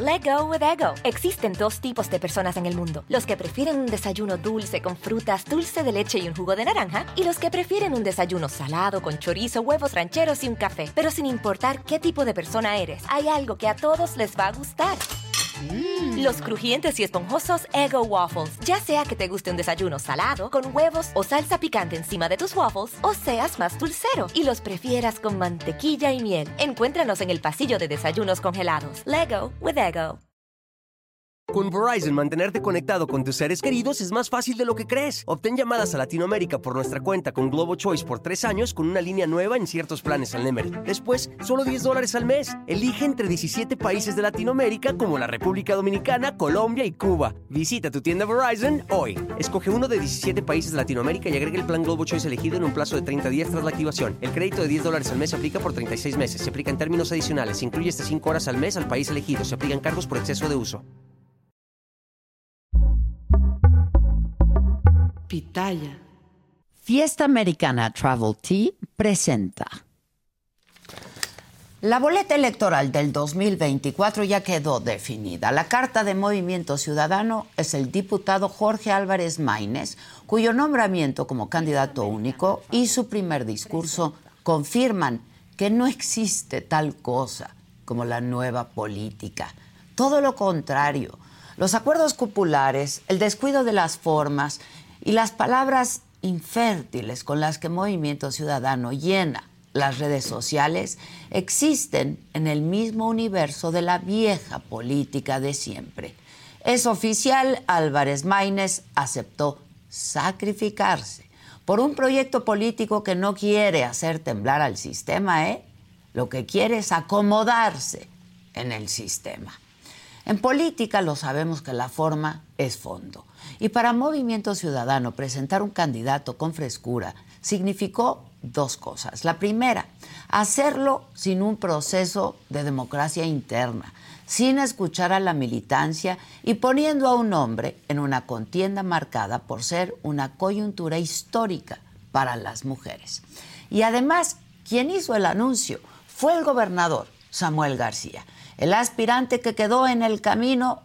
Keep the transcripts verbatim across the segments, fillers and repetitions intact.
Let go with ego. Existen dos tipos de personas en el mundo. Los que prefieren un desayuno dulce con frutas, dulce de leche y un jugo de naranja. Y los que prefieren un desayuno salado con chorizo, huevos rancheros y un café. Pero sin importar qué tipo de persona eres, hay algo que a todos les va a gustar. Mm. Los crujientes y esponjosos Eggo Waffles. Ya sea que te guste un desayuno salado, con huevos o salsa picante encima de tus waffles, o seas más dulcero y los prefieras con mantequilla y miel. Encuéntranos en el pasillo de desayunos congelados. Lego with Eggo. Con Verizon, mantenerte conectado con tus seres queridos es más fácil de lo que crees. Obtén llamadas a Latinoamérica por nuestra cuenta con Globo Choice por tres años con una línea nueva en ciertos planes al Nemery. Después, solo diez dólares al mes. Elige entre diecisiete países de Latinoamérica como la República Dominicana, Colombia y Cuba. Visita tu tienda Verizon hoy. Escoge uno de diecisiete países de Latinoamérica y agrega el plan Globo Choice elegido en un plazo de treinta días tras la activación. El crédito de diez dólares al mes se aplica por treinta y seis meses. Se aplica en términos adicionales. Se incluye hasta cinco horas al mes al país elegido. Se aplican cargos por exceso de uso. Pitaya. Fiesta Americana Travel Tea presenta. La boleta electoral del dos mil veinticuatro ya quedó definida. La carta de Movimiento Ciudadano es el diputado Jorge Álvarez Maínez, cuyo nombramiento como candidato único y su primer discurso confirman que no existe tal cosa como la nueva política. Todo lo contrario, los acuerdos cupulares, el descuido de las formas y las palabras infértiles con las que Movimiento Ciudadano llena las redes sociales existen en el mismo universo de la vieja política de siempre. Es oficial, Álvarez Maínez aceptó sacrificarse por un proyecto político que no quiere hacer temblar al sistema, ¿eh? Lo que quiere es acomodarse en el sistema. En política lo sabemos que la forma es fondo. Y para Movimiento Ciudadano presentar un candidato con frescura significó dos cosas. La primera, hacerlo sin un proceso de democracia interna, sin escuchar a la militancia y poniendo a un hombre en una contienda marcada por ser una coyuntura histórica para las mujeres. Y además, quien hizo el anuncio fue el gobernador Samuel García, el aspirante que quedó en el camino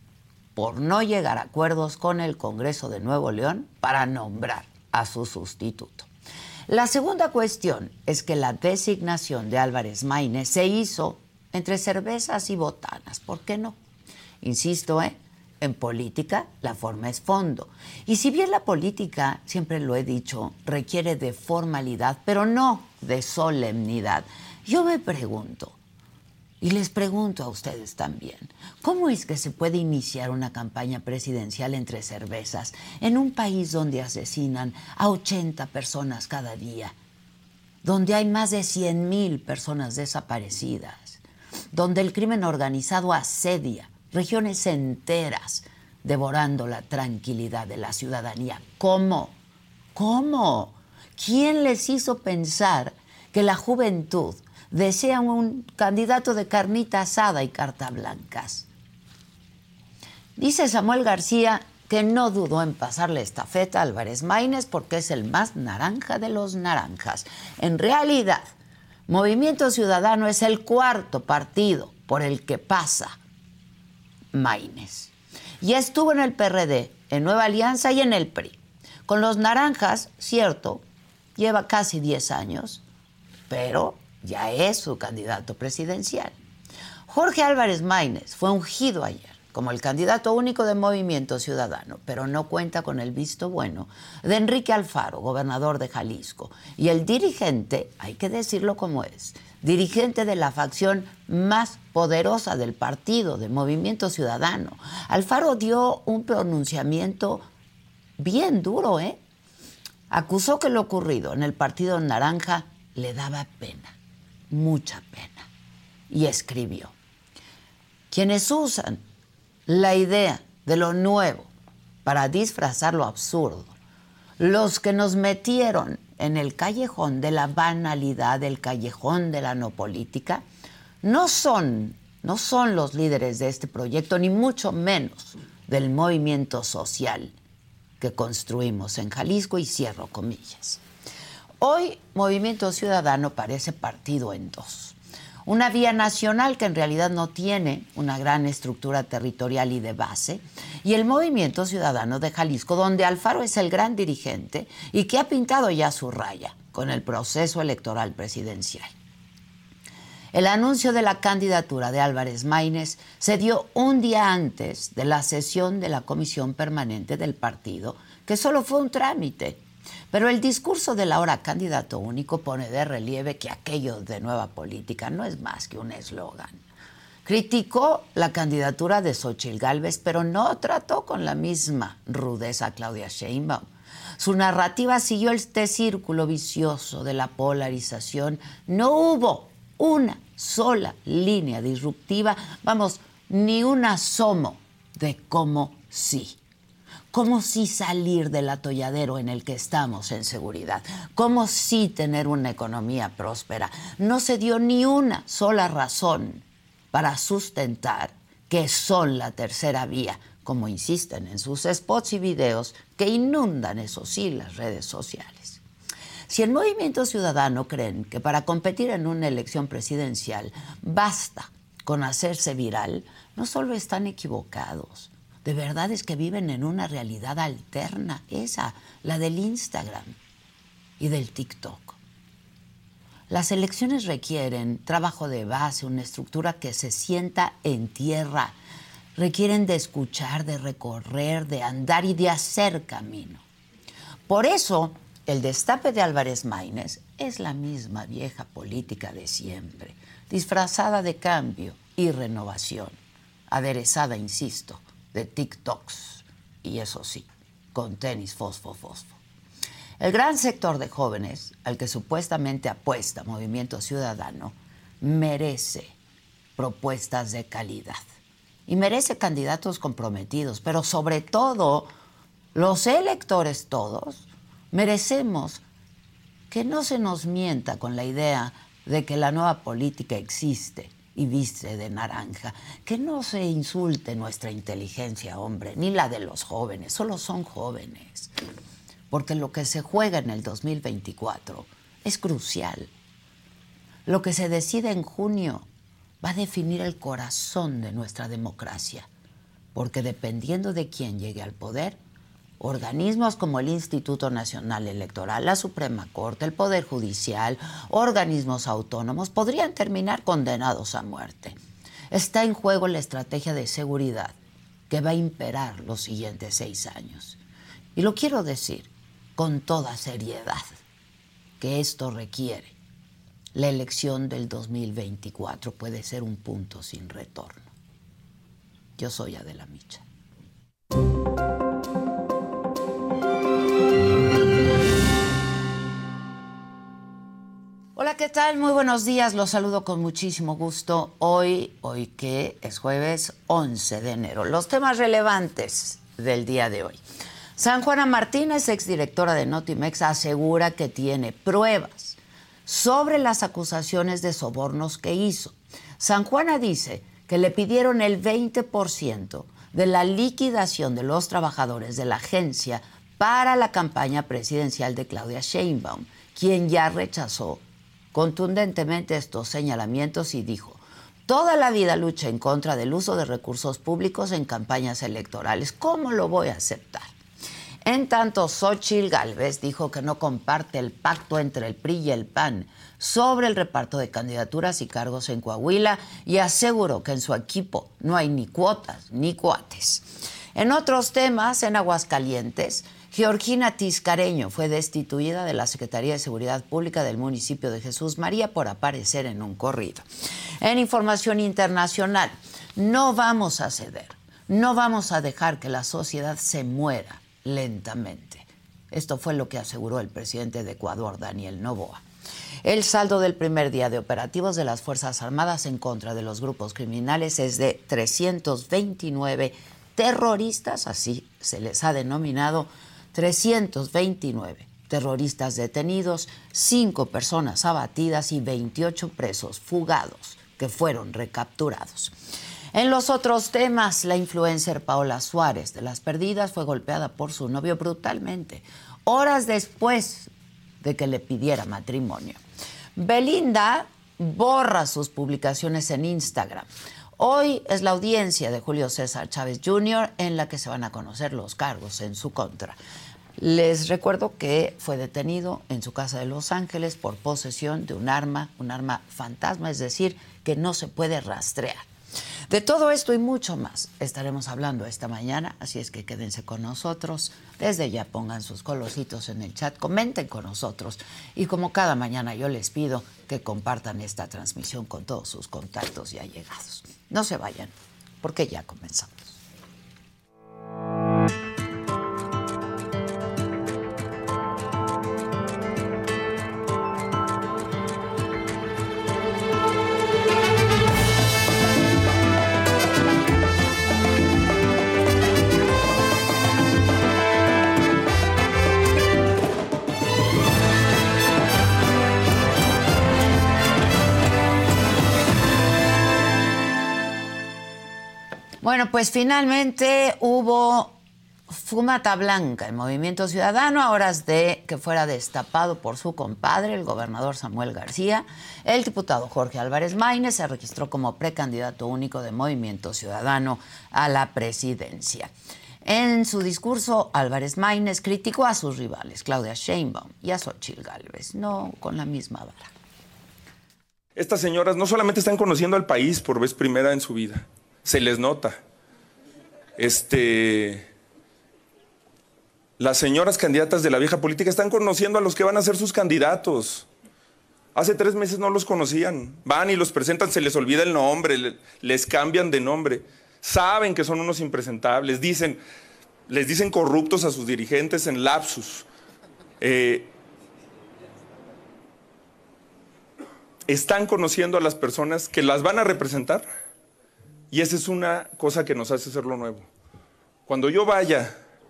por no llegar a acuerdos con el Congreso de Nuevo León para nombrar a su sustituto. La segunda cuestión es que la designación de Álvarez Maínez se hizo entre cervezas y botanas. ¿Por qué no? Insisto, ¿eh? En política la forma es fondo. Y si bien la política, siempre lo he dicho, requiere de formalidad, pero no de solemnidad, yo me pregunto, y les pregunto a ustedes también, ¿cómo es que se puede iniciar una campaña presidencial entre cervezas en un país donde asesinan a ochenta personas cada día, donde hay más de cien mil personas desaparecidas, donde el crimen organizado asedia regiones enteras, devorando la tranquilidad de la ciudadanía? ¿Cómo? ¿Cómo? ¿Quién les hizo pensar que la juventud desean un candidato de carnita asada y carta blancas? Dice Samuel García que no dudó en pasarle estafeta a Álvarez Maínez porque es el más naranja de los naranjas. En realidad, Movimiento Ciudadano es el cuarto partido por el que pasa Maínez. Y estuvo en el P R D, en Nueva Alianza y en el P R I. Con los naranjas, cierto, lleva casi diez años, pero ya es su candidato presidencial. Jorge Álvarez Maínez fue ungido ayer como el candidato único de Movimiento Ciudadano, pero no cuenta con el visto bueno de Enrique Alfaro, gobernador de Jalisco, y el dirigente, hay que decirlo como es, dirigente de la facción más poderosa del partido, de Movimiento Ciudadano. Alfaro dio un pronunciamiento bien duro, ¿eh? Acusó que lo ocurrido en el Partido Naranja le daba pena, mucha pena, y escribió: quienes usan la idea de lo nuevo para disfrazar lo absurdo, los que nos metieron en el callejón de la banalidad, el callejón de la no política, no son, no son los líderes de este proyecto, ni mucho menos del movimiento social que construimos en Jalisco, y cierro comillas. Hoy Movimiento Ciudadano parece partido en dos. Una vía nacional que en realidad no tiene una gran estructura territorial y de base, y el Movimiento Ciudadano de Jalisco, donde Alfaro es el gran dirigente y que ha pintado ya su raya con el proceso electoral presidencial. El anuncio de la candidatura de Álvarez Maínez se dio un día antes de la sesión de la Comisión Permanente del partido, que solo fue un trámite. Pero el discurso del ahora candidato único pone de relieve que aquello de Nueva Política no es más que un eslogan. Criticó la candidatura de Xóchitl Gálvez, pero no trató con la misma rudeza a Claudia Sheinbaum. Su narrativa siguió este círculo vicioso de la polarización. No hubo una sola línea disruptiva, vamos, ni un asomo de cómo sí. Cómo sí salir del atolladero en el que estamos en seguridad. Cómo sí tener una economía próspera. No se dio ni una sola razón para sustentar que son la tercera vía, como insisten en sus spots y videos que inundan, eso sí, las redes sociales. Si en Movimiento Ciudadano creen que para competir en una elección presidencial basta con hacerse viral, no solo están equivocados, de verdad es que viven en una realidad alterna, esa, la del Instagram y del TikTok. Las elecciones requieren trabajo de base, una estructura que se sienta en tierra. Requieren de escuchar, de recorrer, de andar y de hacer camino. Por eso, el destape de Álvarez Maínez es la misma vieja política de siempre, disfrazada de cambio y renovación, aderezada, insisto, de TikToks, y eso sí, con tenis fosfo, fosfo. El gran sector de jóvenes al que supuestamente apuesta Movimiento Ciudadano merece propuestas de calidad y merece candidatos comprometidos, pero sobre todo los electores todos merecemos que no se nos mienta con la idea de que la nueva política existe y viste de naranja, que no se insulte nuestra inteligencia, hombre, ni la de los jóvenes, solo son jóvenes, porque lo que se juega en el dos mil veinticuatro es crucial. Lo que se decide en junio va a definir el corazón de nuestra democracia, porque dependiendo de quién llegue al poder, organismos como el Instituto Nacional Electoral, la Suprema Corte, el Poder Judicial, organismos autónomos podrían terminar condenados a muerte. Está en juego la estrategia de seguridad que va a imperar los siguientes seis años. Y lo quiero decir con toda seriedad, que esto requiere. La elección del dos mil veinticuatro puede ser un punto sin retorno. Yo soy Adela Micha. Hola, ¿qué tal? Muy buenos días. Los saludo con muchísimo gusto. Hoy, hoy que es jueves once de enero. Los temas relevantes del día de hoy. San Juana Martínez, exdirectora de Notimex, asegura que tiene pruebas sobre las acusaciones de sobornos que hizo. San Juana dice que le pidieron el veinte por ciento de la liquidación de los trabajadores de la agencia para la campaña presidencial de Claudia Sheinbaum, quien ya rechazó contundentemente estos señalamientos y dijo: toda la vida lucha en contra del uso de recursos públicos en campañas electorales. ¿Cómo lo voy a aceptar? En tanto, Xóchitl Gálvez dijo que no comparte el pacto entre el P R I y el P A N sobre el reparto de candidaturas y cargos en Coahuila y aseguró que en su equipo no hay ni cuotas ni cuates. En otros temas, en Aguascalientes, Georgina Tiscareño fue destituida de la Secretaría de Seguridad Pública del municipio de Jesús María por aparecer en un corrido. En información internacional, no vamos a ceder, no vamos a dejar que la sociedad se muera lentamente. Esto fue lo que aseguró el presidente de Ecuador, Daniel Noboa. El saldo del primer día de operativos de las Fuerzas Armadas en contra de los grupos criminales es de trescientos veintinueve terroristas, así se les ha denominado, trescientos veintinueve terroristas detenidos, cinco personas abatidas y veintiocho presos fugados que fueron recapturados. En los otros temas, la influencer Paola Suárez de Las Perdidas fue golpeada por su novio brutalmente, horas después de que le pidiera matrimonio. Belinda borra sus publicaciones en Instagram. Hoy es la audiencia de Julio César Chávez junior en la que se van a conocer los cargos en su contra. Les recuerdo que fue detenido en su casa de Los Ángeles por posesión de un arma, un arma fantasma, es decir, que no se puede rastrear. De todo esto y mucho más estaremos hablando esta mañana, así es que quédense con nosotros. Desde ya pongan sus colorcitos en el chat, comenten con nosotros. Y como cada mañana yo les pido que compartan esta transmisión con todos sus contactos y allegados. No se vayan, porque ya comenzamos. Bueno, pues finalmente hubo fumata blanca en Movimiento Ciudadano a horas de que fuera destapado por su compadre, el gobernador Samuel García. El diputado Jorge Álvarez Maínez se registró como precandidato único de Movimiento Ciudadano a la presidencia. En su discurso, Álvarez Maínez criticó a sus rivales, Claudia Sheinbaum y a Xóchitl Gálvez, no con la misma vara. Estas señoras no solamente están conociendo al país por vez primera en su vida, se les nota. Este, las señoras candidatas de la vieja política están conociendo a los que van a ser sus candidatos. Hace tres meses no los conocían. Van y los presentan, se les olvida el nombre, les cambian de nombre. Saben que son unos impresentables. Dicen, les dicen corruptos a sus dirigentes en lapsus. Eh, están conociendo a las personas que las van a representar. Y esa es una cosa que nos hace ser lo nuevo. Cuando yo vaya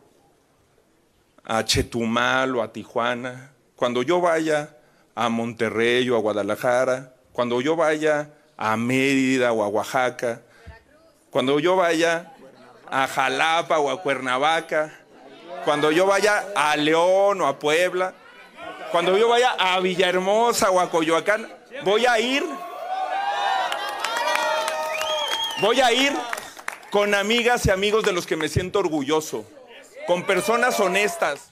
a Chetumal o a Tijuana, cuando yo vaya a Monterrey o a Guadalajara, cuando yo vaya a Mérida o a Oaxaca, cuando yo vaya a Jalapa o a Cuernavaca, cuando yo vaya a León o a Puebla, cuando yo vaya a Villahermosa o a Coyoacán, voy a ir... Voy a ir con amigas y amigos de los que me siento orgulloso, con personas honestas.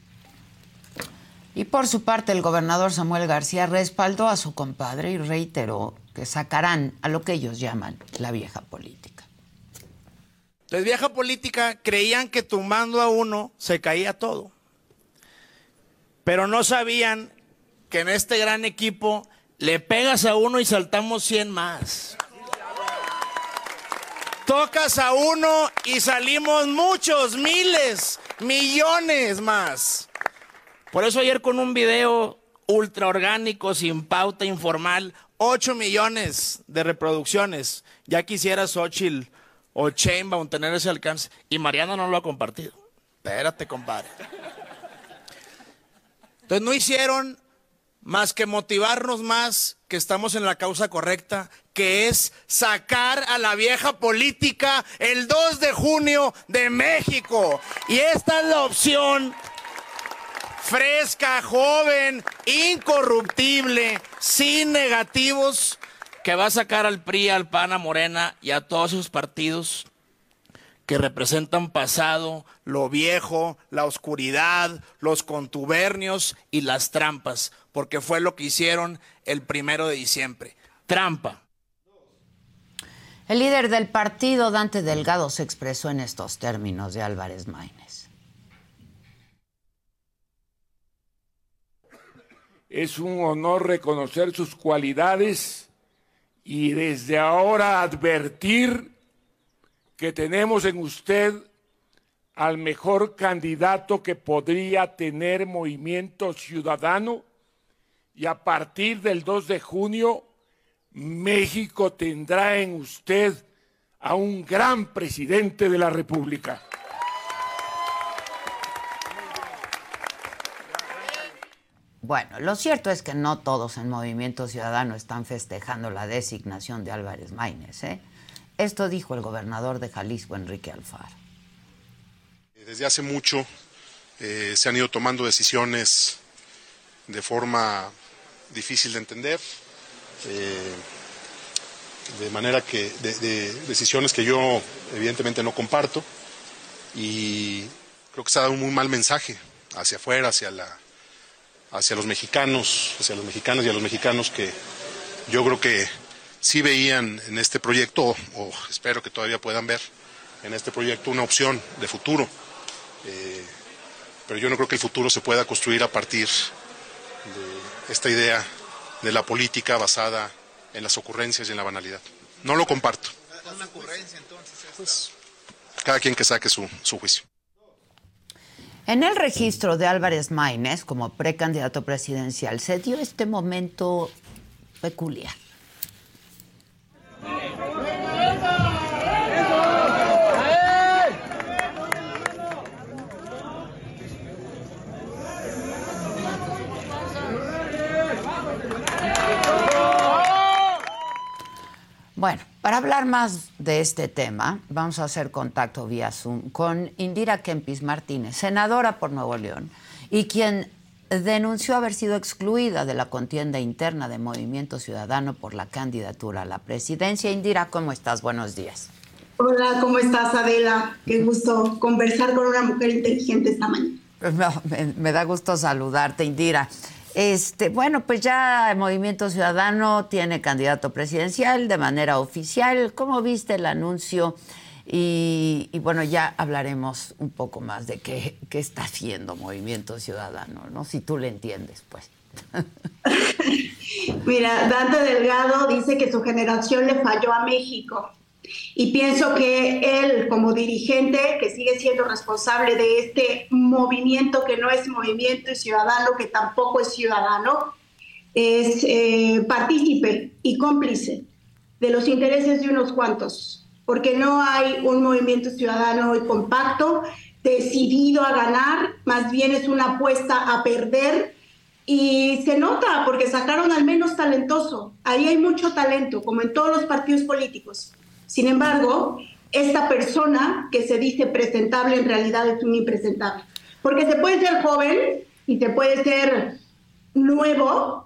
Y por su parte, el gobernador Samuel García respaldó a su compadre y reiteró que sacarán a lo que ellos llaman la vieja política. La vieja política creían que tumbando a uno se caía todo, pero no sabían que en este gran equipo le pegas a uno y saltamos cien más. Tocas a uno y salimos muchos, miles, millones más. Por eso ayer con un video ultra orgánico, sin pauta, informal, ocho millones de reproducciones. Ya quisiera Xóchitl o Sheinbaum tener ese alcance. Y Mariano no lo ha compartido. Espérate, compadre. Entonces no hicieron más que motivarnos más que estamos en la causa correcta, que es sacar a la vieja política el dos de junio de México. Y esta es la opción fresca, joven, incorruptible, sin negativos, que va a sacar al P R I, al P A N, a Morena y a todos sus partidos que representan pasado, lo viejo, la oscuridad, los contubernios y las trampas, porque fue lo que hicieron el primero de diciembre. Trampa. El líder del partido, Dante Delgado, se expresó en estos términos de Álvarez Maínez. Es un honor reconocer sus cualidades y desde ahora advertir que tenemos en usted al mejor candidato que podría tener Movimiento Ciudadano, y a partir del dos de junio, México tendrá en usted a un gran presidente de la República. Bueno, lo cierto es que no todos en Movimiento Ciudadano están festejando la designación de Álvarez Maínez, ¿eh? Esto dijo el gobernador de Jalisco, Enrique Alfaro. Desde hace mucho eh, se han ido tomando decisiones de forma difícil de entender, eh, de manera que, de, de decisiones que yo evidentemente no comparto, y creo que se ha dado un muy mal mensaje hacia afuera, hacia la, hacia los mexicanos, hacia los mexicanos y a los mexicanos que yo creo que sí veían en este proyecto, o, o espero que todavía puedan ver en este proyecto una opción de futuro. Eh, pero yo no creo que el futuro se pueda construir a partir de esta idea de la política basada en las ocurrencias y en la banalidad. No lo comparto. ¿Es una ocurrencia entonces? Pues, cada quien que saque su, su juicio. En el registro de Álvarez Maínez como precandidato presidencial se dio este momento peculiar. Bueno, para hablar más de este tema, vamos a hacer contacto vía Zoom con Indira Kempis Martínez, senadora por Nuevo León, y quien denunció haber sido excluida de la contienda interna de Movimiento Ciudadano por la candidatura a la presidencia. Indira, ¿cómo estás? Buenos días. Hola, ¿cómo estás, Adela? Qué gusto conversar con una mujer inteligente esta mañana. No, me, me da gusto saludarte, Indira. Este, bueno, pues ya el Movimiento Ciudadano tiene candidato presidencial de manera oficial. ¿Cómo viste el anuncio? Y, y bueno, ya hablaremos un poco más de qué, qué está haciendo Movimiento Ciudadano, ¿no? Si tú le entiendes, pues. Mira, Dante Delgado dice que su generación le falló a México. Y pienso que él, como dirigente, que sigue siendo responsable de este movimiento que no es movimiento ciudadano, que tampoco es ciudadano, es eh, partícipe y cómplice de los intereses de unos cuantos, porque no hay un movimiento ciudadano hoy compacto, decidido a ganar, más bien es una apuesta a perder, y se nota porque sacaron al menos talentoso. Ahí hay mucho talento, como en todos los partidos políticos. Sin embargo, esta persona que se dice presentable en realidad es un impresentable. Porque se puede ser joven y se puede ser nuevo,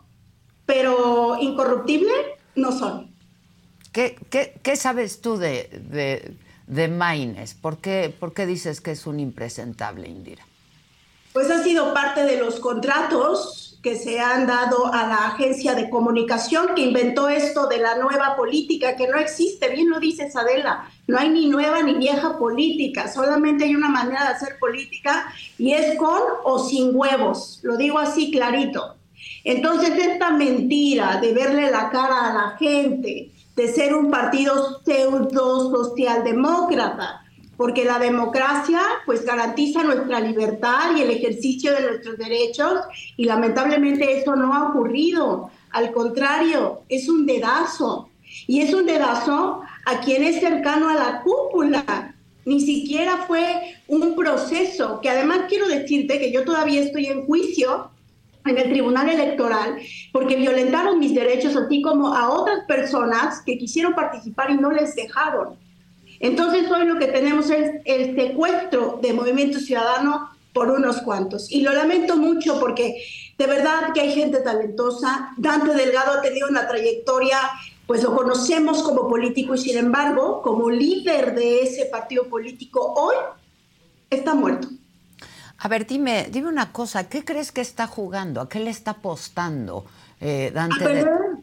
pero incorruptible no son. ¿Qué, qué, qué sabes tú de, de, de Maínez? ¿Por qué, ¿Por qué dices que es un impresentable, Indira? Pues ha sido parte de los contratos que se han dado a la agencia de comunicación que inventó esto de la nueva política, que no existe, bien lo dices, Adela, no hay ni nueva ni vieja política, solamente hay una manera de hacer política y es con o sin huevos, lo digo así clarito. Entonces esta mentira de verle la cara a la gente, de ser un partido pseudo socialdemócrata, porque la democracia pues garantiza nuestra libertad y el ejercicio de nuestros derechos, y lamentablemente eso no ha ocurrido. Al contrario, es un dedazo, y es un dedazo a quien es cercano a la cúpula. Ni siquiera fue un proceso, que además quiero decirte que yo todavía estoy en juicio en el Tribunal Electoral, porque violentaron mis derechos, así como a otras personas que quisieron participar y no les dejaron. Entonces hoy lo que tenemos es el secuestro de Movimiento Ciudadano por unos cuantos. Y lo lamento mucho porque de verdad que hay gente talentosa. Dante Delgado ha tenido una trayectoria, pues lo conocemos como político, y sin embargo, como líder de ese partido político, hoy está muerto. A ver, dime, dime una cosa, ¿qué crees que está jugando? ¿A qué le está apostando eh, Dante? A perder. De...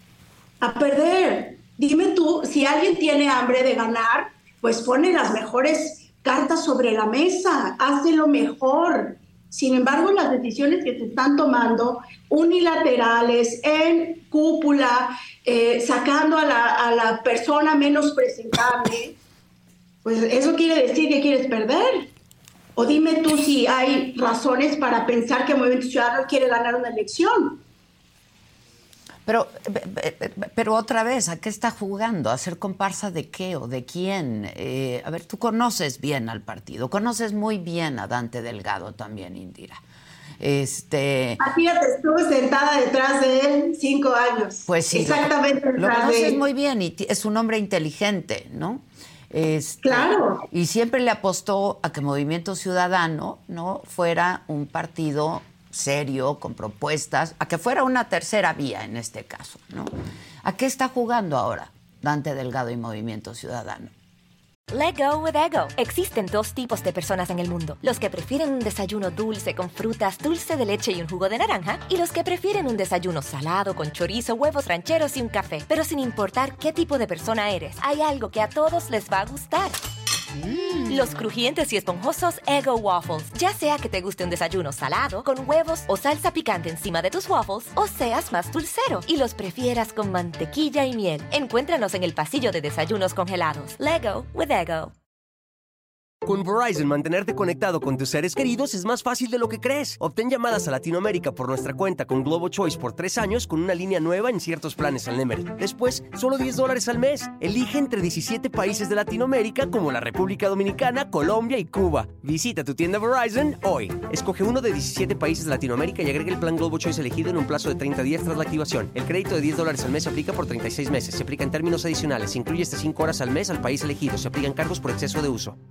A perder. Dime tú, si alguien tiene hambre de ganar, pues pone las mejores cartas sobre la mesa, hace lo mejor. Sin embargo, las decisiones que se están tomando, unilaterales, en cúpula, eh, sacando a la, a la persona menos presentable, pues eso quiere decir que quieres perder. O dime tú si hay razones para pensar que el Movimiento Ciudadano quiere ganar una elección. Pero, pero otra vez, ¿a qué está jugando? ¿A hacer comparsa de qué o de quién? Eh, a ver, tú conoces bien al partido, conoces muy bien a Dante Delgado también, Indira. Este... Fíjate, estuve sentada detrás de él cinco años. Pues sí, exactamente lo, detrás lo conoces de él. muy bien y es un hombre inteligente, ¿no? Este, claro. Y siempre le apostó a que Movimiento Ciudadano no fuera un partido serio, con propuestas, a que fuera una tercera vía en este caso, ¿no? ¿A qué está jugando ahora Dante Delgado y Movimiento Ciudadano? Let go with ego. Existen dos tipos de personas en el mundo. Los que prefieren un desayuno dulce con frutas, dulce de leche y un jugo de naranja. Y los que prefieren un desayuno salado con chorizo, huevos rancheros y un café. Pero sin importar qué tipo de persona eres, hay algo que a todos les va a gustar. Mm. Los crujientes y esponjosos Eggo Waffles. Ya sea que te guste un desayuno salado, con huevos o salsa picante encima de tus waffles, o seas más dulcero y los prefieras con mantequilla y miel. Encuéntranos en el pasillo de desayunos congelados. Lego with Eggo. Con Verizon, mantenerte conectado con tus seres queridos es más fácil de lo que crees. Obtén llamadas a Latinoamérica por nuestra cuenta con Globo Choice por tres años con una línea nueva en ciertos planes al Nemery. Después, solo diez dólares al mes. Elige entre diecisiete países de Latinoamérica como la República Dominicana, Colombia y Cuba. Visita tu tienda Verizon hoy. Escoge uno de diecisiete países de Latinoamérica y agrega el plan Globo Choice elegido en un plazo de treinta días tras la activación. El crédito de diez dólares al mes se aplica por treinta y seis meses. Se aplica en términos adicionales. Se incluye hasta cinco horas al mes al país elegido. Se aplican cargos por exceso de uso.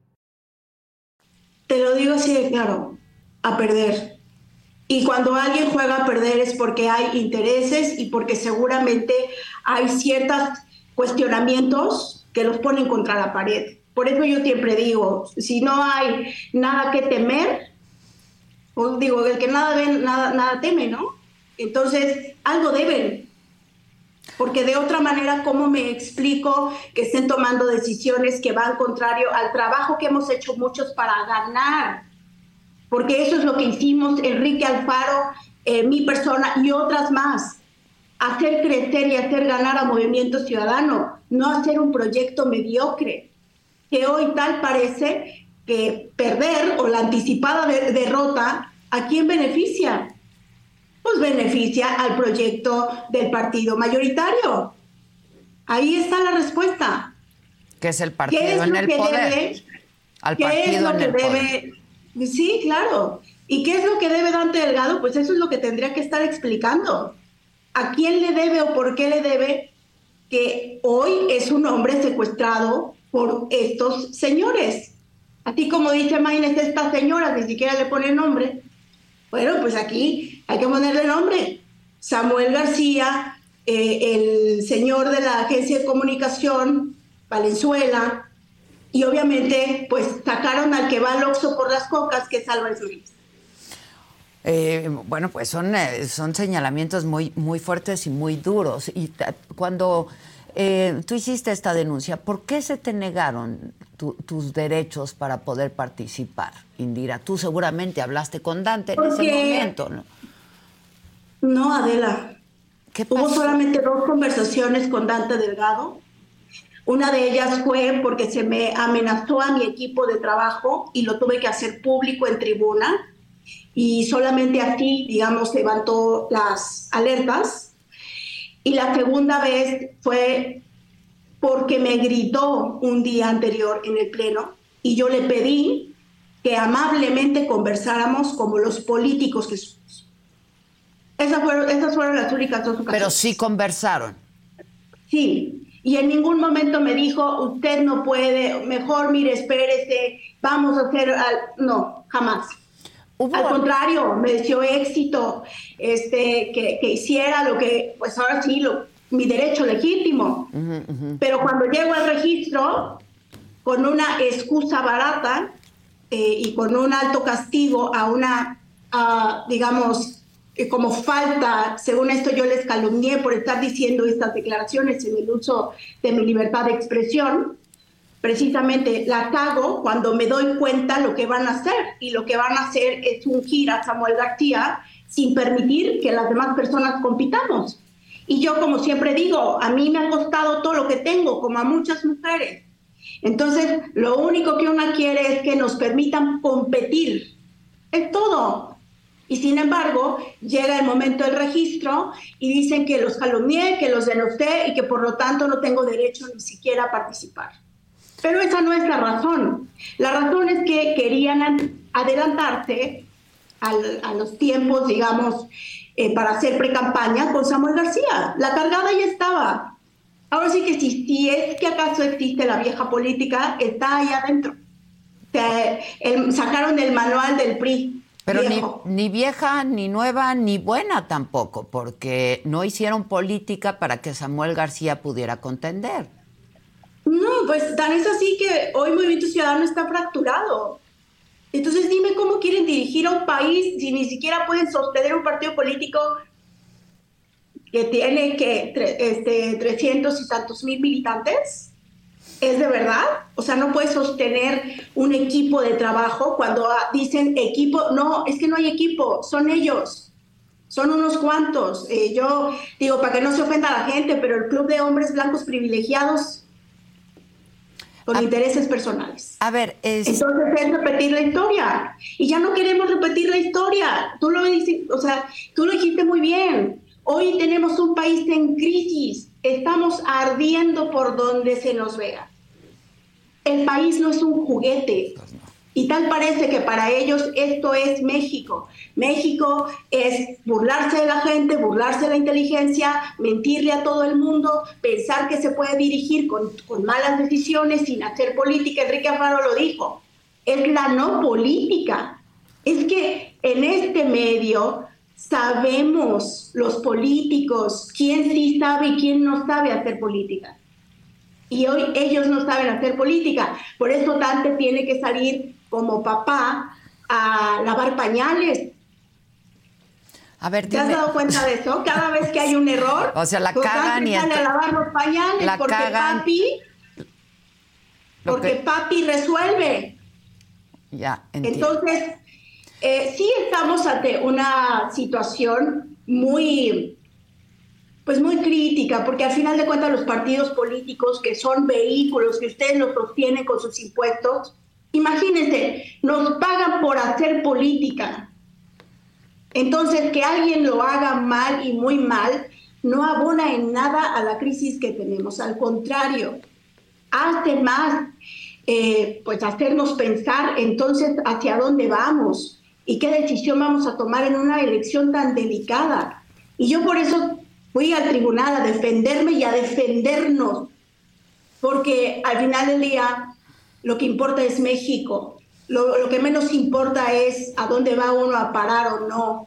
Te lo digo así de claro, a perder. Y cuando alguien juega a perder es porque hay intereses y porque seguramente hay ciertos cuestionamientos que los ponen contra la pared. Por eso yo siempre digo, si no hay nada que temer, pues digo, el que nada ve, nada, nada teme, ¿no? Entonces, algo deben. Porque de otra manera, ¿cómo me explico que estén tomando decisiones que van contrario al trabajo que hemos hecho muchos para ganar? Porque eso es lo que hicimos Enrique Alfaro, eh, mi persona y otras más. Hacer crecer y hacer ganar a Movimiento Ciudadano, no hacer un proyecto mediocre, que hoy tal parece que perder o la anticipada de- derrota, ¿a quién beneficia? Pues beneficia al proyecto del partido mayoritario. Ahí está la respuesta. Que es el partido ¿Qué es en lo el que poder. debe? Al ¿Qué es partido lo en que el poder. debe? Sí, claro. ¿Y qué es lo que debe Dante Delgado? Pues eso es lo que tendría que estar explicando. ¿A quién le debe o por qué le debe que hoy es un hombre secuestrado por estos señores? Así como dice Maynes, estas señoras ni siquiera le ponen nombre. Bueno, pues aquí hay que ponerle nombre. Samuel García, eh, el señor de la agencia de comunicación, Valenzuela, y obviamente pues sacaron al que va al Oxxo por las cocas, que es Álvarez Maínez. Eh, bueno, pues son, eh, son señalamientos muy, muy fuertes y muy duros. Y ta- cuando eh, tú hiciste esta denuncia, ¿por qué se te negaron tu, tus derechos para poder participar, Indira? Tú seguramente hablaste con Dante en Porque... ese momento, ¿no? No, Adela. ¿Qué pasó? Hubo solamente dos conversaciones con Dante Delgado. Una de ellas fue porque se me amenazó a mi equipo de trabajo y lo tuve que hacer público en tribuna. Y solamente así, digamos, levantó las alertas. Y la segunda vez fue porque me gritó un día anterior en el Pleno y yo le pedí que amablemente conversáramos como los políticos que somos. Esas fueron, esas fueron las únicas dos ocasiones. Pero sí conversaron. Sí, y en ningún momento me dijo, usted no puede, mejor mire, espérese, vamos a hacer... Al... No, jamás. ¿Hubo Al al- contrario, me deseó éxito, este, que, que hiciera lo que, pues ahora sí, lo, mi derecho legítimo. Ujú, ujú. Pero cuando llego al registro, con una excusa barata eh, y con un alto castigo a una, a, digamos, eh, como falta, según esto yo les calumnié por estar diciendo estas declaraciones en el uso de mi libertad de expresión, precisamente las hago cuando me doy cuenta lo que van a hacer, y lo que van a hacer es ungir a Samuel García sin permitir que las demás personas compitamos. Y yo, como siempre digo, a mí me ha costado todo lo que tengo, como a muchas mujeres. Entonces, lo único que una quiere es que nos permitan competir. Es todo. Y sin embargo, llega el momento del registro y dicen que los calumnié, que los denosté y que por lo tanto no tengo derecho ni siquiera a participar. Pero esa no es la razón. La razón es que querían adelantarse al, a los tiempos, digamos, eh, para hacer pre-campaña con Samuel García. La cargada ya estaba. Ahora sí que si, si es que acaso existe la vieja política, está ahí adentro. O sea, el, sacaron el manual del P R I Pero ni, viejo. ni vieja, ni nueva, ni buena tampoco, porque no hicieron política para que Samuel García pudiera contender. No, pues tan es así que hoy Movimiento Ciudadano está fracturado. Entonces dime cómo quieren dirigir a un país si ni siquiera pueden sostener un partido político que tiene que este, trescientos y tantos mil militantes. ¿Es de verdad? O sea, no puedes sostener un equipo de trabajo cuando dicen equipo. No, es que no hay equipo, son ellos. Son unos cuantos. Eh, yo digo, para que no se ofenda a la gente, pero el club de hombres blancos privilegiados con a, intereses personales. A ver, es... Entonces es repetir la historia. Y ya no queremos repetir la historia. Tú lo dices, o sea, tú lo dijiste muy bien. Hoy tenemos un país en crisis. Estamos ardiendo por donde se nos vea. El país no es un juguete. Y tal parece que para ellos esto es México. México es burlarse de la gente, burlarse de la inteligencia, mentirle a todo el mundo, pensar que se puede dirigir con, con malas decisiones sin hacer política. Enrique Alfaro lo dijo. Es la no política. Es que en este medio sabemos los políticos quién sí sabe y quién no sabe hacer política. Y hoy ellos no saben hacer política. Por eso Dante tiene que salir como papá a lavar pañales. A ver, ¿te has dado cuenta de eso? Cada vez que hay un error, o sea, la pues cagan y sale a lavar los pañales la porque cagan. papi, porque que... papi resuelve. Ya, entiendo. Entonces, eh, sí estamos ante una situación muy... pues muy crítica, porque al final de cuentas los partidos políticos, que son vehículos que ustedes los sostienen con sus impuestos, imagínense, nos pagan por hacer política. Entonces, que alguien lo haga mal y muy mal, no abona en nada a la crisis que tenemos. Al contrario, hace más, eh, pues hacernos pensar entonces hacia dónde vamos y qué decisión vamos a tomar en una elección tan delicada. Y yo por eso fui al tribunal a defenderme y a defendernos, porque al final del día lo que importa es México, lo, lo que menos importa es a dónde va uno a parar o no,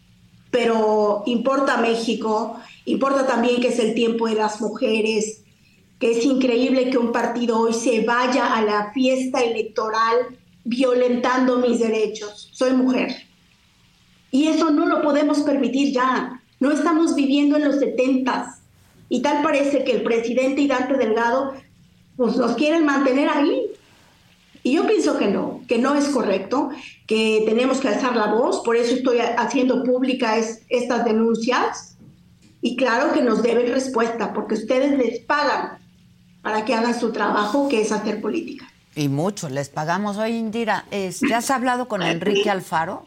pero importa México, importa también que es el tiempo de las mujeres, que es increíble que un partido hoy se vaya a la fiesta electoral violentando mis derechos. Soy mujer. Y eso no lo podemos permitir ya. No estamos viviendo en los setentas. Y tal parece que el presidente y Dante Delgado pues nos quieren mantener ahí. Y yo pienso que no, que no es correcto, que tenemos que alzar la voz. Por eso estoy haciendo públicas estas denuncias. Y claro que nos deben respuesta, porque ustedes les pagan para que hagan su trabajo, que es hacer política. Y mucho, les pagamos. Oye, Indira, ¿ya has hablado con Enrique Alfaro?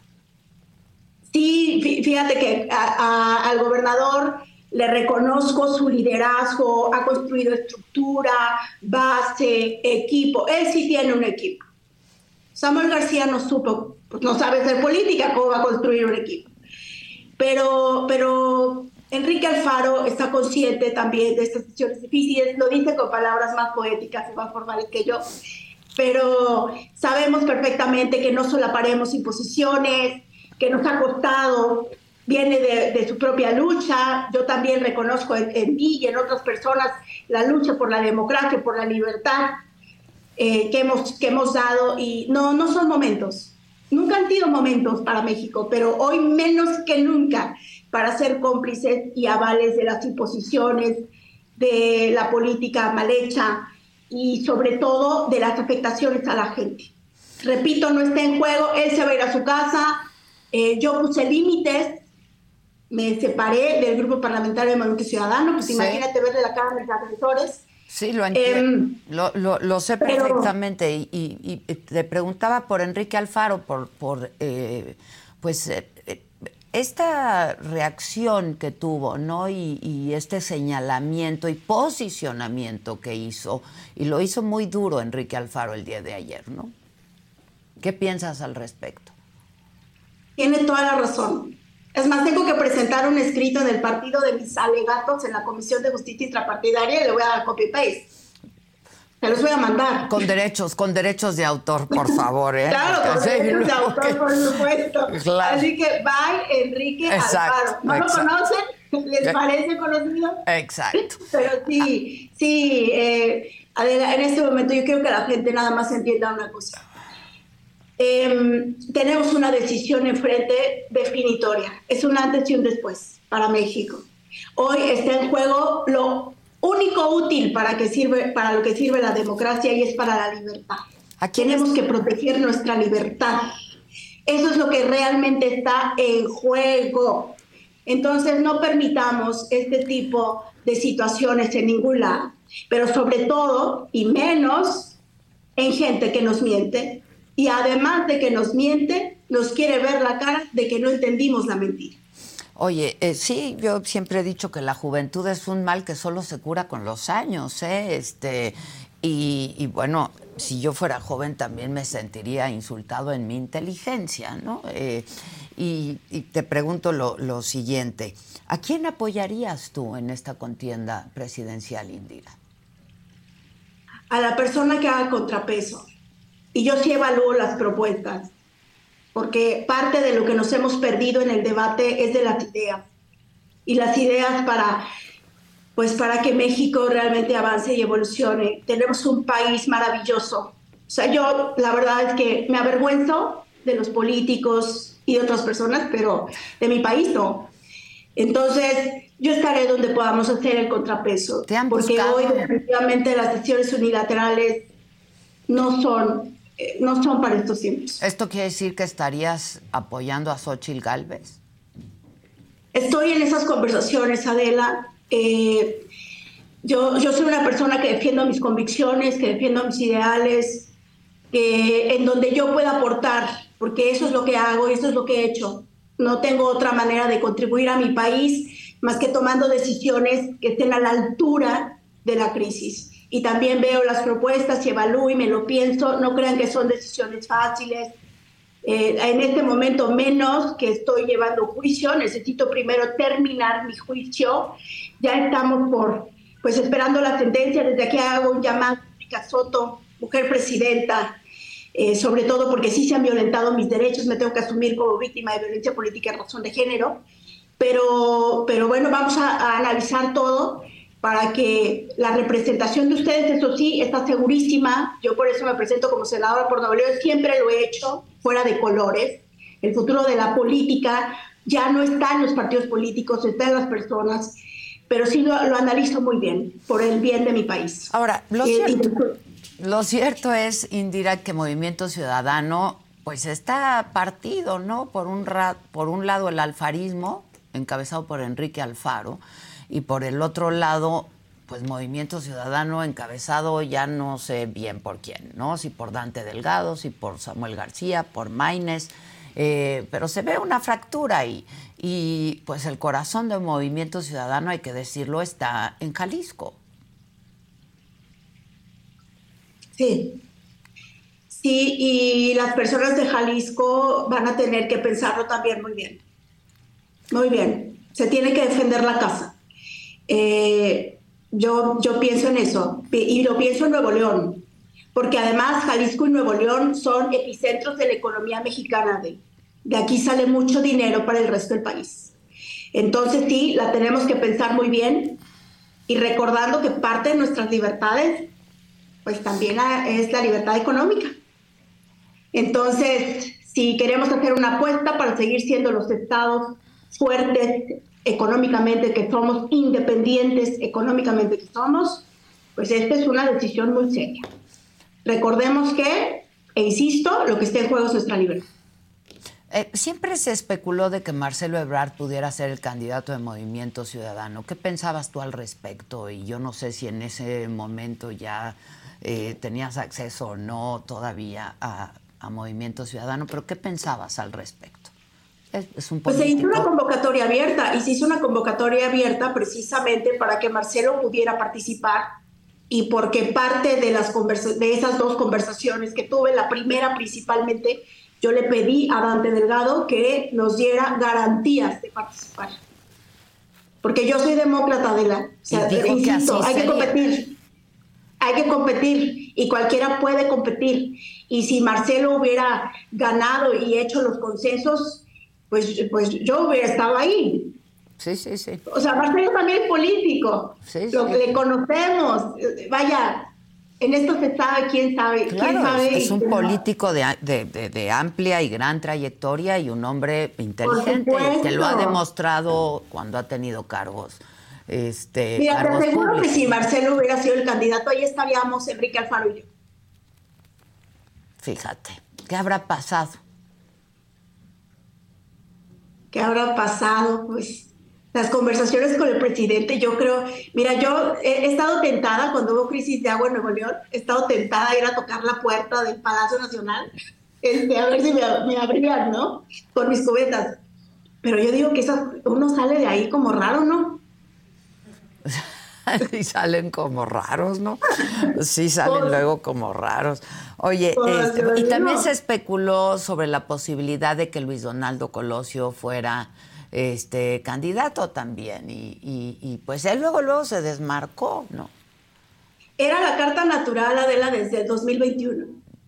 Sí, fíjate que a, a, al gobernador le reconozco su liderazgo, ha construido estructura, base, equipo. Él sí tiene un equipo. Samuel García no supo, pues no sabe hacer política, ¿cómo va a construir un equipo? Pero, pero Enrique Alfaro está consciente también de estas decisiones difíciles, lo dice con palabras más poéticas y más formales que yo, pero sabemos perfectamente que no solaparemos imposiciones, que nos ha costado, viene de, de su propia lucha. Yo también reconozco en, en mí y en otras personas la lucha por la democracia, por la libertad eh, que, hemos, que hemos dado, y no, no son momentos, nunca han sido momentos para México, pero hoy menos que nunca para ser cómplices y avales de las imposiciones, de la política mal hecha y sobre todo de las afectaciones a la gente. Repito, no está en juego, él se va a ir a su casa. Eh, yo puse límites, me separé del grupo parlamentario de Movimiento Ciudadano, pues sí. Imagínate verle la cara a mis agresores. Sí, lo entiendo, eh, lo, lo, lo sé pero, perfectamente, y, y, y te preguntaba por Enrique Alfaro, por, por eh, pues eh, esta reacción que tuvo, ¿no? Y, y este señalamiento y posicionamiento que hizo, y lo hizo muy duro Enrique Alfaro el día de ayer, ¿no? ¿Qué piensas al respecto? Tiene toda la razón. Es más, tengo que presentar un escrito en el partido de mis alegatos en la Comisión de Justicia Intrapartidaria y le voy a dar copy-paste. Te los voy a mandar. Con derechos, con derechos de autor, por favor, ¿eh? Claro, con sí, derechos de autor, que... por supuesto. Claro. Así que bye, Enrique Alfaro. ¿No exacto. lo conocen? ¿Les parece conocido? Exacto. Pero sí, sí, eh, Adela, en este momento yo quiero que la gente nada más entienda una cosa. Eh, tenemos una decisión enfrente definitoria. Es un antes y un después para México. Hoy está en juego lo único útil para, que sirve, para lo que sirve la democracia y es para la libertad. Tenemos es? que proteger nuestra libertad. Eso es lo que realmente está en juego. Entonces no permitamos este tipo de situaciones en ningún lado, pero sobre todo y menos en gente que nos miente y además de que nos miente, nos quiere ver la cara de que no entendimos la mentira. Oye, eh, sí, yo siempre he dicho que la juventud es un mal que solo se cura con los años, ¿eh? Este, y, y bueno, si yo fuera joven también me sentiría insultado en mi inteligencia, ¿no? Eh, y, y te pregunto lo, lo siguiente, ¿a quién apoyarías tú en esta contienda presidencial, Indira? A la persona que haga contrapeso. Y yo sí evalúo las propuestas. Porque parte de lo que nos hemos perdido en el debate es de las ideas. Y las ideas para, pues para que México realmente avance y evolucione. Tenemos un país maravilloso. O sea, yo la verdad es que me avergüenzo de los políticos y de otras personas, pero de mi país no. Entonces, yo estaré donde podamos hacer el contrapeso. ¿Te han porque buscado? Hoy definitivamente las decisiones unilaterales no son... no son para estos tiempos. ¿Esto quiere decir que estarías apoyando a Xóchitl Gálvez? Estoy en esas conversaciones, Adela. Eh, yo, yo soy una persona que defiendo mis convicciones, que defiendo mis ideales, que, en donde yo pueda aportar, porque eso es lo que hago y eso es lo que he hecho. No tengo otra manera de contribuir a mi país más que tomando decisiones que estén a la altura de la crisis. Y también veo las propuestas y evalúo y me lo pienso. No crean que son decisiones fáciles. Eh, en este momento menos que estoy llevando juicio. Necesito primero terminar mi juicio. Ya estamos por, pues esperando la sentencia. Desde aquí hago un llamado a Mónica Soto, mujer presidenta, eh, sobre todo porque sí se han violentado mis derechos. Me tengo que asumir como víctima de violencia política en razón de género. Pero, pero bueno, vamos a, a analizar todo para que la representación de ustedes, eso sí, está segurísima. Yo por eso me presento como senadora por Nuevo León, siempre lo he hecho, fuera de colores. El futuro de la política ya no está en los partidos políticos, está en las personas, pero sí lo, lo analizo muy bien, por el bien de mi país. Ahora, lo, eh, cierto, y... lo cierto es, Indira, que Movimiento Ciudadano pues está partido, ¿no? Por un, ra por un lado el alfarismo, encabezado por Enrique Alfaro, y por el otro lado, pues Movimiento Ciudadano encabezado ya no sé bien por quién, ¿no? Si por Dante Delgado, si por Samuel García, por Maínez, eh, pero se ve una fractura ahí. Y pues el corazón del Movimiento Ciudadano, hay que decirlo, está en Jalisco. Sí. Sí, y las personas de Jalisco van a tener que pensarlo también muy bien. Muy bien. Se tiene que defender la casa. Eh, yo, yo pienso en eso, y lo pienso en Nuevo León, porque además Jalisco y Nuevo León son epicentros de la economía mexicana. De, de aquí sale mucho dinero para el resto del país. Entonces sí, la tenemos que pensar muy bien y recordando que parte de nuestras libertades, pues también es la libertad económica. Entonces, si queremos hacer una apuesta para seguir siendo los estados fuertes económicamente que somos, independientes económicamente que somos, pues esta es una decisión muy seria. Recordemos que, e insisto, lo que está en juego es nuestra libertad. Eh, siempre se especuló de que Marcelo Ebrard pudiera ser el candidato de Movimiento Ciudadano. ¿Qué pensabas tú al respecto? Y yo no sé si en ese momento ya eh, tenías acceso o no todavía a, a Movimiento Ciudadano, pero ¿qué pensabas al respecto? Es un pues se hizo una convocatoria abierta y se hizo una convocatoria abierta precisamente para que Marcelo pudiera participar y porque parte de, las de esas dos conversaciones que tuve, la primera principalmente, yo le pedí a Dante Delgado que nos diera garantías de participar. Porque yo soy demócrata, de la, o sea, insisto, hay que competir, hay que competir. y cualquiera puede competir. Y si Marcelo hubiera ganado y hecho los consensos, pues, pues yo hubiera estado ahí. Sí, sí, sí. O sea, Marcelo también es político, sí, lo sí. que le conocemos. Vaya, en esto se sabe, quién sabe. Claro, quién sabe es, es un quién político de, de, de, de amplia y gran trayectoria y un hombre inteligente que lo ha demostrado cuando ha tenido cargos. Este, Mira, cargos te aseguro públicos. que si Marcelo hubiera sido el candidato, ahí estaríamos Enrique Alfaro y yo. Fíjate, ¿qué habrá pasado? ¿Qué habrá pasado? Pues las conversaciones con el presidente, yo creo, mira, yo he, he estado tentada cuando hubo crisis de agua en Nuevo León, he estado tentada a ir a tocar la puerta del Palacio Nacional, este, a ver si me, me abrían, ¿no? Con mis cubetas. Pero yo digo que eso, uno sale de ahí como raro, ¿no? Y salen como raros, ¿no? Sí, salen Pues, luego como raros. Oye, pues, este, yo y también digo. se especuló sobre la posibilidad de que Luis Donaldo Colosio fuera este candidato también. Y, y, y pues él luego, luego se desmarcó, ¿no? Era la carta natural, Adela, desde el dos mil veintiuno.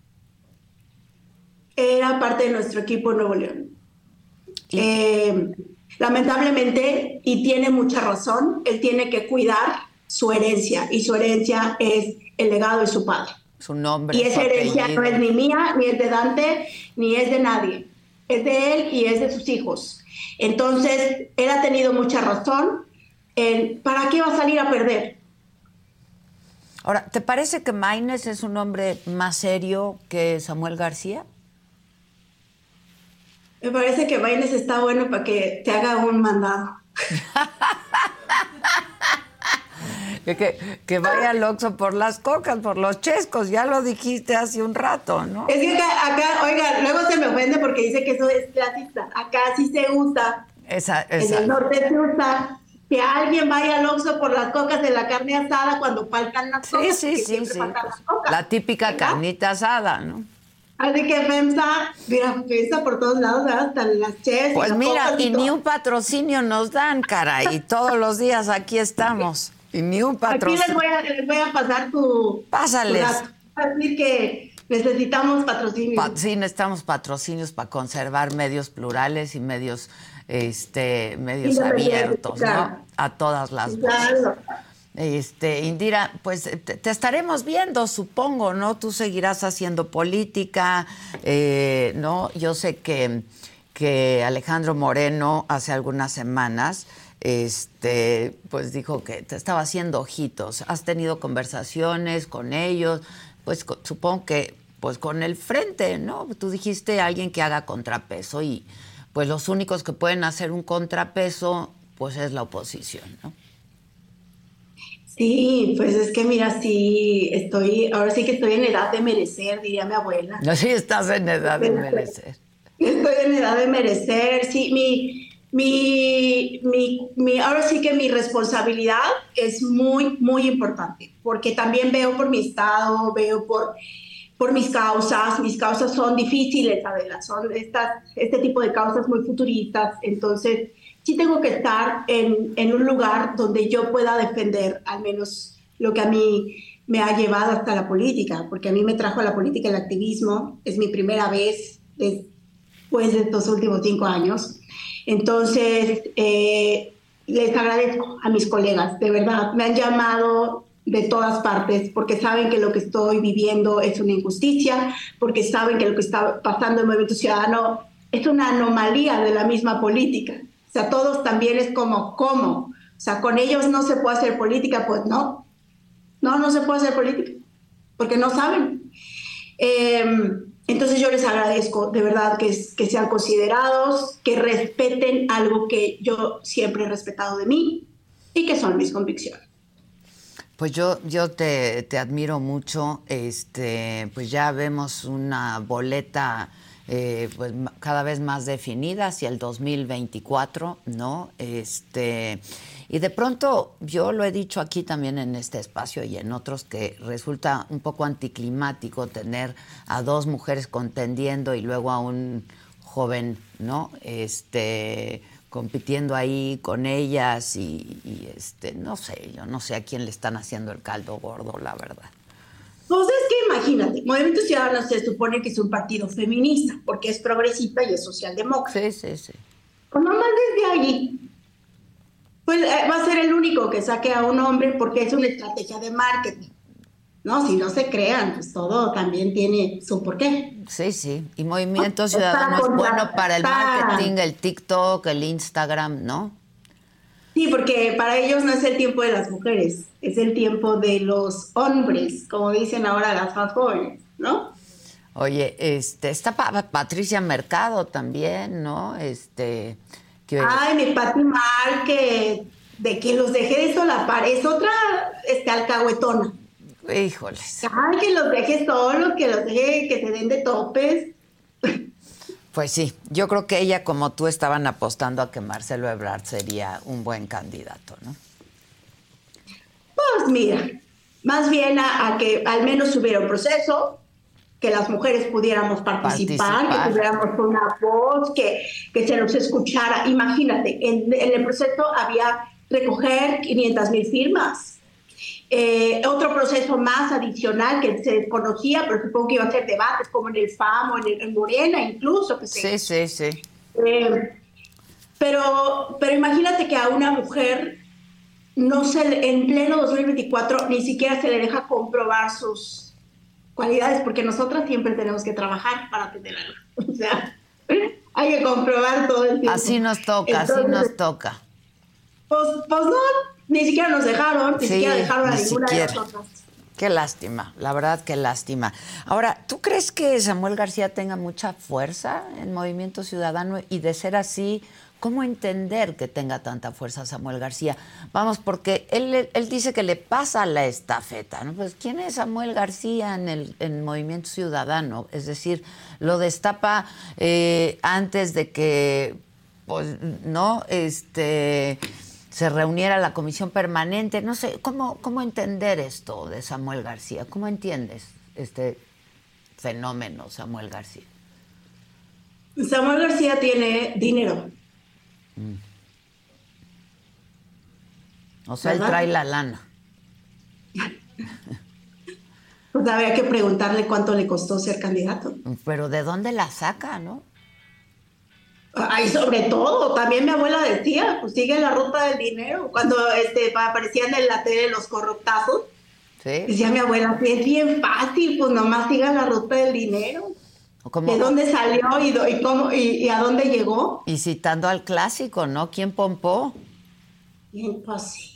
Era parte de nuestro equipo en Nuevo León. Y- Eh, lamentablemente, y tiene mucha razón, él tiene que cuidar su herencia, y su herencia es el legado de su padre. Su nombre, Y su esa herencia apellido. no es ni mía, ni es de Dante, ni es de nadie. Es de él y es de sus hijos. Entonces, él ha tenido mucha razón. En, ¿para qué va a salir a perder? Ahora, ¿te parece que Maínez es un hombre más serio que Samuel García? Me parece que Maínez está bueno para que te haga un mandado. Que, que, que vaya al Oxxo por las cocas, por los chescos, ya lo dijiste hace un rato, ¿no? Es que acá, acá, oiga, luego se me ofende porque dice que eso es clasista. Acá sí se usa, Esa, en esa. el norte se usa, que alguien vaya al Oxxo por las cocas de la carne asada cuando faltan las Sí, cocas. sí, que sí, siempre sí. faltan Pues, las cocas, la típica ¿verdad? carnita asada, ¿no? Así que FEMSA, mira, FEMSA por todos lados, ¿verdad? Hasta en las ches y Pues las mira, cocas y todo. ni un patrocinio nos dan, caray, y todos los días aquí estamos. Y ni un Aquí les patrocinio. voy a, les voy a pasar tu, Pásales. tu dato. Voy a decir que necesitamos patrocinio. Pa- sí, necesitamos patrocinios para conservar medios plurales y medios, este, medios Independientes, abiertos, claro. ¿no? A todas las voces. Claro. Este, Indira, pues te, te estaremos viendo, supongo, ¿no? Tú seguirás haciendo política, eh, ¿no? Yo sé que, que Alejandro Moreno hace algunas semanas, este, pues dijo que te estaba haciendo ojitos. Has tenido conversaciones con ellos, pues co- supongo que, pues con el frente, ¿no? Tú dijiste alguien que haga contrapeso y, pues los únicos que pueden hacer un contrapeso, pues es la oposición, ¿no? Sí, pues es que mira, sí, estoy, ahora sí que estoy en edad de merecer, diría mi abuela. Así estás en edad de merecer. Estoy en edad de merecer, sí, mi, mi, mi, mi, ahora sí que mi responsabilidad es muy, muy importante, porque también veo por mi estado, veo por, por mis causas, mis causas son difíciles, Adela, son estas, este tipo de causas muy futuristas, entonces sí tengo que estar en, en un lugar donde yo pueda defender al menos lo que a mí me ha llevado hasta la política, porque a mí me trajo a la política el activismo, es mi primera vez después de estos últimos cinco años. Entonces, eh, les agradezco a mis colegas, de verdad, me han llamado de todas partes, porque saben que lo que estoy viviendo es una injusticia, porque saben que lo que está pasando en Movimiento Ciudadano es una anomalía de la misma política. O sea, todos también es como, ¿cómo? O sea, con ellos no se puede hacer política, pues no. No, no se puede hacer política, porque no saben. Eh, entonces yo les agradezco, de verdad, que, que sean considerados, que respeten algo que yo siempre he respetado de mí y que son mis convicciones. Pues yo, yo te, te admiro mucho, este, pues ya vemos una boleta eh, pues cada vez más definida hacia el dos mil veinticuatro, ¿no? Este, y de pronto, yo lo he dicho aquí también en este espacio y en otros, que resulta un poco anticlimático tener a dos mujeres contendiendo y luego a un joven, ¿no? Este, compitiendo ahí con ellas y, y este, no sé, yo no sé a quién le están haciendo el caldo gordo, la verdad. Pues es que imagínate, Movimiento Ciudadano se supone que es un partido feminista, porque es progresista y es socialdemócrata. Sí, sí, sí. Pues nomás desde allí, pues eh, va a ser el único que saque a un hombre porque es una estrategia de marketing. No, si no se crean, pues todo también tiene su porqué. Sí, sí. Y Movimiento Ciudadano es bueno para el marketing, el TikTok, el Instagram, ¿no? Sí, porque para ellos no es el tiempo de las mujeres, es el tiempo de los hombres, como dicen ahora las más jóvenes, ¿no? Oye, este, está pa Patricia Mercado también, ¿no? Este, que... Ay, mi Pati Márquez, de que los dejé de solapar, es otra este, alcahuetona. Híjoles. Ay, que los dejes solos, que los deje, que se den de topes. Pues sí, yo creo que ella como tú estaban apostando a que Marcelo Ebrard sería un buen candidato, ¿no? Pues mira, más bien a, a que al menos hubiera un proceso, que las mujeres pudiéramos participar, participar. que tuviéramos una voz, que, que se nos escuchara. Imagínate, en, en el proceso había recoger quinientas mil firmas. Eh, otro proceso más adicional que se desconocía, pero supongo que iba a ser debates como en el F A M o en, el, en Morena incluso. Que sí, se, sí, sí. Eh, pero, pero imagínate que a una mujer no se, en pleno dos mil veinticuatro ni siquiera se le deja comprobar sus cualidades, porque nosotras siempre tenemos que trabajar para tenerla. O sea, hay que comprobar todo el tiempo. Así nos toca, Entonces, así nos toca. Pues, pues no, ni siquiera nos dejaron, ni sí, siquiera dejaron a ni ninguna siquiera. de nosotras. Qué lástima, la verdad, qué lástima. Ahora, ¿tú crees que Samuel García tenga mucha fuerza en Movimiento Ciudadano? Y de ser así, ¿cómo entender que tenga tanta fuerza Samuel García? Vamos, porque él, él dice que le pasa la estafeta, ¿no? Pues, ¿quién es Samuel García en el en Movimiento Ciudadano? Es decir, lo destapa eh, antes de que, pues, no, este... se reuniera la comisión permanente, no sé, ¿cómo, cómo entender esto de Samuel García? ¿Cómo entiendes este fenómeno, Samuel García? Samuel García tiene dinero. Mm. O sea, ¿verdad? Él trae la lana. Pues habría que preguntarle cuánto le costó ser candidato. Pero ¿de dónde la saca, no? Ay, sobre todo, también mi abuela decía, pues sigue la ruta del dinero. Cuando este, aparecían en la tele los corruptazos, ¿sí? Decía mi abuela, sí, es bien fácil, pues nomás siga la ruta del dinero. ¿Cómo? ¿De dónde salió y, y, cómo, y, y a dónde llegó? Y citando al clásico, ¿no? ¿Quién pompó? Pues sí.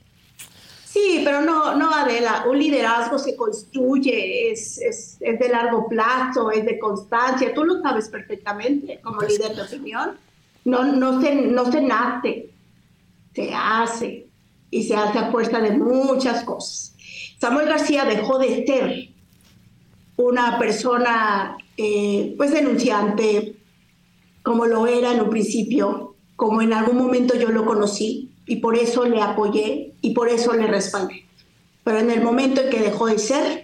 Sí, pero no, no, Adela, un liderazgo se construye, es, es, es de largo plazo, es de constancia, tú lo sabes perfectamente como pues, líder de opinión, no, no, se, no se nace, se hace, y se hace a fuerza de muchas cosas. Samuel García dejó de ser una persona, eh, pues denunciante, como lo era en un principio, como en algún momento yo lo conocí, y por eso le apoyé y por eso le respaldé. Pero en el momento en que dejó de ser,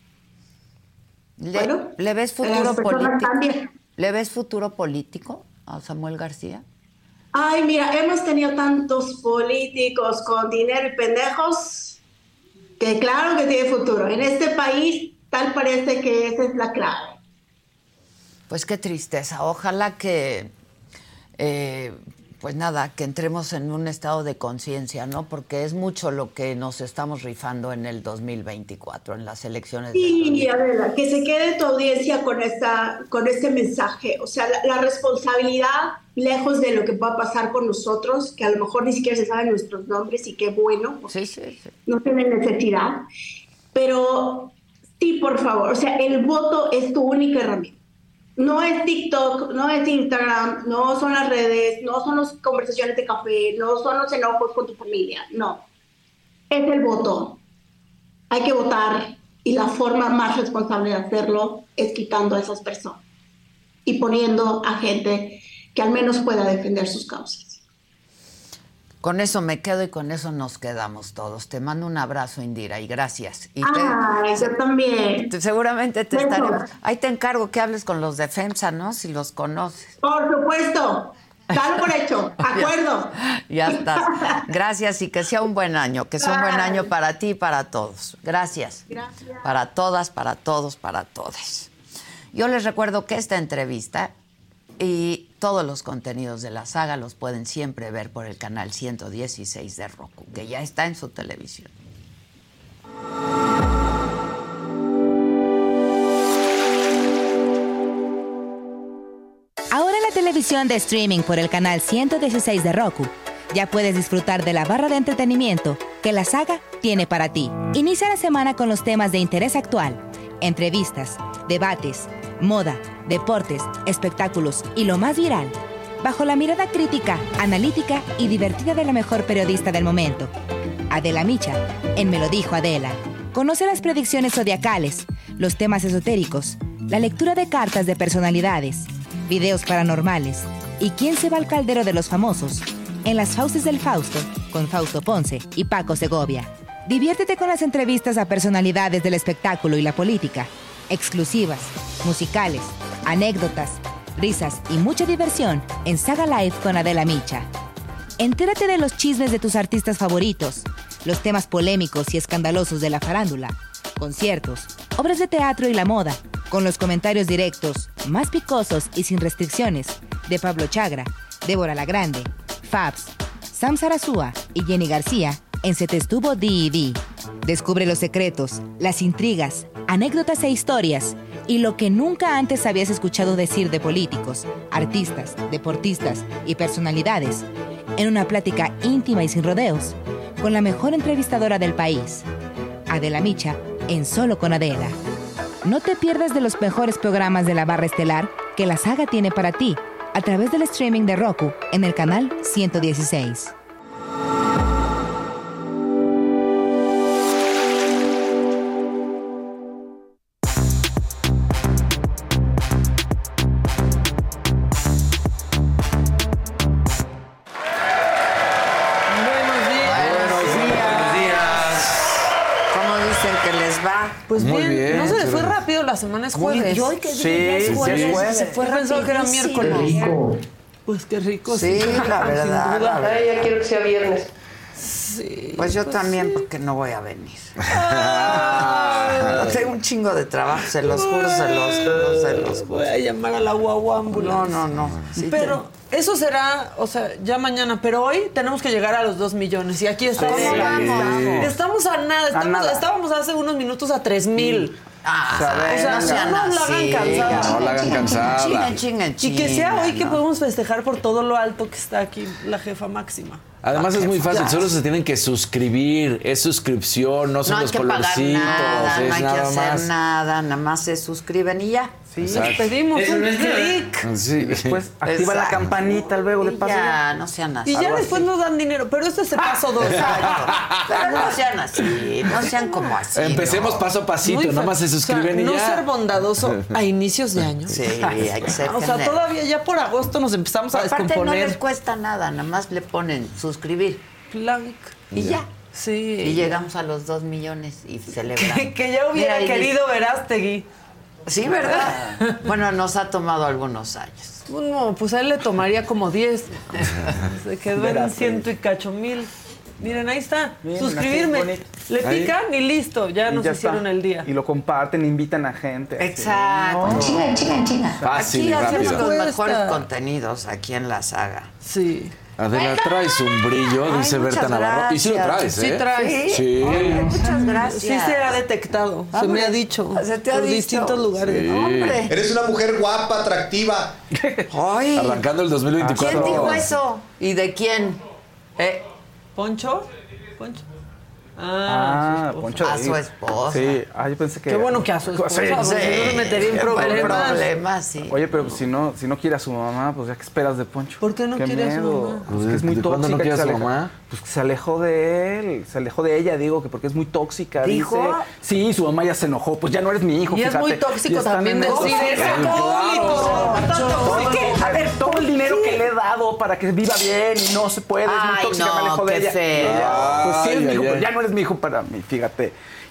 ¿Le, bueno, ¿le ves futuro político? ¿Le ves futuro político a Samuel García? Ay, mira, hemos tenido tantos políticos con dinero y pendejos que claro que tiene futuro. En este país tal parece que esa es la clave. Pues qué tristeza. Ojalá que... Eh, Pues nada, que entremos en un estado de conciencia, ¿no? Porque es mucho lo que nos estamos rifando en el dos mil veinticuatro, en las elecciones. Sí, Adela, que se quede tu audiencia con, esta, con este mensaje. O sea, la, la responsabilidad, lejos de lo que pueda pasar con nosotros, que a lo mejor ni siquiera se saben nuestros nombres y qué bueno, sí, sí, sí. No tienen necesidad. Pero sí, por favor, o sea, el voto es tu única herramienta. No es TikTok, no es Instagram, no son las redes, no son las conversaciones de café, no son los enojos con tu familia, no. Es el voto. Hay que votar y la forma más responsable de hacerlo es quitando a esas personas y poniendo a gente que al menos pueda defender sus causas. Con eso me quedo y con eso nos quedamos todos. Te mando un abrazo, Indira, y gracias. Y Ay, te, yo también. Te, seguramente te estaremos... Ahí te encargo que hables con los de FEMSA, ¿no? Si los conoces. Por supuesto. Dalo por hecho, acuerdo. Ya, ya está. Gracias y que sea un buen año, que sea un buen año para ti y para todos. Gracias. Gracias. Para todas, para todos, para todes. Yo les recuerdo que esta entrevista y todos los contenidos de la saga los pueden siempre ver por el canal ciento dieciséis de Roku, que ya está en su televisión. Ahora en la televisión de streaming por el canal ciento dieciséis de Roku, ya puedes disfrutar de la barra de entretenimiento que la saga tiene para ti. Inicia la semana con los temas de interés actual, entrevistas, debates, moda, deportes, espectáculos y lo más viral, bajo la mirada crítica, analítica y divertida de la mejor periodista del momento, Adela Micha, en Me lo dijo Adela. Conoce las predicciones zodiacales, los temas esotéricos, la lectura de cartas de personalidades, videos paranormales y quién se va al caldero de los famosos en Las Fauces del Fausto con Fausto Ponce y Paco Segovia. Diviértete con las entrevistas a personalidades del espectáculo y la política, exclusivas, musicales, anécdotas, risas y mucha diversión en Saga Live con Adela Micha. Entérate de los chismes de tus artistas favoritos, los temas polémicos y escandalosos de la farándula, conciertos, obras de teatro y la moda, con los comentarios directos, más picosos y sin restricciones, de Pablo Chagra, Débora La Grande, Fabs, Sam Sarasúa y Jenny García en Se te estuvo D y D. Descubre los secretos, las intrigas, anécdotas e historias y lo que nunca antes habías escuchado decir de políticos, artistas, deportistas y personalidades en una plática íntima y sin rodeos con la mejor entrevistadora del país, Adela Micha, en Solo con Adela. No te pierdas de los mejores programas de la barra estelar que la saga tiene para ti a través del streaming de Roku en el canal ciento dieciséis. Pues muy bien, bien, no se les fue sí. rápido, la semana es jueves. Y hoy que Sí, día es sí, jueves, es jueves. se fue Pensó que era rapidísimo. miércoles. Rico. Pues qué rico. Sí, la verdad, sin duda. la verdad. Ay, ya quiero que sea viernes. Sí, Pues yo también, sí. porque no voy a venir. Tengo un chingo de trabajo, se los juro, se los juro, se los juro. Voy a llamar a la guagua ambulancia. No, no, no. Sí, pero eso será, o sea, ya mañana. Pero hoy tenemos que llegar a los dos millones. Y aquí estamos. ¿Cómo vamos? Estamos a nada. Estamos, A nada. Estábamos hace unos minutos a tres mil. Ah, ¿sabes? O sea, no sean no la hagan así. cansada. No la hagan cansada. Chinguen, chinguen, Y que sea hoy que ¿no? podemos festejar por todo lo alto que está aquí la jefa máxima. Además es muy fácil, Ya. solo se tienen que suscribir, es suscripción, no son No hay los que pagar colorcitos, nada, es no hay que nada hacer más. nada, nada más se suscriben y ya. Sí. Les pedimos un clic. Sí. Después activa la Exacto. campanita luego de Y paso. ya, no sean así. Y ya Algo después así. nos dan dinero. Pero este es el paso dos. Exacto. Pero no sean así, no sean como así. Empecemos ¿no? paso a pasito, Muy nada fa- más se suscriben o sea, y no ya. ser bondadoso a inicios de año. Sí, hay que ser O sea, generoso. todavía ya por agosto nos empezamos a Aparte no descomponer. les cuesta nada, nada más le ponen suscribir Plank. y ya. Sí. Y llegamos a los dos millones y celebramos. Que, que ya hubiera Mira, y querido Verástegui. Sí, ¿verdad? Bueno, nos ha tomado algunos años. No, pues a él le tomaría como diez. Se quedó en Verástegui. ciento y cacho mil. Miren, ahí está. Miren, Suscribirme. así bonito. Le Ahí. pican y listo. Ya Y nos ya hicieron está. el día. Y lo comparten, invitan a gente. así. Exacto. Chinga, chinga, chinga. Fácil Aquí y hacemos rápido. los Cuesta. mejores contenidos aquí en la saga. Sí. Adela, traes un brillo, Ay, dice muchas Berta Navarro. Y sí lo gracias. traes, Sí ¿eh? traes. Sí. Ay, muchas gracias. Sí se ha detectado. Se me ha dicho. Se te ha por dicho. distintos lugares. Hombre. Eres una mujer guapa, atractiva. Ay, Arrancando el dos mil veinticuatro. ¿quién dijo eso? ¿Y de quién? Eh, ¿Poncho? ¿Poncho? Ah, su esposa. Poncho. A de- su esposa. Sí, ah, yo pensé que. Qué bueno que a su esposa, Sí. porque si no se metería en buen problemas. problema, sí. Oye, pero si no, si no quiere a su mamá, pues ya que esperas de Poncho. ¿Por qué no Qué quiere a su miedo. mamá? Pues que es muy ¿De cuándo tóxica. no quiere que a se su aleja- mamá? Pues que se alejó de él, se alejó de ella, digo, que porque es muy tóxica. ¿Dijo? Dice. Sí, su mamá ya se enojó, pues ya no eres mi hijo, Y es fíjate. muy tóxico Y están también en decir eso. es Claro. alcohólico. Todo- A ver, todo el dinero que le he dado para que viva bien y no se puede, es muy Ay, tóxica, no, me alejó de qué ella. feo. Ella, pues sí, es Ay, mi ay, hijo, ay. pero ya no eres mi hijo para mí, fíjate.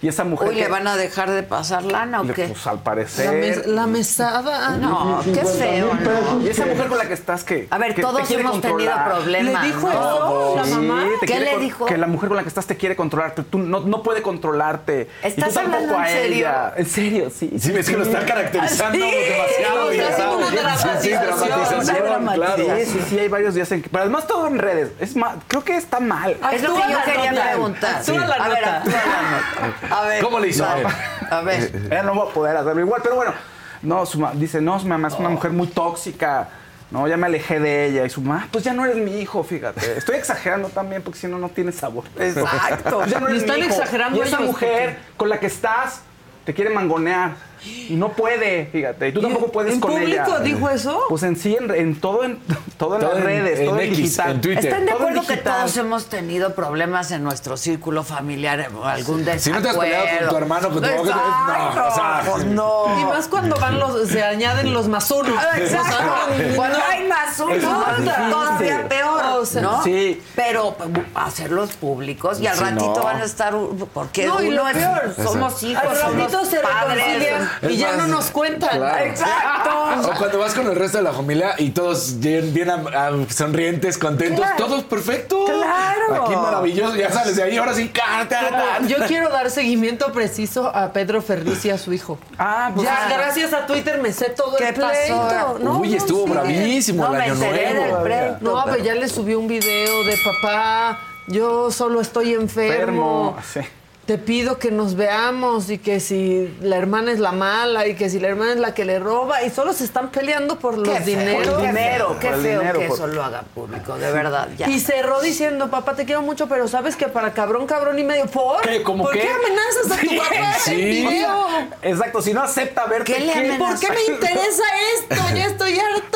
Y esa mujer Uy, que, ¿le van a dejar de pasar lana o le- qué? Pues al La, parecer. mes- la mesada. No, qué feo, ¿no? Y esa mujer con la que estás que A ver, que todos te quiere hemos tenido controlar. problemas. ¿Le dijo ¿no? eso la Sí, mamá? te ¿Qué quiere le con- dijo? Que la mujer con la que estás te quiere controlarte. Tú no, no puede controlarte. ¿Estás y tú tampoco hablando en a serio? ella. En serio, sí. Sí, ves que lo está caracterizando ¿Ah, sí? demasiado. Está ya haciendo una sabes. Sí, sí, dramatización. dramatización, Una claro. Sí, sí, sí, hay varios días en que. Pero además todo en redes. Es ma- creo que está mal. Es lo que Actúa yo la quería nota. preguntar. Actúa la A ver, nota. actúa la nota. A ver. ¿Cómo le hizo? va. A ver. A ver. Ella no va a poder hacerlo igual, pero bueno. No, su ma- dice, no, su mamá es una mujer muy tóxica. No, ya me alejé de ella. Y su mamá, pues ya no eres mi hijo, fíjate. Estoy exagerando también porque si no, no tiene sabor. Exacto. Pues ya no Y eres están mi hijo. exagerando Y esa ellos, mujer con la que estás te quiere mangonear. Y no puede, fíjate. Y tú tampoco puedes ¿En con ella. público dijo eso? Pues en sí, en, en todo, en, todo en Todo las en- redes, en todo en X, digital. en Twitter. ¿Están de Todo en acuerdo que digital. todos hemos tenido problemas en nuestro círculo familiar? Algún desacuerdo. Si no te has peleado con tu hermano, con tu mamá, Exacto, no, o sea, pues no. Y más cuando van los, se añaden los más unos. Ah, exacto. O sea, Cuando no. hay más uno, Es más difícil. todavía peor, O sea, ¿no? sí. Pero pues, hacerlos públicos y al Sí, ratito no. van a estar, uh, porque No, y uno lo es, peor, somos hijos, Al ratito somos se padres. reconcilian y Es ya más, no nos cuentan. claro. Exacto. O cuando vas con el resto de la familia y todos bien, bien am- am- sonrientes, contentos, Claro. todos perfectos. Claro. Aquí maravilloso, ya sales de ahí, ahora sí, carta. Yo quiero dar seguimiento preciso a Pedro Ferriz y a su hijo. Ah, pues Ya, ah. gracias a Twitter me sé todo ¿Qué el pleito. pasó? No, Uy, no, estuvo sí. bravísimo No el me año enteré nuevo. del pleito. No, pero- pues ya le subió un video de papá, yo solo estoy enfermo. Enfermo, sí. Te pido que nos veamos y que si la hermana es la mala y que si la hermana es la que le roba y solo se están peleando por los Qué feo, dineros. qué dinero, feo, qué por el feo dinero, que por- eso lo haga público, de verdad, ya. Y cerró diciendo, papá, te quiero mucho, pero sabes que para cabrón, cabrón y medio, ¿por? ¿Qué? ¿Cómo ¿Por qué? qué amenazas a tu Sí, papá sí. en video? Exacto, si no acepta verte. ¿Qué le ¿Por amenaza? qué me interesa esto? Ya estoy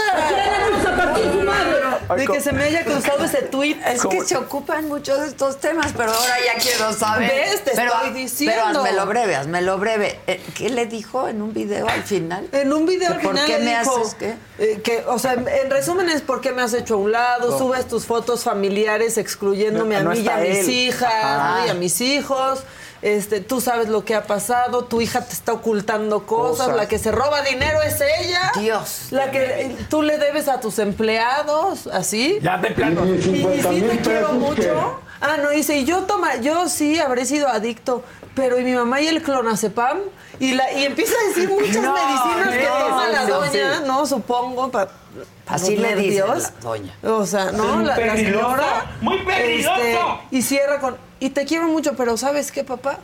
harta. De que se me haya cruzado ese tweet. Es que se ocupan mucho de estos temas, pero ahora ya quiero saber. ¿Ves? Te pero, estoy diciendo. Pero hazmelo breve, hazmelo breve. Eh, ¿Qué le dijo en un video al final? En un video ¿Que al por final qué le me dijo, haces qué? eh, que, o sea, en, en resumen es por qué me has hecho a un lado, Oh. subes tus fotos familiares excluyéndome No, a no mí y a está mis él. hijas, Ajá. ¿no? Y a mis hijos. Este, tú sabes lo que ha pasado, tu hija te está ocultando cosas, Cosas. la que se roba dinero es ella. Dios. La que eh, tú le debes a tus empleados, así. Ya de plano. Y, y sí te quiero mucho. Ah, no, dice, y yo toma, yo sí habré sido adicto, pero y mi mamá y el clonazepam, y la, y empieza a decir muchas No, medicinas que no, toma la no, doña, sí. ¿no? Supongo, para Así le dice la doña. O sea, ¿no? La, la señora. ¡Muy peligroso! este, y cierra con, y te quiero mucho, pero ¿sabes qué, papá?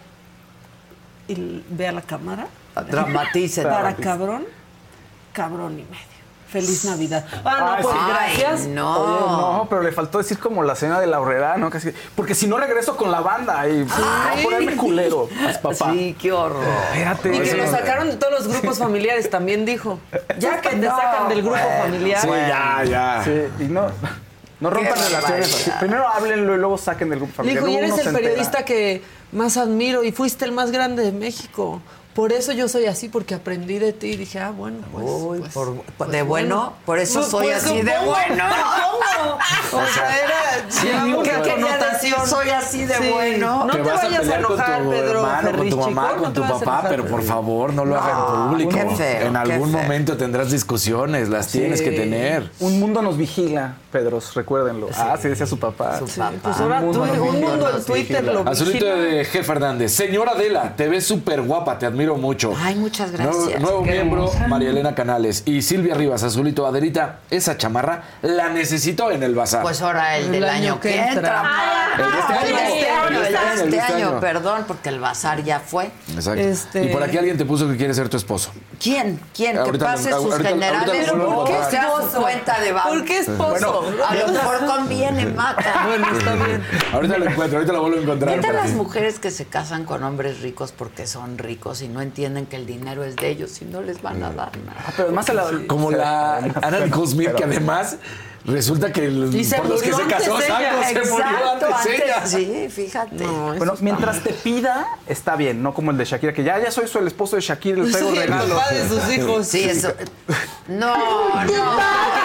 Y l- ve a la cámara. Dramaticen. Para cabrón, cabrón y medio. Feliz Navidad. Ah, no, Ay, pues sí. gracias. Ay, no. Oye, no, pero le faltó decir como la señora de la Horrera, ¿no? Casi, porque si no regreso con la banda y pues, voy a ponerme culero, pues, papá. Sí, qué horror. Espérate. Y que eso. lo sacaron de todos los grupos familiares, también dijo. Ya que te No, sacan del grupo bueno, familiar. Sí, ya, ya. Sí, y no, no rompan Qué relaciones barbaridad. así. Primero háblenlo y luego saquen del grupo Le familiar. dijo, y Luego eres uno el se entera. periodista que más admiro y fuiste el más grande de México. Por eso yo soy así, porque aprendí de ti y dije, ah, bueno, pues. Uy, pues, por- pues de bueno, por eso Pues, soy pues, así de supongo, bueno. supongo. O sea, era. Sí, ya, digo qué que quería connotación. decir, soy así de Sí. bueno. No te te, vas a vayas a pelear enojar, con tu Pedro. hermano, con tu Ferriz, mamá, chico, con no tu te vas a papá, enojar. pero por favor no lo hagan público. qué feo, en qué algún feo. momento tendrás discusiones, las tienes que tener. Un mundo nos vigila, Pedros, recuérdenlo. Ah, sí decía su papá. Su papá. Pues ahora Un tú, mundo nos un vigila, mundo en nos Twitter vigila. lo Azulito vigila. de G. Fernández. Señora Adela, te ves súper guapa, te admiro mucho. Ay, muchas gracias. Nuevo, nuevo Qué miembro, hermosa. María Elena Canales. Y Silvia Rivas, Azulito, Adelita, esa chamarra la necesito en el bazar. Pues ahora el del año que entra. El de este Ah, año. el de este año, el de El de este este año, año. perdón, porque el bazar ya fue. Exacto. Este- Y por aquí alguien te puso que quiere ser tu esposo. ¿Quién? ¿Quién? Que Ahorita pase lo- sus ahorita- generales. ahorita lo vuelvo a que contar. sea su cuenta de banco. ¿Por qué esposo? A lo mejor conviene, mata. Bueno, está bien. Ahorita lo encuentro, ahorita lo vuelvo a encontrar. ¿Qué tal para las ti. mujeres que se casan con hombres ricos porque son ricos y no entienden que el dinero es de ellos y no les van a dar nada? Ah, pero además se la... Como la Ana Nicole Smith, Pero- que además resulta que el- Y se por los que se murió casó antes ella. Santos se murió Exacto, antes ella. antes, sí, fíjate. Bueno, mientras te pida, está bien, no como el de Shakira, que ya, ya soy su- el esposo de Shakira, le traigo Sí, el regalos. papá de sus hijos. Sí, eso. No, no.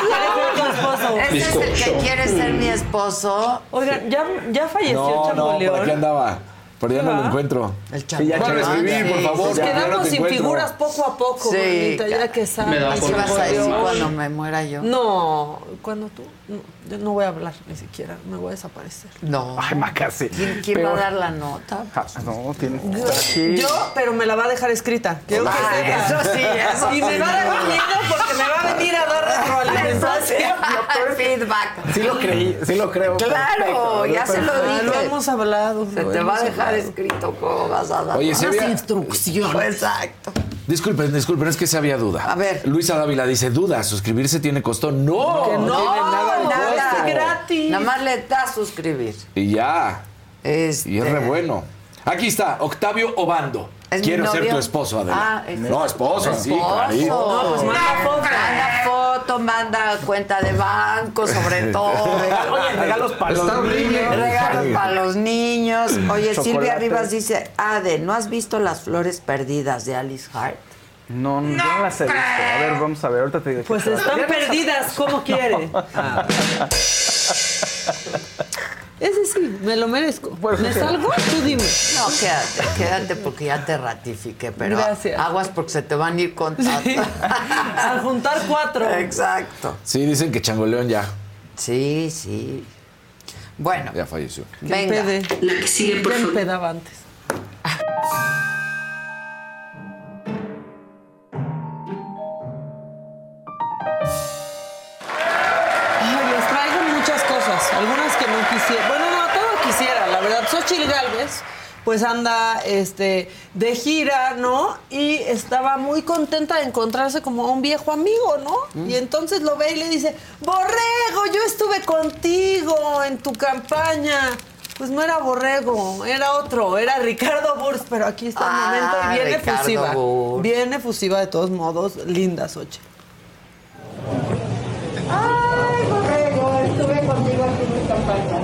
Ese es el que quiere ser mi esposo. Oigan, ya, ya falleció No, no, Chapoleón. por aquí andaba. Pero ya no lo encuentro. El sí, ya quiero escribir, por favor. Nos quedamos no sin encuentro. Figuras poco a poco, sí, bonita, ya que sabes. ¿Así vas a decir cuando me muera yo? No, cuando tú... No, yo no voy a hablar ni siquiera, me voy a desaparecer. No. Ay, Macasi. ¿Quién, quién va a dar la nota? Ah, no, tiene que estar aquí. Yo, pero me la va a dejar escrita. Quiero que sepa. Eso sí, eso Y sí. me va a dar miedo porque me va a venir a dar retroalimentación. Feedback. Sí lo creí, sí lo creo. Claro, ya se lo dije. Lo hemos hablado. Se te va a dejar escrito cómo vas a dar. Oye, se había... instrucciones. Exacto. Disculpen, disculpen, es que se había duda. A ver. Luisa Dávila dice, duda, suscribirse tiene costo. ¡No! Que no, no tiene nada de nada. costo. Gratis. Nada más le das suscribir. Y ya. Este... Y es re bueno. Aquí está, Octavio Obando. Quiero ser tu esposo, Adela. Ah, es no, esposo, esposo. sí, claro. No, pues manda foto. Manda foto, manda cuenta de banco, sobre todo. Oye, regalos para los niños. Regalos para los niños. Oye, Chocolate. Silvia Rivas dice, Ade, ¿no has visto Las Flores Perdidas de Alice Hart? No, no, no las he visto. A ver, vamos a ver, ahorita te digo. Pues están perdidas, ¿cómo quiere? Ah. Ese sí, me lo merezco. ¿Me salgo? Tú dime. No, quédate, quédate porque ya te ratifiqué, pero Gracias. aguas porque se te van a ir contando. Sí. Al juntar cuatro. Exacto. Sí, dicen que Changoleón ya. Sí, sí. Bueno. Ya falleció. Venga. La que sigue, por favor. Pedaba antes. Algunas que no quisiera, bueno, no, todo quisiera, la verdad. Xóchitl Gálvez, pues anda este, de gira, ¿no? Y estaba muy contenta de encontrarse como a un viejo amigo, ¿no? Mm. Y entonces lo ve y le dice, Borrego, yo estuve contigo en tu campaña. Pues no era Borrego, era otro, era Ricardo Burs, pero aquí está el ah, momento y viene Ricardo efusiva. Burs. Viene efusiva de todos modos, linda Xóchitl. Ay, Borrego, estuve contigo aquí en mi campaña.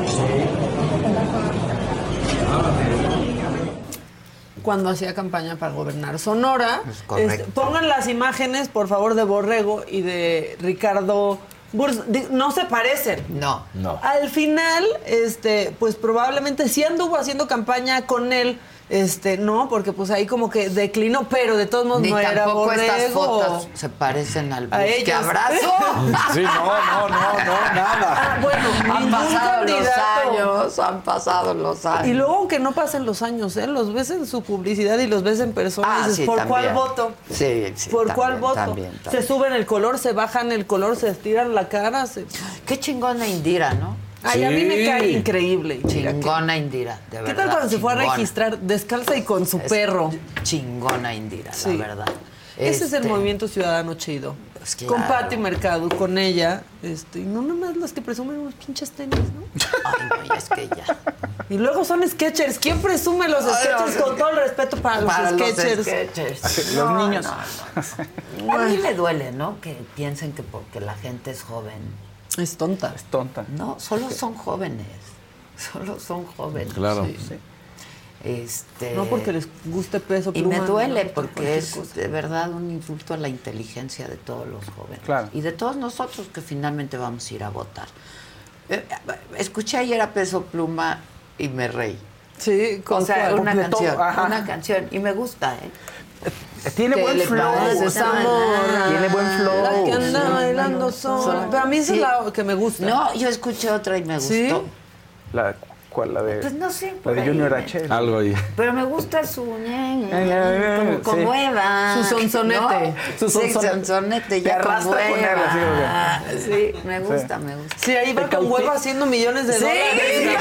Cuando hacía campaña para gobernar Sonora, este, pongan las imágenes, por favor, de Borrego y de Ricardo Burs. No se parecen. No, no. Al final, este, pues probablemente sí anduvo haciendo campaña con él. Este, no, porque pues ahí como que declinó, pero de todos modos Ni no era Borrego. estas fotos se parecen al a Burs. ¿Qué abrazo? Sí, no, no, no, no, nada. Ah, bueno, han pasado candidato. los años, han pasado los años. Y luego aunque no pasen los años, ¿eh? Los ves en su publicidad y los ves en persona Ah, y dices, sí, ¿por también. cuál voto? Sí, sí. ¿Por también, cuál voto? También, también. Se suben el color, se bajan el color, se estiran la cara. Se... Qué chingona Indira, ¿no? Ay, sí. A mí me cae increíble. Chingona Indira, de verdad. ¿Qué tal cuando chingona. se fue a registrar descalza y con su es perro? Chingona Indira, sí. la verdad. Ese este... es el movimiento ciudadano chido. Pues claro. Con Pati Mercado, con ella, este, y no nomás las que presumen unos pinches tenis, ¿no? Ay, no, y es que ya. Y luego son sketchers. ¿Quién presume los sketchers? Con todo el respeto para, para los sketchers. Los, sketchers. los no, niños. No, no. A mí me duele, ¿no? Que piensen que porque la gente es joven. Es tonta. Es tonta. No, solo son jóvenes. Solo son jóvenes. Claro. Sí, sí. Este... No porque les guste Peso Y Pluma, me duele no, porque es cosa. de verdad un insulto a la inteligencia de todos los jóvenes. Claro. Y de todos nosotros que finalmente vamos a ir a votar. Eh, escuché ayer a Peso Pluma y me reí. Sí, con o sea, cuál? una canción, Ajá. una canción. Y me gusta, ¿eh? Tiene buen flow. Tiene buen flow. La que anda bailando sola. Pero a mí esa Sí. es la que me gusta. No, yo escuché otra y me gustó. ¿Sí? La, ¿Cuál? La de, Pues no sé. la de ahí, Junior me- H. Algo ahí. Pero me gusta su... Sí. Como, como Eva. Su sonsonete. ¿no? Su Sí, sonsonete. sonsonete. Te Ya como arrastra con él, Eva. así, Sí, me gusta, me gusta. Sí, ahí va Te con cauti- huevo haciendo millones de Sí, dólares.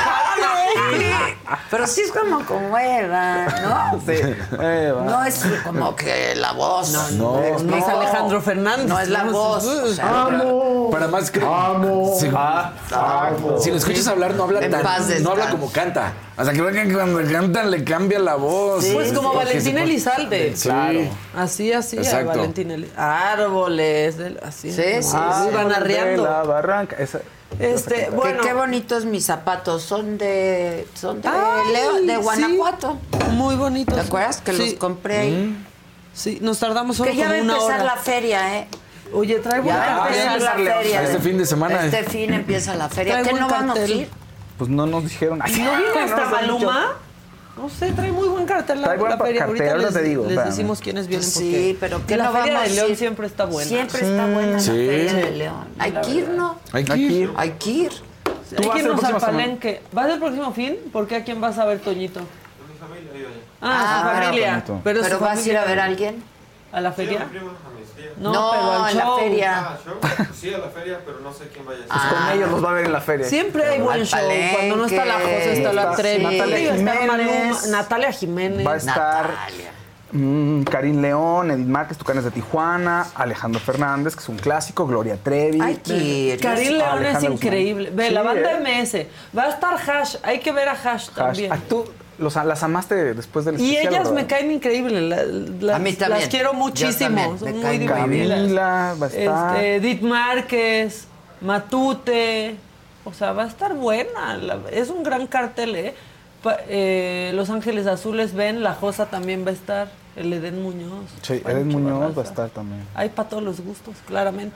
pero sí es como como Eva, ¿no? Sí. Eva. No es como que la voz. No, no, no es Alejandro Fernández. No es la voz. O sea, Para más que. Amo. Si, Ah, amo. si lo escuchas hablar, no habla En tan. paz No habla descanse. como canta. O sea, que vean que cuando cantan le cambia la voz. Sí, Pues como Porque se Valentín pone- Elizalde. Claro. Así, así, a Exacto. Valentín Elizalde. Árboles, del- así. Sí, como sí, así, sí. van De arreando. la barranca. Esa, Este, Que bueno. qué bonitos mis zapatos. Son de, son de, Ay, Leo, de sí. Guanajuato. Muy bonitos. ¿Te acuerdas que Sí. los compré ahí? Sí, nos tardamos solo Que ya va a como una empezar hora. la feria, ¿eh? Oye, traigo Ya un va a cartel. empezar la feria. Este fin de semana. Este fin empieza la feria. Traigo ¿Qué un no vamos a cartel. ir? Pues no nos dijeron. Ay, ¿No viene hasta nos han dicho. Maluma? No sé, trae muy buen cartel la, Trae buen la feria. cartel, Ahorita les, te digo, les espérame. decimos quiénes vienen. Sí, pero que la no Feria vamos de León a ir. siempre está buena. Siempre está buena Sí. la Feria de León. Hay que ir, ¿no? Hay que ir. Hay que ir. Hay vas que el irnos al próximo semana. Palenque. ¿Vas el próximo fin? ¿Por qué a quién vas a ver, Toñito? Mi familia vive allá. Ah, Ah, su bueno, familia. bonito. Pero, ¿Pero su vas a ir familia- a ver a alguien? ¿A la Sí, a feria? mi prima, a mis tías. No, No, pero al en la show. feria. Ah, show. Sí, a la feria, pero no sé quién vaya a Pues ser. Ah. con ellos los va a ver en la feria. Siempre hay buen Al show. Palenque. Cuando no está la José, está la Está- Trevi. Natalia Digo, está Jiménez. Maluma, Natalia Jiménez. Va a estar Natalia. mm, Karim León, Edith Márquez, Tucanes de Tijuana, Alejandro Fernández, que es un clásico, Gloria Trevi. Hay que ir. Karim Yo- León es Alejandra Guzmán. increíble. Ve, Sí, la banda ¿eh? M S. Va a estar Hash. Hay que ver a Hash, Hash. también. Ah, tú los, las amaste después del Y especial, ellas ¿verdad? me caen increíbles. la- las, A mí también. Las quiero Yo muchísimo. también, Son me muy caen muy bien. divertidas. Camila va a estar. Este, Edith Márquez, Matute. O sea, va a estar buena. la- es un gran cartel, ¿eh? Pa- eh, Los Ángeles Azules ven, La Josa también va a estar. El Edén Muñoz. Sí, Pancho Edén Muñoz Barraza. va a estar también. Hay para todos los gustos, claramente.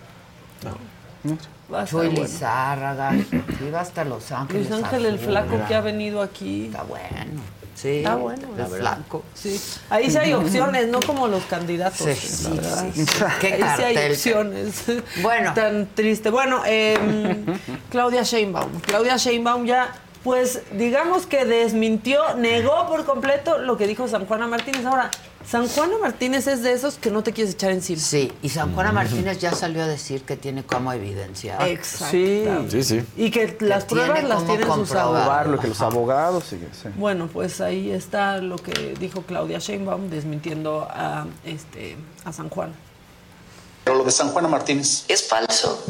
Va a estar Chuy bueno. Lizárraga. Iba hasta Los Ángeles. Luis Ángel el Azules. Flaco que ha venido aquí. Está bueno. Sí. Está bueno, la El verdad. Flaco. Sí. Ahí sí hay opciones, no como los candidatos. Sí, la sí, verdad. sí, sí. Qué Ahí sí hay cartel. opciones. Bueno. Tan triste. Bueno, eh, Claudia Sheinbaum. Claudia Sheinbaum ya, pues, digamos que desmintió, negó por completo lo que dijo San Juana Martínez. Ahora, San Juana Martínez es de esos que no te quieres echar encima. Sí, y San Juana Martínez ya salió a decir que tiene cómo evidenciar. Exacto. Sí. Sí, sí. Y que las tiene pruebas las cómo tienen sus comprobar. abogados. Probarlo, que los abogados, sí, sí. Bueno, pues ahí está lo que dijo Claudia Sheinbaum desmintiendo a este a San Juan. Pero lo de San Juana Martínez Es falso.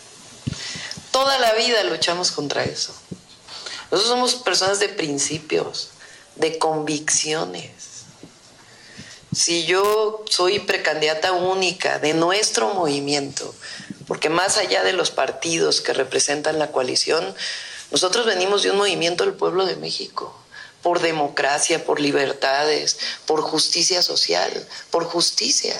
Toda la vida luchamos contra eso. Nosotros somos personas de principios, de convicciones. Si yo soy precandidata única de nuestro movimiento, porque más allá de los partidos que representan la coalición, nosotros venimos de un movimiento del pueblo de México, por democracia, por libertades, por justicia social, por justicia.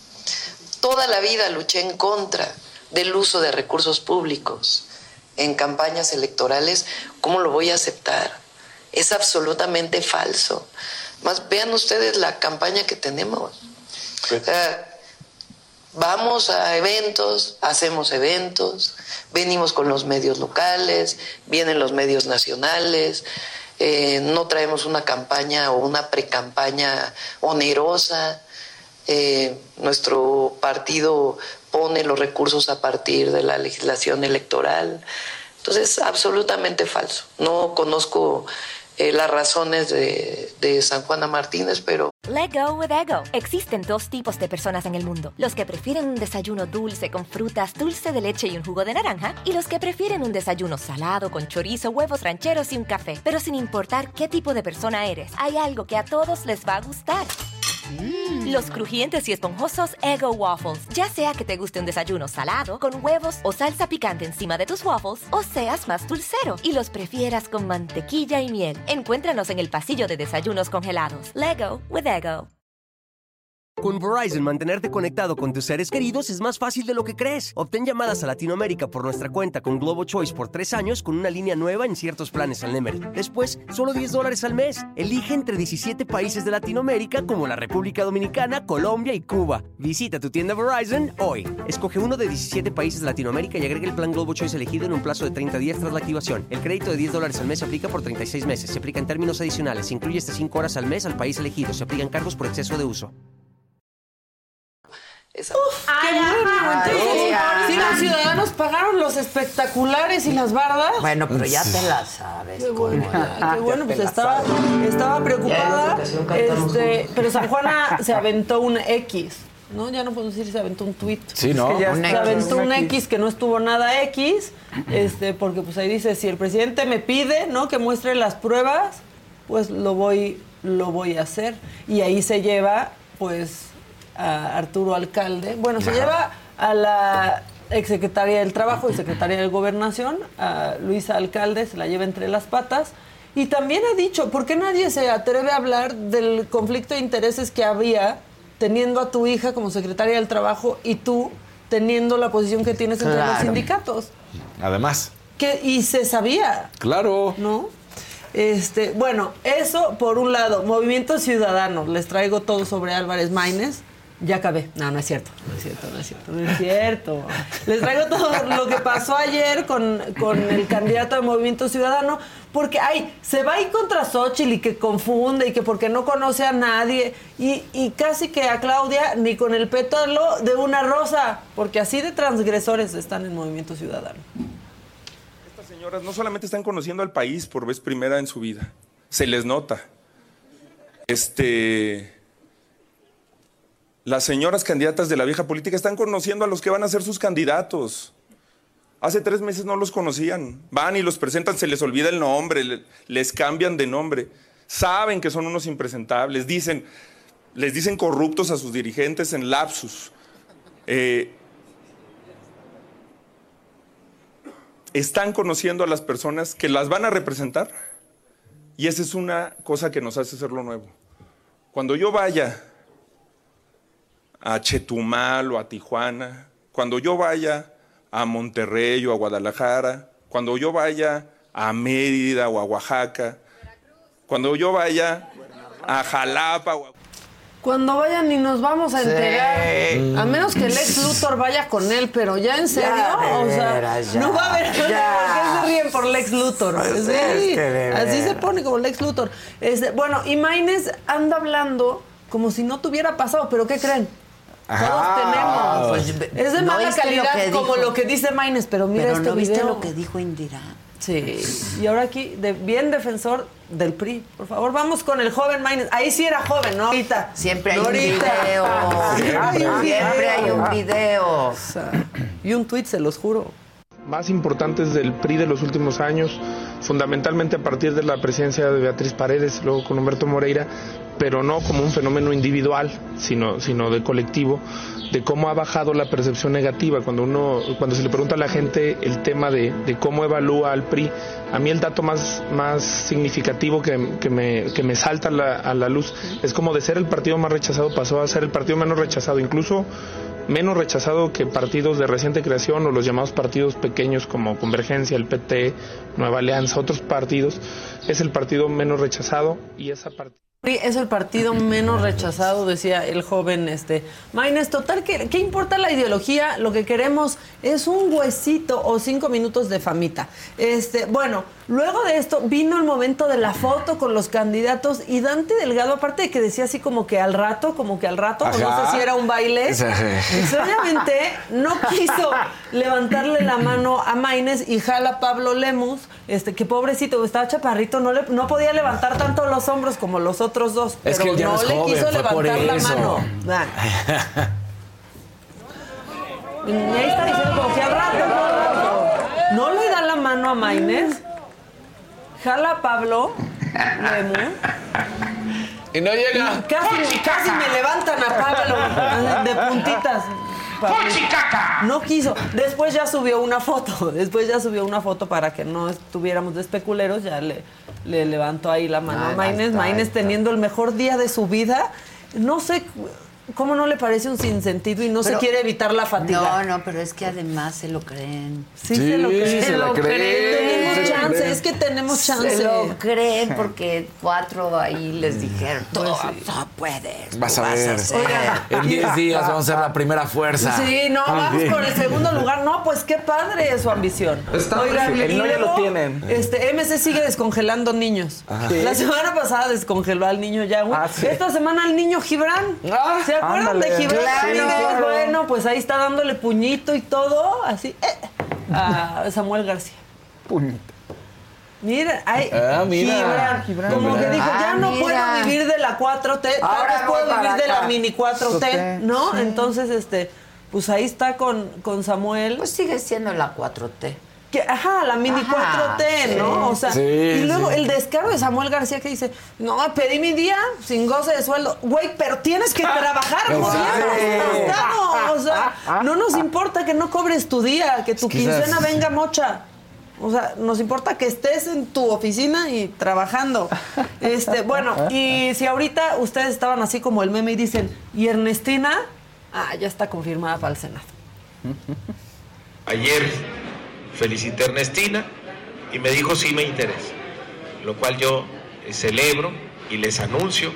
Toda la vida luché en contra del uso de recursos públicos en campañas electorales. ¿Cómo lo voy a aceptar? Es absolutamente falso. Más vean ustedes la campaña que tenemos. O sea, vamos a eventos, hacemos eventos, venimos con los medios locales, vienen los medios nacionales, eh, no traemos una campaña o una precampaña onerosa. Eh, nuestro partido pone los recursos a partir de la legislación electoral. Entonces, absolutamente falso. No conozco eh, las razones de, de San Juana Martínez, pero... Let go with ego. Existen dos tipos de personas en el mundo. Los que prefieren un desayuno dulce con frutas, dulce de leche y un jugo de naranja. Y los que prefieren un desayuno salado con chorizo, huevos rancheros y un café. Pero sin importar qué tipo de persona eres, hay algo que a todos les va a gustar. Mm. Los crujientes y esponjosos Eggo Waffles. Ya sea que te guste un desayuno salado, con huevos o salsa picante encima de tus waffles, o seas más dulcero y los prefieras con mantequilla y miel. Encuéntranos en el pasillo de desayunos congelados. Lego with Eggo. Con Verizon, mantenerte conectado con tus seres queridos es más fácil de lo que crees. Obtén llamadas a Latinoamérica por nuestra cuenta con Globo Choice por tres años con una línea nueva en ciertos planes al Nemery. Después, solo diez dólares al mes. Elige entre diecisiete países de Latinoamérica como la República Dominicana, Colombia y Cuba. Visita tu tienda Verizon hoy. Escoge uno de diecisiete países de Latinoamérica y agrega el plan Globo Choice elegido en un plazo de treinta días tras la activación. El crédito de diez dólares al mes se aplica por treinta y seis meses. Se aplica en términos adicionales. Se incluye hasta cinco horas al mes al país elegido. Se aplican cargos por exceso de uso. ¡Qué bueno! Entonces, sí, los ciudadanos pagaron los espectaculares y las bardas. Bueno, pero ya te la sabes. Qué bueno, cómo ya, qué bueno, te pues la estaba, sabes. estaba preocupada. Ya en educación cantamos Este, juntos. pero San Juana se aventó un X, ¿no? Ya no puedo decir se aventó un tweet. Sí, ¿no? Es que ya Se está, aventó un X. X que no estuvo nada X, este, porque pues ahí dice, si el presidente me pide, ¿no? Que muestre las pruebas, pues lo voy, lo voy a hacer. Y ahí se lleva, pues, a Arturo Alcalde. Bueno, se lleva a la exsecretaria del Trabajo y secretaria de Gobernación, a Luisa Alcalde, se la lleva entre las patas. Y también ha dicho, ¿por qué nadie se atreve a hablar del conflicto de intereses que había teniendo a tu hija como secretaria del Trabajo y tú teniendo la posición que tienes entre Claro. los sindicatos? Además. Que, y se sabía, Claro. ¿no? Este, bueno, eso por un lado. Movimiento Ciudadano, les traigo todo sobre Álvarez Maínez. Ya acabé. No, no es cierto, no es cierto, no es cierto, no es cierto. Les traigo todo lo que pasó ayer con, con el candidato de Movimiento Ciudadano, porque, ay, se va ahí contra Xóchitl y que confunde y que porque no conoce a nadie y, y casi que a Claudia ni con el pétalo de una rosa, porque así de transgresores están en Movimiento Ciudadano. Estas señoras no solamente están conociendo al país por vez primera en su vida, se les nota. Este... Las señoras candidatas de la vieja política están conociendo a los que van a ser sus candidatos. Hace tres meses no los conocían. Van y los presentan, se les olvida el nombre, les cambian de nombre. Saben que son unos impresentables. Dicen, les dicen corruptos a sus dirigentes en lapsus. Eh, están conociendo a las personas que las van a representar. Y esa es una cosa que nos hace ser lo nuevo. Cuando yo vaya a Chetumal o a Tijuana, cuando yo vaya a Monterrey o a Guadalajara, cuando yo vaya a Mérida o a Oaxaca, cuando yo vaya a Jalapa o a... Cuando vayan y nos vamos a enterar, sí. A menos que el ex Luthor vaya con él, pero ya en serio, Ya, o sea, veras, ya, no va a haber, no sé ya. por qué se ríen por Lex Luthor. Pues Sí, es que de así se veras. pone como Lex Luthor. Este, bueno, y Maínez anda hablando como si no tuviera pasado, pero ¿qué creen? Todos tenemos. Pues, es de ¿no mala viste calidad lo que como dijo? lo que dice Maínez, pero mira Pero este ¿no viste video. lo que dijo Indira? Sí, y ahora aquí, de, bien defensor del P R I. Por favor, vamos con el joven Maínez. Ahí sí era joven, ¿no? Ahorita. Siempre hay No un ahorita. video. Siempre hay un video. Siempre hay un video. O sea, y un tuit, se los juro. Más importantes del P R I de los últimos años, fundamentalmente a partir de la presidencia de Beatriz Paredes, luego con Humberto Moreira, pero no como un fenómeno individual, sino, sino de colectivo, de cómo ha bajado la percepción negativa. Cuando uno, cuando se le pregunta a la gente el tema de, de cómo evalúa al P R I, a mí el dato más, más significativo que, que, me, que me salta a la, a la luz es como de ser el partido más rechazado pasó a ser el partido menos rechazado, incluso menos rechazado que partidos de reciente creación o los llamados partidos pequeños como Convergencia, el P T, Nueva Alianza, otros partidos. Es el partido menos rechazado y esa parte... Es el partido menos rechazado, decía el joven este Maínez. Total, ¿qué, ¿qué importa la ideología? Lo que queremos es un huesito o cinco minutos de famita. Este, bueno, luego de esto vino el momento de la foto con los candidatos y Dante Delgado, aparte de que decía así como que al rato, como que al rato, o no Ajá. sé si era un baile, Sí. pues obviamente no quiso levantarle la mano a Maínez y jala Pablo Lemus, este, que pobrecito, estaba chaparrito, no, le, no podía levantar tanto los hombros como los otros dos, Es pero que él ya no no es le joven, quiso fue por levantar la eso. mano. Nah. Y ahí está diciendo como que al rato, no, al rato. No le da la mano a Maínez, jala a Pablo Lemus. Y no llega. Y casi, casi me levantan a Pablo de puntitas. No quiso. Después ya subió una foto. Después ya subió una foto para que no estuviéramos de especuleros. Ya le, le levantó ahí la mano Ay, a Maínez. ahí está, Maínez ahí está. teniendo el mejor día de su vida. No sé cómo no le parece un sinsentido y no Pero- se quiere evitar la fatiga. No, no, pero es que además se lo creen. Sí, se lo creen. se la creen, Tenemos se la chance. creen. Es que tenemos chance. Se lo creen porque cuatro ahí les dijeron, tú Pues sí. no puedes, Vas tú a ver. hacer. En diez días vamos a ser la primera fuerza. Sí, no, vamos por el segundo lugar. No, pues qué padre su ambición. Está- Oigan, sí, el y no ya luego, lo tienen. Este, M C sigue descongelando niños. Sí. La semana pasada descongeló al niño Yahoo. Ah, sí. Esta semana al niño Gibran. Ah, ¿Se acuerdan ándale. de Gibran? Claro. Sí, Claro. bueno, pues ahí está dándole puñito y todo, así, eh, a Samuel García. Puñito. Mira, ay, Ah, mira. Gibran, como que dijo, Ah, ya no mira. puedo vivir de la cuatro T, tal Ahora vez puedo voy para vivir de la acá. mini cuatro T, ¿no? Sí. Entonces, este, pues ahí está con, con Samuel. Pues sigue siendo la cuatro T. Que, ajá, la mini Ajá, cuatro T, sí. ¿no? O sea, Sí, y luego sí. el descaro de Samuel García que dice, no, pedí mi día sin goce de sueldo. Güey, pero tienes que trabajar, gobierno, Estado. O sea, no nos importa que no cobres tu día, que tu Quizás- quincena venga mocha. O sea, nos importa que estés en tu oficina y trabajando. Este, bueno, y si ahorita ustedes estaban así como el meme y dicen, ¿y Ernestina? Ah, ya está confirmada para el Senado. Ayer felicité a Ernestina y me dijo sí me interesa. lo cual yo celebro y les anuncio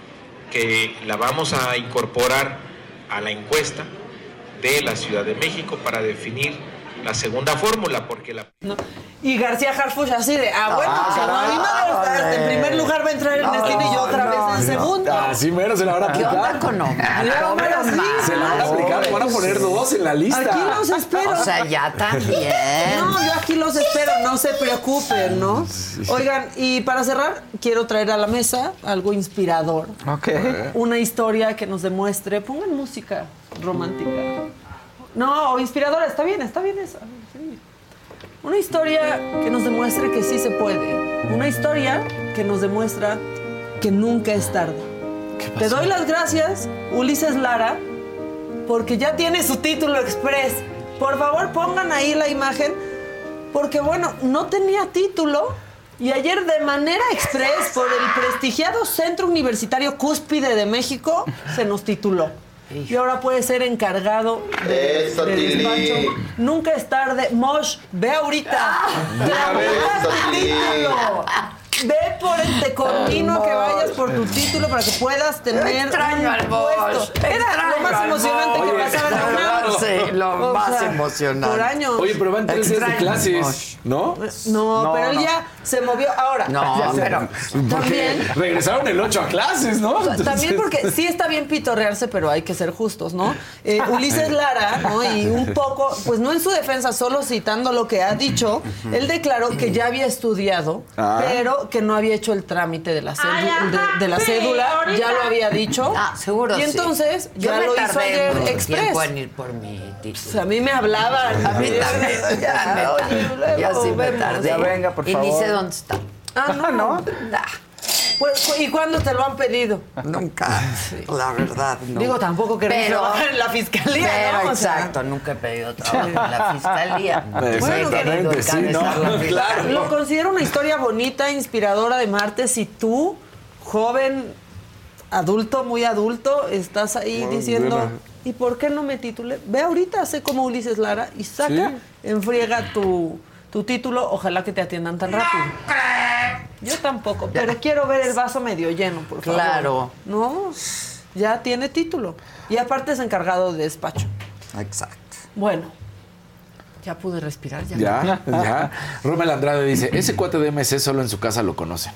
que la vamos a incorporar a la encuesta de la Ciudad de México para definir la segunda fórmula, porque la... No. Y García Harfuch así de, ah, bueno, Ah, como a mí me gusta, en primer lugar va a entrar Ernestina y yo otra vez en segundo. Así mero se la van a ¿Qué aplicar. onda con Omar? Ya, Omar, así. Se la van a aplicar, van a poner dos en la lista. Aquí los espero. O sea, ya también. No, yo aquí los espero, no se preocupen, ¿no? Oigan, y para cerrar, quiero traer a la mesa algo inspirador. Ok. Una historia que nos demuestre, pongan música romántica. No, o inspiradora, está bien, está bien esa. Sí. Una historia que nos demuestre que sí se puede. Una historia que nos demuestra que nunca es tarde. Te doy las gracias, Ulises Lara, porque ya tiene su título express. Por favor, pongan ahí la imagen, porque bueno, no tenía título y ayer de manera express por el prestigiado Centro Universitario Cúspide de México se nos tituló. Y ahora puede ser encargado de, Eso, de Tili. despacho. Nunca es tarde. Mosh, ve ahorita. Tramita tu título. Ve por el tecortino que vayas por tu título para que puedas tener Extraño un al Mosh. puesto. Era lo más Extraño emocionante al que Mosh. pasaba en la UNAM. Sí, lo O más sea, emocionante. Por años. Oye, pero van tres días de Extraño, clases, Mosh. ¿no? No, No, pero él no. ya se movió. Ahora. No, ya se- pero También. Regresaron el ocho a clases, ¿no? También porque sí está bien pitorrearse, pero hay que ser justos, ¿no? Eh, Ulises Lara, ¿no? Y un poco, pues no en su defensa, solo citando lo que ha dicho, él declaró que ya había estudiado, Ah. pero que no había hecho el trámite de la, cédu- Ay, ajá, de, de la sí, cédula, ahorita. ya lo había dicho. Ah, seguro Y sí. entonces Yo ya me lo hizo tardé ayer mucho express. tiempo en ir por mi título. O sea, a mí me hablaban. A mí también, ya me tardé. Ya sí me tardé. Ya venga, por Y ni favor. sé dónde está. Ah, no. ¿No? Nah, Pues, ¿y cuándo te lo han pedido? nunca, la verdad, no. Digo, tampoco querés Pero- trabajar en la fiscalía, Pero ¿no? O sea, exacto, nunca he pedido trabajo en la fiscalía. Exactamente, He querido sí, ¿no? encabezar la fiscalía. Claro. Lo considero una historia bonita, inspiradora de Martes. Y tú, joven, adulto, muy adulto, estás ahí Bueno, diciendo, bueno. ¿y por qué no me titulé? Ve ahorita, sé como Ulises Lara y saca, Sí. enfriega tu, tu título. Ojalá que te atiendan tan rápido. Yo tampoco, pero quiero ver el vaso medio lleno, por favor. Claro. No, ya tiene título. Y aparte es encargado de despacho. Exacto. Bueno, ya pude respirar. Ya. Ya, ya. Romel Andrade dice, ese cuate de M C solo en su casa lo conoce.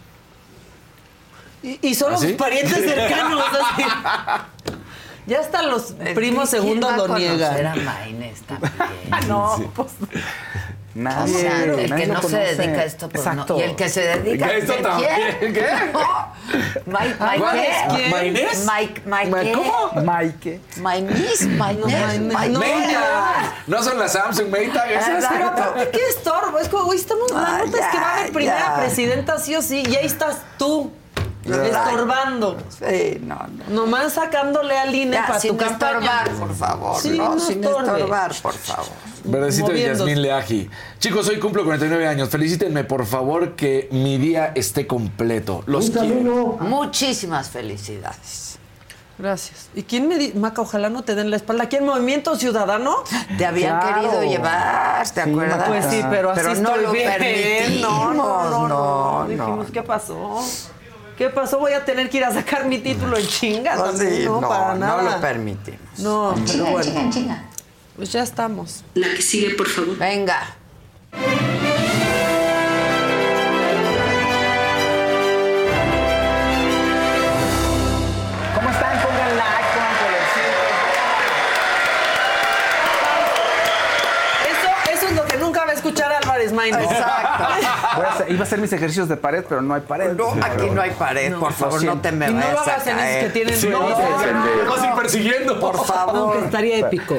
Y, y solo ¿Ah, sí? sus parientes cercanos. Así. Ya hasta los primos ¿Quién segundos va a lo conocer niegan. a Maines también? No, Sí. pues. Nadie. O sea, el nadie que lo no se conoce. dedica a esto, pues Exacto. no. Y el que se dedica Que a esto ser también, quién? ¿qué? Mike, ¿Cuál Mike, es? ¿qué? ¿Maynés? Mike, Mike, ¿Cómo? Mike. Maynés, Maynés, No, Maynés. Maytag. No son las Samsung Maytag esas. Pero aparte, qué estorbo. Es como, güey, estamos. La Ah, nota es que va a haber ya, primera ya. presidenta, sí o sí. Y ahí estás tú, estorbando. Sí, no, no. Nomás sacándole al I N E Ya, para tu sin campaña. estorbar, por favor. Sí, no, no sin estorbe. estorbar, por favor. Verdecito de Moviéndose. Yasmín Leaji. Chicos, hoy cumplo cuarenta y nueve años. Felicítenme, por favor, que mi día esté completo. Los quiero. Muchísimas felicidades. Gracias. ¿Y quién me dice, Maca, ojalá no te den la espalda? ¿Aquí en Movimiento Ciudadano? Te habían Claro. querido llevar, ¿te Sí, acuerdas? Pues sí, pero así no estoy lo bien. permitimos. No, no, no, no. no, Dijimos, no. ¿qué pasó? ¿Qué pasó? Voy a tener que ir a sacar mi título en chinga. No, también, sí, no, no, para no nada. lo permitimos. No, pero Chinga, bueno. chinga, chinga. Pues ya estamos. La que sigue, por favor. Venga. ¿Cómo están? Pongan like, pongan colorcito. Eso, eso es lo que nunca va a escuchar Álvarez Maínez. Exacto. Voy a hacer- iba a hacer mis ejercicios de pared, pero no hay pared. No, aquí no hay pared, por favor, no te me Y no vayas lo a hagas en esos caer. que tienen Sí, no, rueditas. me vas a ir persiguiendo. Por favor. Aunque estaría épico.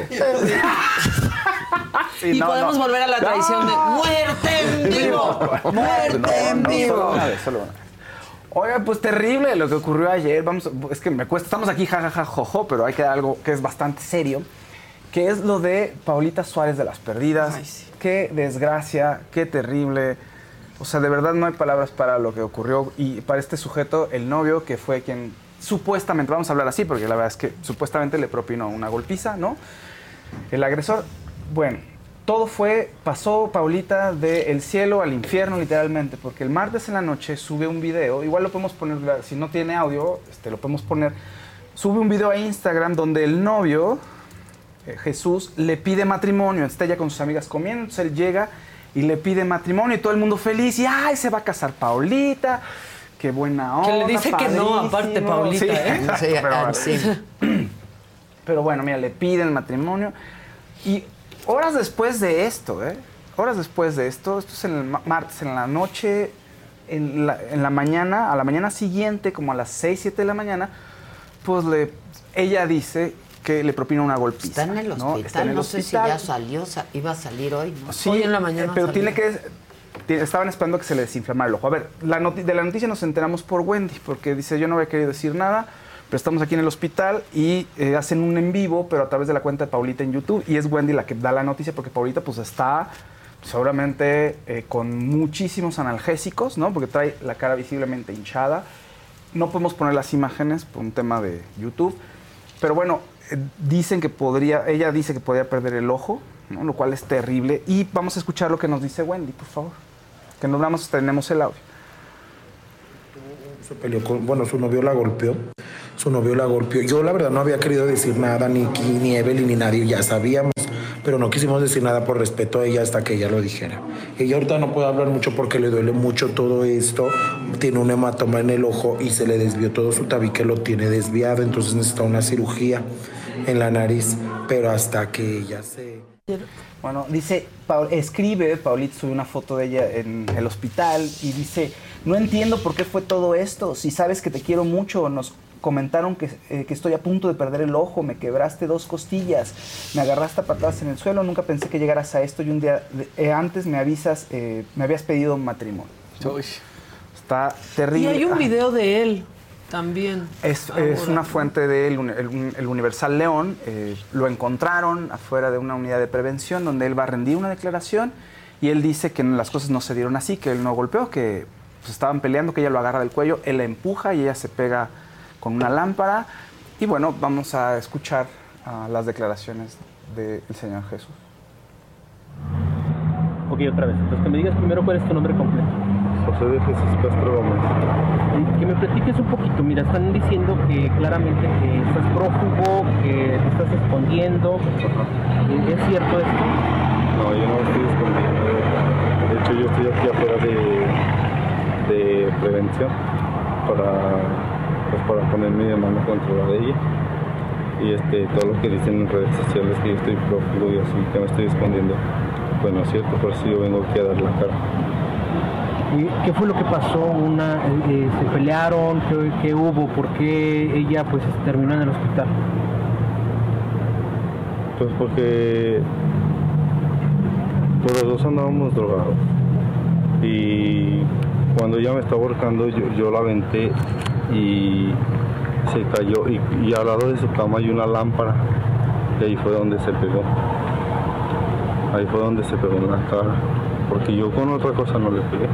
Sí, Y no, podemos no. volver a la tradición de muerte en vivo. Muerte en No, no, vivo. solo una vez, solo una vez. Oiga, pues terrible lo que ocurrió ayer. Vamos, es que me cuesta. Estamos aquí jajaja jojo, pero hay que dar algo que es bastante serio, que es lo de Paulita Suárez de las Perdidas. Ay, sí. Qué desgracia, qué terrible. O sea, de verdad no hay palabras para lo que ocurrió y para este sujeto, el novio, que fue quien supuestamente, vamos a hablar así, porque la verdad es que supuestamente le propinó una golpiza, ¿no? El agresor, bueno, todo fue, pasó Paulita del cielo al infierno literalmente, porque el martes en la noche sube un video, igual lo podemos poner, si no tiene audio, este, lo podemos poner, sube un video a Instagram donde el novio, eh, Jesús, le pide matrimonio, está ella con sus amigas comiendo, entonces él llega y le pide matrimonio y todo el mundo feliz, y ¡ay, se va a casar Paulita! ¡Qué buena onda! Que le dice que no, aparte Paulita, sí, ¿eh? sí, Sí, pero, ah, sí. pero bueno, mira, le piden matrimonio y horas después de esto, ¿eh? Horas después de esto, esto es en el martes, en la noche, en la, en la mañana, a la mañana siguiente, como a las seis, siete de la mañana, pues le, ella dice que le propina una golpiza. Está en el hospital, ¿no? Está en el no hospital. sé si ya salió, sa- iba a salir hoy, ¿no? Sí, Hoy en la mañana eh, pero salió. tiene que... tiene- Estaban esperando que se le desinflamara el ojo. A ver, la noti- de la noticia nos enteramos por Wendy, porque dice, yo no había querido decir nada, pero estamos aquí en el hospital y eh, hacen un en vivo, pero a través de la cuenta de Paulita en YouTube, y es Wendy la que da la noticia, porque Paulita pues está seguramente eh, con muchísimos analgésicos, ¿no? Porque trae la cara visiblemente hinchada. No podemos poner las imágenes por un tema de YouTube, pero bueno, eh, dicen que podría, ella dice que podría perder el ojo, ¿no? Lo cual es terrible. Y vamos a escuchar lo que nos dice Wendy, por favor. Que nos vamos, tenemos el audio. Se peleó con, bueno, su novio la golpeó, su novio la golpeó. Yo la verdad no había querido decir nada, ni, ni Evelyn ni nadie, ya sabíamos, pero no quisimos decir nada por respeto a ella hasta que ella lo dijera. Ella ahorita no puede hablar mucho porque le duele mucho todo esto, tiene un hematoma en el ojo y se le desvió todo su tabique, lo tiene desviado, entonces necesita una cirugía en la nariz, pero hasta que ella se... Bueno, dice, Paul, escribe, Paulita sube una foto de ella en el hospital y dice, no entiendo por qué fue todo esto, si sabes que te quiero mucho, nos comentaron que, eh, que estoy a punto de perder el ojo, me quebraste dos costillas, me agarraste a patadas en el suelo, nunca pensé que llegaras a esto y un día eh, antes me avisas, eh, me habías pedido matrimonio. Uy. Está terrible. Y hay un Ah. video de él también. Es, Ahora. es una fuente del el, el Universal León. Eh, lo encontraron afuera de una unidad de prevención donde él va a rendir una declaración y él dice que las cosas no se dieron así, que él no golpeó, que pues, estaban peleando, que ella lo agarra del cuello, él la empuja y ella se pega con una lámpara. Y bueno, vamos a escuchar uh, las declaraciones del Señor Jesús. Ok, otra vez. Entonces, que me digas primero cuál es tu nombre completo. José de Jesús Castro Gómez. Que me platiques un poquito. Mira, están diciendo que claramente que estás prófugo, que te estás escondiendo. ¿Es cierto esto? No, yo no me estoy escondiendo. De hecho, yo estoy aquí afuera de, de prevención para, pues, para poner mi demanda contra la de ella. Y este, todo lo que dicen en redes sociales que yo estoy prófugo y así, que me estoy escondiendo. Bueno, es cierto, por eso yo vengo aquí a dar la cara. ¿Qué fue lo que pasó? Una, eh, ¿Se pelearon? ¿Qué, ¿Qué hubo? ¿Por qué ella pues terminó en el hospital? Pues porque pues los dos andábamos drogados y cuando ella me estaba ahorcando yo, yo la aventé y se cayó y, y al lado de su cama hay una lámpara y ahí fue donde se pegó. Ahí fue donde se pegó en la cara, porque yo con otra cosa no le pegué.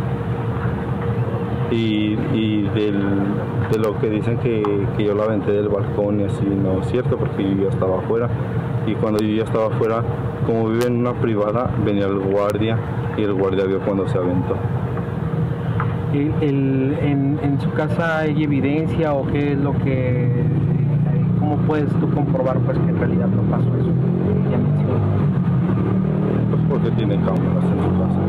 Y, y del, de lo que dicen que, que yo la aventé del balcón y así, no es cierto, porque yo ya estaba afuera. Y cuando yo ya estaba afuera, como vive en una privada, venía el guardia y el guardia vio cuando se aventó. El, el, en, ¿En su casa hay evidencia o qué es lo que... ¿Cómo puedes tú comprobar pues que en realidad no pasó eso? Ya mencioné. Pues porque tiene cámaras en su casa.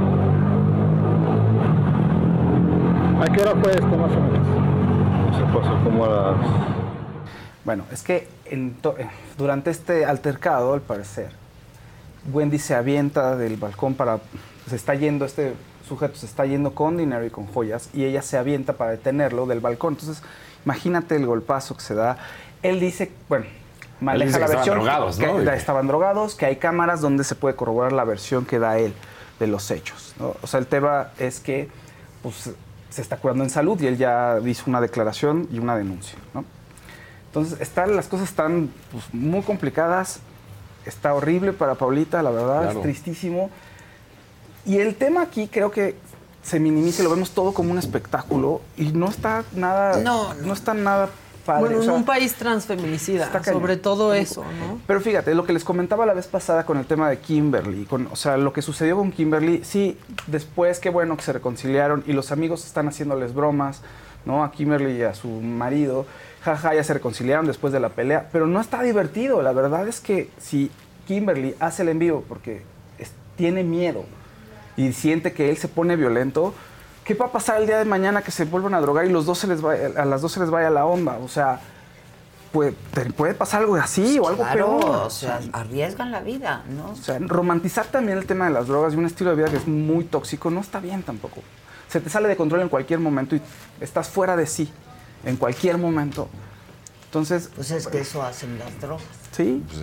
¿A qué hora fue esto más o menos? Se pasó como a las... Bueno, es que en to- durante este altercado, al parecer, Wendy se avienta del balcón para... Se está yendo, este sujeto se está yendo con dinero y con joyas, y ella se avienta para detenerlo del balcón. Entonces, imagínate el golpazo que se da. Él dice, bueno, maneja dice la que versión... estaban drogados, ¿no? que da- estaban drogados, que hay cámaras donde se puede corroborar la versión que da él de los hechos, ¿no? O sea, el tema es que, pues, se está curando en salud y él ya hizo una declaración y una denuncia, ¿no? Entonces, están, las cosas están pues, muy complicadas, está horrible para Paulita, la verdad, Claro. es tristísimo. Y el tema aquí creo que se minimiza y lo vemos todo como un espectáculo y no está nada, No, no. no está nada padre. Bueno, o sea, en un país transfeminicida, está cañón. sobre todo eso, ¿no? Pero fíjate, lo que les comentaba la vez pasada con el tema de Kimberly, con, o sea, lo que sucedió con Kimberly, sí, después qué bueno que se reconciliaron y los amigos están haciéndoles bromas, ¿no? A Kimberly y a su marido, jaja, ya se reconciliaron después de la pelea, pero no está divertido. La verdad es que si Kimberly hace el en vivo porque es, tiene miedo y siente que él se pone violento, ¿qué va a pasar el día de mañana que se vuelvan a drogar y los dos se les vaya, a las dos se les vaya la onda? O sea, puede, puede pasar algo así o algo Claro, peor. o sea, arriesgan la vida, ¿no? O sea, romantizar también el tema de las drogas y un estilo de vida que es muy tóxico no está bien tampoco. Se te sale de control en cualquier momento y estás fuera de sí en cualquier momento. Entonces... Pues es que eso hacen las drogas. Sí. Pues sí.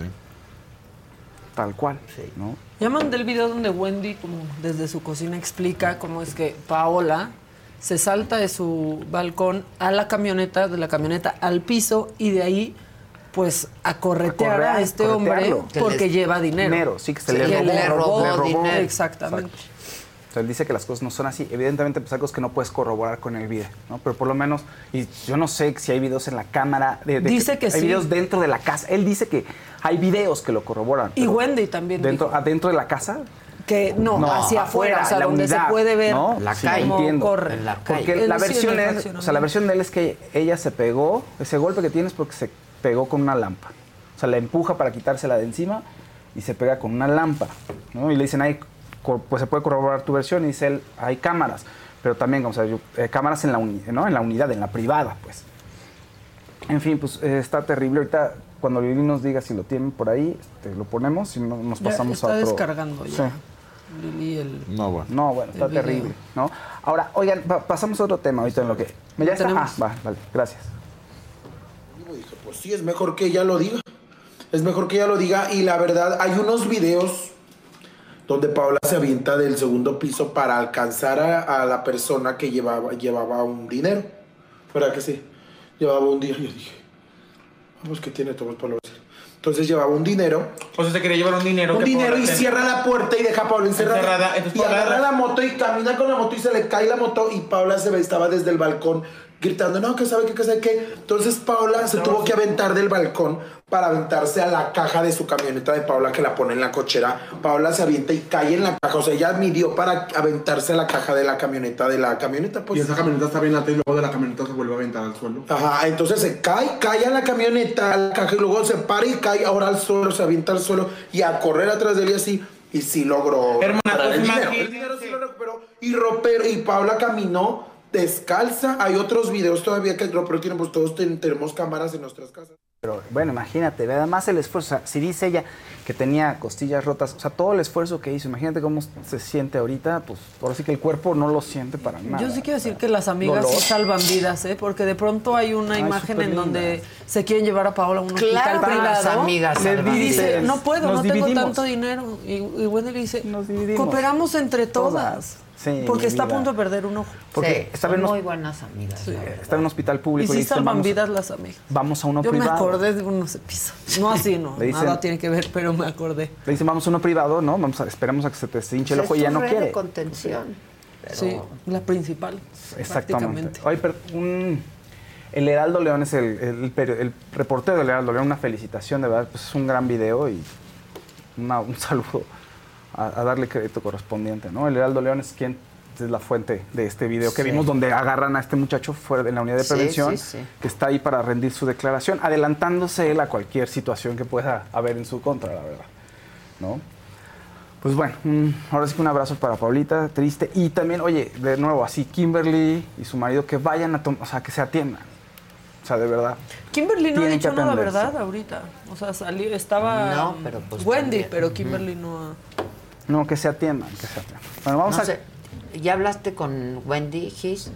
Tal cual, ¿no? Ya mandé el video donde Wendy, como desde su cocina, explica cómo es que Paola se salta de su balcón a la camioneta, de la camioneta al piso y de ahí, pues, a corretear a, correr, a este hombre porque les, lleva dinero. Dinero, sí, que se sí, le, que robó, le robó, le robó dinero. Exactamente. Exacto. O sea, él dice que las cosas no son así. Evidentemente, pues hay cosas que no puedes corroborar con el video, ¿no? Pero por lo menos, y yo no sé si hay videos en la cámara. De, de dice que, que hay sí. Hay videos dentro de la casa. Él dice que hay videos que lo corroboran. Y Wendy también dentro, dijo. ¿Adentro de la casa? Que no, no hacia afuera, o sea, donde unidad, se puede ver ¿no? la sí, calle. Entiendo. Corre. En la calle. Porque la versión, es, o sea, la versión de él es que ella se pegó, ese golpe que tiene es porque se pegó con una lámpara. O sea, la empuja para quitársela de encima y se pega con una lámpara, ¿no? Y le dicen, ay, pues se puede corroborar tu versión, y dice él, hay cámaras, pero también, o sea, yo, eh, cámaras en la, uni, ¿no? en la unidad, en la privada, pues. En fin, pues eh, está terrible. Ahorita, cuando Lili nos diga si lo tienen por ahí, este, lo ponemos y no, nos pasamos ya está a otro. descargando ya. Sí. Lili, el... No, bueno. No, bueno, está terrible, ¿no? Ahora, oigan, pa pasamos a otro tema ahorita en lo que... ¿Me ya está? Ah, va, vale, gracias. Pues sí, es mejor que ella lo diga. Es mejor que ella lo diga y la verdad, hay unos videos donde Paola se avienta del segundo piso para alcanzar a, a la persona que llevaba, llevaba un dinero. ¿Verdad que sí? Llevaba un dinero. Yo dije, vamos, que tiene todo para lo decir. Entonces llevaba un dinero. O sea, se quería llevar un dinero. Un dinero y cierra la puerta y deja a Paola encerrada. encerrada. Entonces, y agarra la moto y camina con la moto y se le cae la moto y Paola se ve, estaba desde el balcón gritando, no, que sabe qué, que sabe qué. Entonces Paola se tuvo que aventar del balcón para aventarse a la caja de su camioneta de Paola que la pone en la cochera. Paola se avienta y cae en la caja. O sea, ella midió para aventarse a la caja de la camioneta de la camioneta. Pues. Y esa camioneta está bien alta y luego de la camioneta se vuelve a aventar al suelo. Ajá, entonces se cae, cae a la camioneta, a la caja y luego se para y cae ahora al suelo, se avienta al suelo y a correr atrás de él y así. Y sí logró recuperar el dinero. El dinero sí lo recuperó. Y Roper y Paola caminó descalza. Hay otros videos todavía que el Roper tiene, pues todos ten, tenemos cámaras en nuestras casas. Pero bueno, imagínate, además el esfuerzo, o sea, si dice ella que tenía costillas rotas, o sea, todo el esfuerzo que hizo, imagínate cómo se siente ahorita, pues ahora sí que el cuerpo no lo siente para nada. Yo sí quiero decir que las amigas dolor. sí salvan vidas, ¿eh? Porque de pronto hay una Ay, imagen en linda. donde se quieren llevar a Paola a un Claro, hospital privado. las amigas Le salvan dice, vidas. no puedo, Nos no tengo dividimos. tanto dinero. Y, y Wendy le dice, Nos dividimos. cooperamos entre todas. Todas. Sí, porque mi está a vida. punto de perder un ojo. Porque sí, está son en un- muy buenas amigas. Sí. la verdad. Está en un hospital Y público. sí le dicen, salvan vamos, vidas las amigas. vamos a uno Yo privado. me acordé de unos episodios. No así, no. Le dicen- Nada tiene que ver, pero me acordé. Le dicen, vamos a uno privado, ¿no? Vamos a, esperamos a que se te hinche el Pues ojo y es ya tu no red quiere. de contención. Pero- Sí, la principal. Exactamente. prácticamente. Oye, pero un, el Heraldo León es el, el, el, el reportero del Heraldo León, una felicitación, de verdad, pues es un gran video y una- un saludo a, a darle crédito correspondiente, ¿no? El Heraldo León es quien es la fuente de este video que Sí. vimos donde agarran a este muchacho fuera de la unidad de Sí, prevención, sí, sí. que está ahí para rendir su declaración, adelantándose él a cualquier situación que pueda haber en su contra, la verdad, ¿no? Pues bueno, mm, ahora sí que un abrazo para Paulita, triste. Y también, oye, de nuevo, así Kimberly y su marido que vayan a tomar, o sea, que se atiendan. O sea, de verdad. Kimberly no ha Tienen dicho que nada, atenderse. ¿verdad? Ahorita. O sea, salió, estaba No, pero pues Wendy, también. pero Kimberly no ha... No, que se atiendan, que se atiendan. Bueno, vamos No a... sé, ¿ya hablaste con Wendy Gis?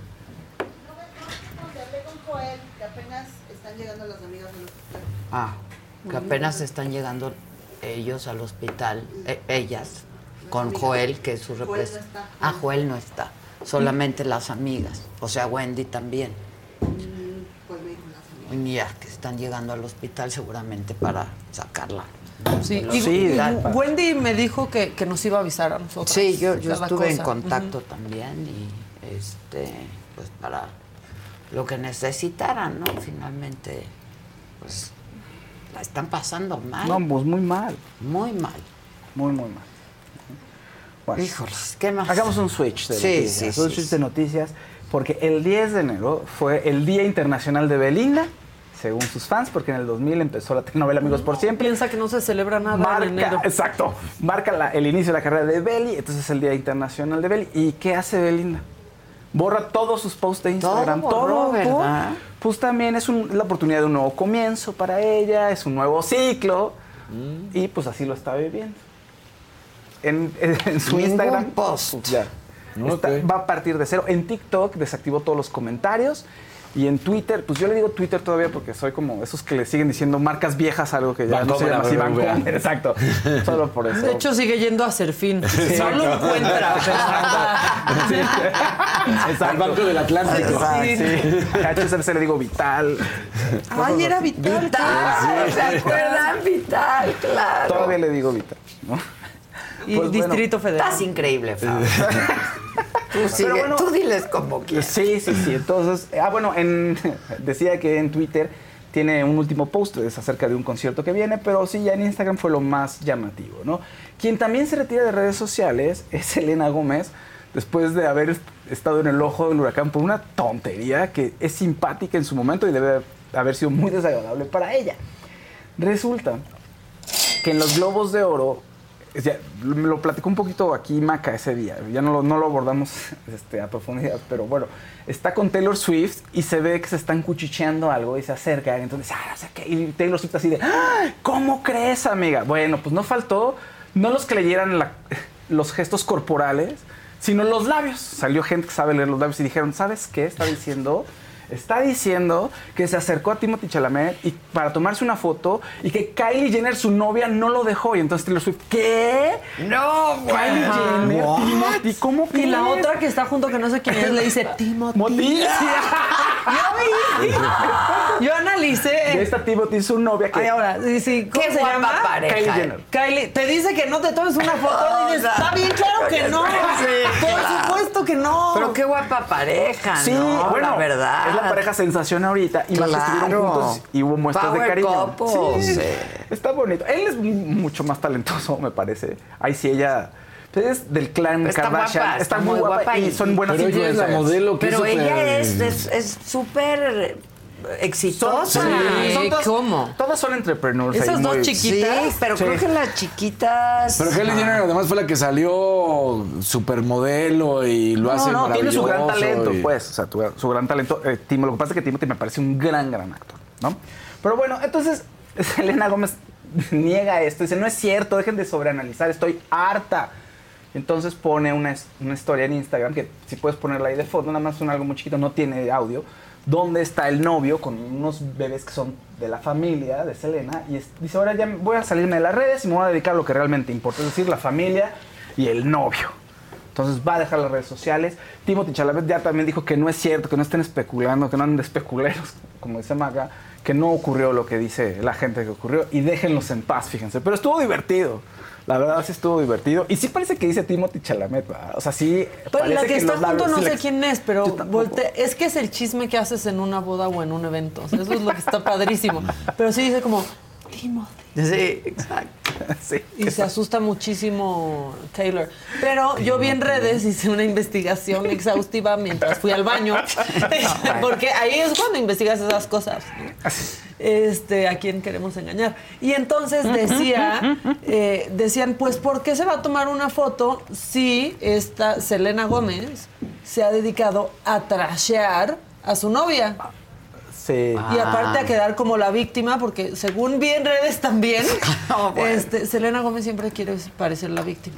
Hablé con Joel, que apenas están llegando las amigas del hospital. Ah, que apenas están llegando ellos al hospital, eh, ellas, con Joel, que es su Joel no representante. está. Ah, Joel no está, solamente las amigas, o sea, Wendy también. Pues me dijo las amigas. Ya, que están llegando al hospital seguramente para sacarla. Sí, del y, hospital. y Wendy me dijo que, que nos iba a avisar a nosotros. Sí, yo, yo cada estuve en cosa. contacto Ujú. también y este, pues para lo que necesitaran, ¿no? Finalmente, pues la están pasando mal. No, pues muy mal. Muy mal. Muy, muy mal. Bueno, híjoles, ¿qué más? Hagamos un switch de Sí, noticias. sí, un sí, switch sí. de noticias, porque el diez de enero fue el Día Internacional de Belinda, según sus fans, porque en el dos mil empezó la telenovela Amigos por Siempre. Piensa que no se celebra nada Marca, en enero. exacto, marca la- el inicio de la carrera de Beli, entonces es el Día Internacional de Beli. ¿Y qué hace Belinda? Borra todos sus posts de Instagram. Todo borró, ¿verdad? Pues también es un- la oportunidad de un nuevo comienzo para ella, es un nuevo ciclo, y pues así lo está viviendo. En, en- en su Ningún Instagram, post. pues, ya. Está- va a partir de cero. En TikTok desactivó todos los comentarios. Y en Twitter, pues yo le digo Twitter todavía porque soy como esos que le siguen diciendo marcas viejas, algo que ya no se Vancomer, llama así, B B V A. Vancomer, exacto. Solo por eso. De hecho, sigue yendo a Serfín. No lo encuentra. Al Banco del Atlántico. Exacto, sí. A H S B C le digo Vital. Ay, era Vital. Vital, ¿se acuerdan? Vital, claro. Todavía le digo Vital, ¿no? Y Pues, Distrito bueno, Federal. Estás increíble, Fabio. Tú, Pero sigue- bueno, tú diles como quieras. Sí, sí, sí. Entonces, ah, bueno, en, decía que en Twitter tiene un último post, es acerca de un concierto que viene, pero sí, ya en Instagram fue lo más llamativo, ¿no? Quien también se retira de redes sociales es Selena Gómez, después de haber est- estado en el ojo del huracán por una tontería que es simpática en su momento y debe haber sido muy desagradable para ella. Resulta que en los Globos de Oro, ya, lo platicó un poquito aquí Maca ese día, ya no lo, no lo abordamos este, a profundidad, pero bueno, está con Taylor Swift y se ve que se están cuchicheando algo y se acerca, y entonces, ah, no sé qué, y Taylor Swift así de, ¡ah! ¿Cómo crees, amiga? Bueno, pues no faltó, no los que leyeran la- los gestos corporales, sino los labios. Salió gente que sabe leer los labios y dijeron, ¿sabes qué está diciendo? Está diciendo que se acercó a Timothée Chalamet y para tomarse una foto y que Kylie Jenner, su novia, no lo dejó. Y entonces Taylor Swift, ¿qué? No, güey. Kylie Jenner, What? Timothée, ¿cómo Y la crees? otra que está junto, que no sé quién es, le dice Timothy. Timothy. Yo vi. Yo Y analicé. esta Timothée, su novia, que Ay, ahora, sí, sí, ¿cómo Qué se guapa llama? pareja. Kylie Jenner. Kylie, te dice que no te tomes una foto y dices, está bien, claro que no. Sí, Por claro. supuesto que no. Pero qué guapa pareja, Sí, ¿no? bueno, la verdad. es la pareja sensación ahorita. Y más que estuvieron Claro. juntos y hubo muestras Power de cariño. couple, sí. Está bonito. Él es mucho más talentoso, me parece. Ahí sí ella pues, es del clan Está Kardashian. guapa, está muy guapa y, y- son buenas Pero ella es la influencers. modelo que Pero es ella súper- es es- es súper exitosa. Son- Sí, son todas- ¿cómo? Todas son entrepreneurs. Esas ahí dos muy- chiquitas. Sí, pero Sí. creo que las chiquitas. Pero Kylie Jenner además fue la que salió supermodelo y lo hace No, no, tiene su gran maravilloso talento, y- pues. O sea, tu- su gran talento. Eh, Timo, lo que pasa es que Timothy me parece un gran, gran actor, ¿no? Pero bueno, entonces Selena Gómez niega esto. Dice, no es cierto, dejen de sobreanalizar, estoy harta. Entonces pone una, es- una historia en Instagram, que si puedes ponerla ahí de fondo, nada más es un algo muy chiquito, no tiene audio, donde está el novio con unos bebés que son de la familia de Selena. Y es- dice, ahora ya voy a salirme de las redes y me voy a dedicar a lo que realmente importa, es decir, la familia y el novio. Entonces va a dejar las redes sociales. Timothée Chalamet ya también dijo que no es cierto, que no estén especulando, que no anden de especuleros, como dice Maga, que no ocurrió lo que dice la gente que ocurrió y déjenlos en paz, fíjense. Pero estuvo divertido. La verdad sí estuvo divertido. Y sí parece que dice Timothée Chalamet, ¿verdad? O sea, sí. Pues la parece que está los labios- junto no sí, la sé que- quién es, pero Yo tampoco. volte- es que es el chisme que haces en una boda o en un evento. O sea, eso es lo que está padrísimo. Pero sí dice como, Timothy. Sí, exacto. Sí, Y se asusta muchísimo Taylor. Pero yo vi en redes, hice una investigación exhaustiva mientras fui al baño. Porque ahí es cuando investigas esas cosas, ¿no? Este, a quién queremos engañar. Y entonces decía, eh, decían, pues, ¿por qué se va a tomar una foto si esta Selena Gómez se ha dedicado a trashear a su novia? Sí. Y aparte a quedar como la víctima, porque según vi en redes también, No, bueno. este, Selena Gómez siempre quiere parecer la víctima.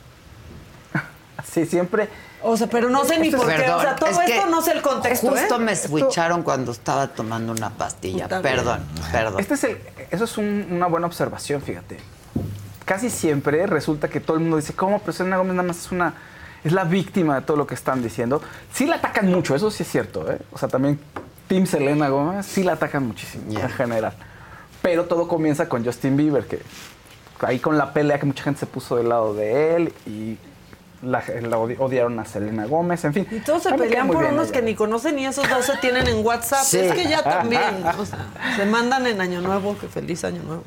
Sí, siempre. O sea, pero no sé ni Esto por es- qué. O sea, todo es que esto no sé el contexto, Justo ¿eh? me Esto- switcharon cuando estaba tomando una pastilla. Puta Perdón, perdón. Este es el, eso es un- una buena observación, fíjate. Casi siempre resulta que todo el mundo dice, ¿cómo? Pero Selena Gómez nada más es una... Es la víctima de todo lo que están diciendo. Sí la atacan mucho, eso sí es cierto, ¿eh? O sea, también Team Selena Gómez sí la atacan muchísimo, Yeah. en general. Pero todo comienza con Justin Bieber, que ahí con la pelea que mucha gente se puso del lado de él y la, la odi- odiaron a Selena Gómez, en fin. Y todos se A mí me cae pelean muy por bien unos ella. que ni conocen y esos dos se tienen en WhatsApp. Sí. Es que ya también, o sea, se mandan en Año Nuevo, que feliz Año Nuevo.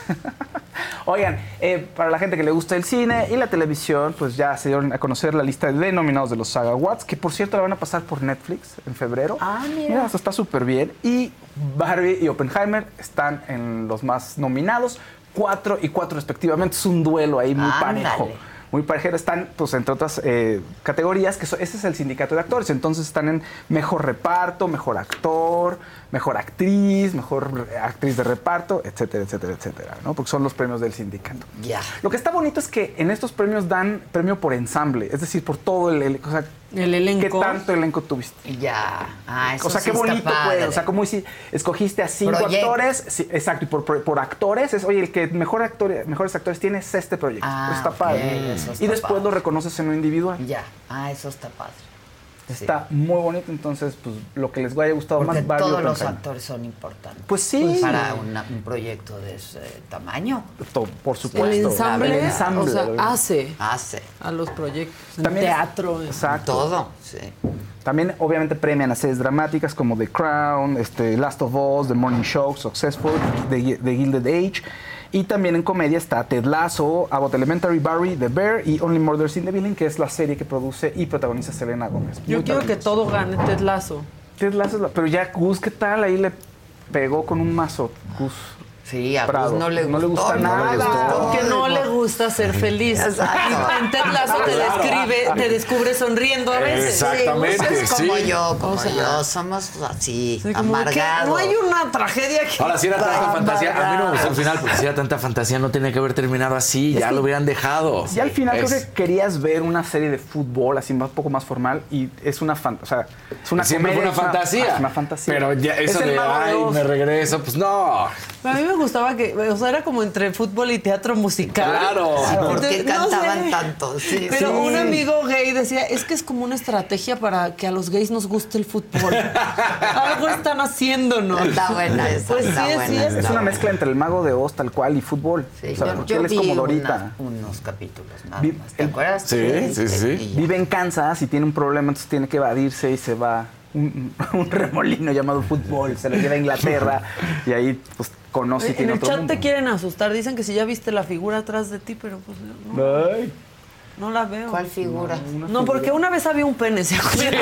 Oigan, eh, para la gente que le gusta el cine y la televisión, pues ya se dieron a conocer la lista de nominados de los Saga Awards, que por cierto la van a pasar por Netflix en febrero. Ah, mira. Mira, eso está súper bien. Y Barbie y Oppenheimer están en los más nominados, cuatro y cuatro respectivamente. Es un duelo ahí muy Ándale. parejo. Muy parejero. Están, pues, entre otras eh, categorías, que so- ese es el sindicato de actores. Entonces están en mejor reparto, mejor actor, mejor actriz, mejor actriz de reparto, etcétera, etcétera, etcétera, ¿no? Porque son los premios del sindicato. Ya. Lo que está bonito es que en estos premios dan premio por ensamble, es decir, por todo el, el- o sea, El elenco. ¿qué tanto elenco tuviste? Ya. Ah, eso O sea, sí qué está bonito, padre. pues. O sea, como si escogiste a cinco Proyecto. actores. Sí, exacto, y por, por, por actores es, oye, el que mejor actor, mejores actores tiene es este proyecto. Ah, Eso está ok, padre. eso está y después padre. lo reconoces en lo individual. Ya. Ah, eso está padre. Está muy bonito, entonces, pues, lo que les haya gustado Porque más, Barbie todos o los Oppenheimer. actores son importantes. Pues sí. Para una- un proyecto de ese tamaño. To- Por supuesto. El ensamble, El ensamble, o sea, la verdad. hace Hace. a los proyectos. En También- teatro. en- Exacto. Todo. Sí. También, obviamente, premian a series dramáticas como The Crown, este, Last of Us, The Morning Show, Successful, The, The Gilded Age. Y también en comedia está Ted Lasso, Abbott Elementary, Barry, The Bear y Only Murders in the Building, que es la serie que produce y protagoniza Selena Gómez. Yo Muy quiero que talentosa. todo gane Ted Lasso. Ted Lasso es la- pero ya Gus, ¿qué tal? Ahí le pegó con un mazo, Gus. Sí, a Prado. Gus no le No le gustó gusta nada. nada. Porque no le gusta ser feliz. Exacto. En Ted Lasso te Claro. describe, te descubre sonriendo a veces. Exactamente, Sí, pues es como sí. yo, como O sea, yo, somos así, Sí, como que amargados. no hay una tragedia que... Ahora, si era tanta fantasía, a mí no me gustó el Amargados. final, porque si era tanta fantasía no tenía que haber terminado así, ya que- lo hubieran dejado. Y al final Es- creo que querías ver una serie de fútbol así un poco más formal y es una fan- o sea, es una Siempre fue comedia, una es fantasía. es una fantasía. Pero ya Es eso el de, Mago de ay, Oz". me regreso, pues no. A mí me gustaba que, o sea, era como entre fútbol y teatro musical. Claro. Sí, ¿por qué Entonces, no cantaban sé. tanto? Sí, Pero sí. un amigo gay decía, es que es como una estrategia para que a los gays nos guste el fútbol. Algo están haciéndonos. Está buena esa, Pues está sí, buena, sí, está es. Es una mezcla entre el Mago de Oz tal cual y fútbol. Sí, o sea, yo, porque yo él es vi como una- Dorita. unos capítulos nada Vi- más. ¿Te el- acuerdas? Sí, sí, sí. Y ya. Vive en Kansas y tiene un problema, entonces tiene que evadirse y se va un, un remolino llamado fútbol, se lo lleva a Inglaterra y ahí pues conoce y En tiene el otro chat mundo. te quieren asustar. Dicen que si ya viste la figura atrás de ti, pero pues no, Ay. no la veo. ¿Cuál figura? No, porque una vez había un pene, ¿se acuerdan?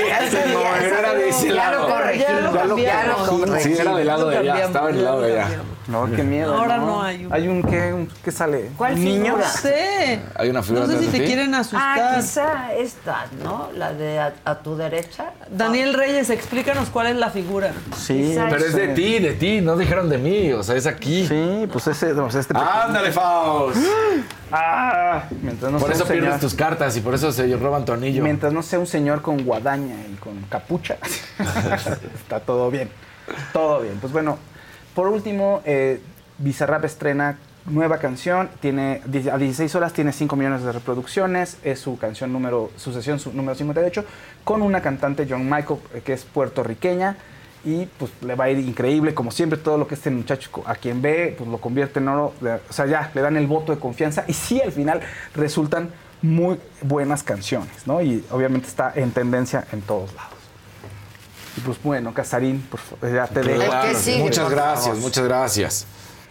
No, era de ese Ya lado. lo corregimos. Ya lo Ya lo cambiamos. corregimos. Sí, era del lado de Lo allá, cambiamos, estaba en el ya lado lo de allá. cambiamos. No, qué miedo. Ahora no hay un- Hay un que, un, ¿qué sale? ¿Cuál ¿Un niño? figura? No sé. Hay una figura No sé si atrás de te ti. quieren Ah, asustar. quizá esta, ¿no? La de a, a tu derecha. Daniel Reyes, explícanos cuál es la figura. Sí, Exacto. Pero es de sí. ti, de ti, no dijeron de mí, o sea, es aquí. Sí, pues ese, pues este ¡Ándale, Faust! Ah, mientras no Por sea eso un pierdes señor, tus cartas y por eso se roban tu anillo. mientras no sea un señor con guadaña y con capucha, está todo bien, todo bien. Pues bueno, por último, eh, Bizarrap estrena nueva canción, tiene a dieciséis horas, tiene cinco millones de reproducciones, es su canción número, su sesión su número cincuenta y ocho, con una cantante, John Michael, eh, que es puertorriqueña, y pues le va a ir increíble, como siempre, todo lo que este muchacho a quien ve, pues lo convierte en oro, le- o sea, ya, le dan el voto de confianza, y sí, al final resultan muy buenas canciones, ¿no? Y obviamente está en tendencia en todos lados. Y pues bueno, Casarín, por favor, ya te dejo. El que sigue, muchas por gracias, favor. muchas gracias.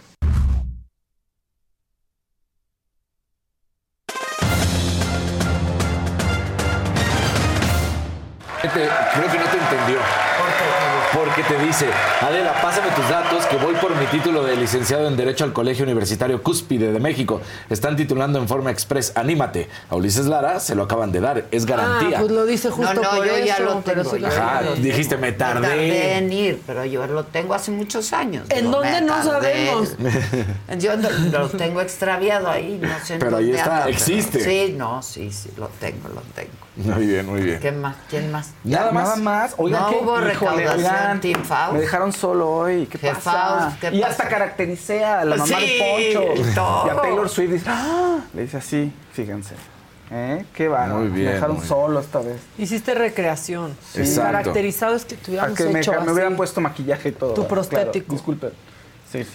Te- creo que no te entendió. Porque te dice, Adela, pásame tus datos que voy por mi título de licenciado en Derecho al Colegio Universitario Cúspide de México. Están titulando en forma express, anímate. A Ulises Lara se lo acaban de dar, es garantía. Ah, pues lo dice justo No, no, por yo eso. ya lo pero tengo, sí yo lo- ya Ajá, lo tengo. dijiste, me tardé. Me tardé en ir, pero yo lo tengo hace muchos años. ¿En Digo, dónde? me No tardé. sabemos. Yo no- lo tengo extraviado ahí, no sé en Pero ahí dónde está, anda, pero- existe. Sí, no, sí, sí, lo tengo, lo tengo. Muy bien, muy bien. ¿Qué más? ¿Quién más? Nada más. Nada más. Oigan, No ¿qué? hubo Híjole, recaudación, oigan, Team Faust. Me dejaron solo hoy. ¿Qué Jeff pasa? Faust, ¿qué y pasa? hasta caractericé a la mamá Sí, de Poncho. todo. Y a Taylor Swift dice, ¡ah! Le dice así, fíjense. ¿Eh? Qué va. Muy bien, Me dejaron muy bien. solo esta vez. Hiciste recreación. Sí. Exacto. Caracterizado es que A tuviéramos que me, hecho me así. hubieran puesto maquillaje y todo. Tu Claro, prostético. disculpen. Sí, sí.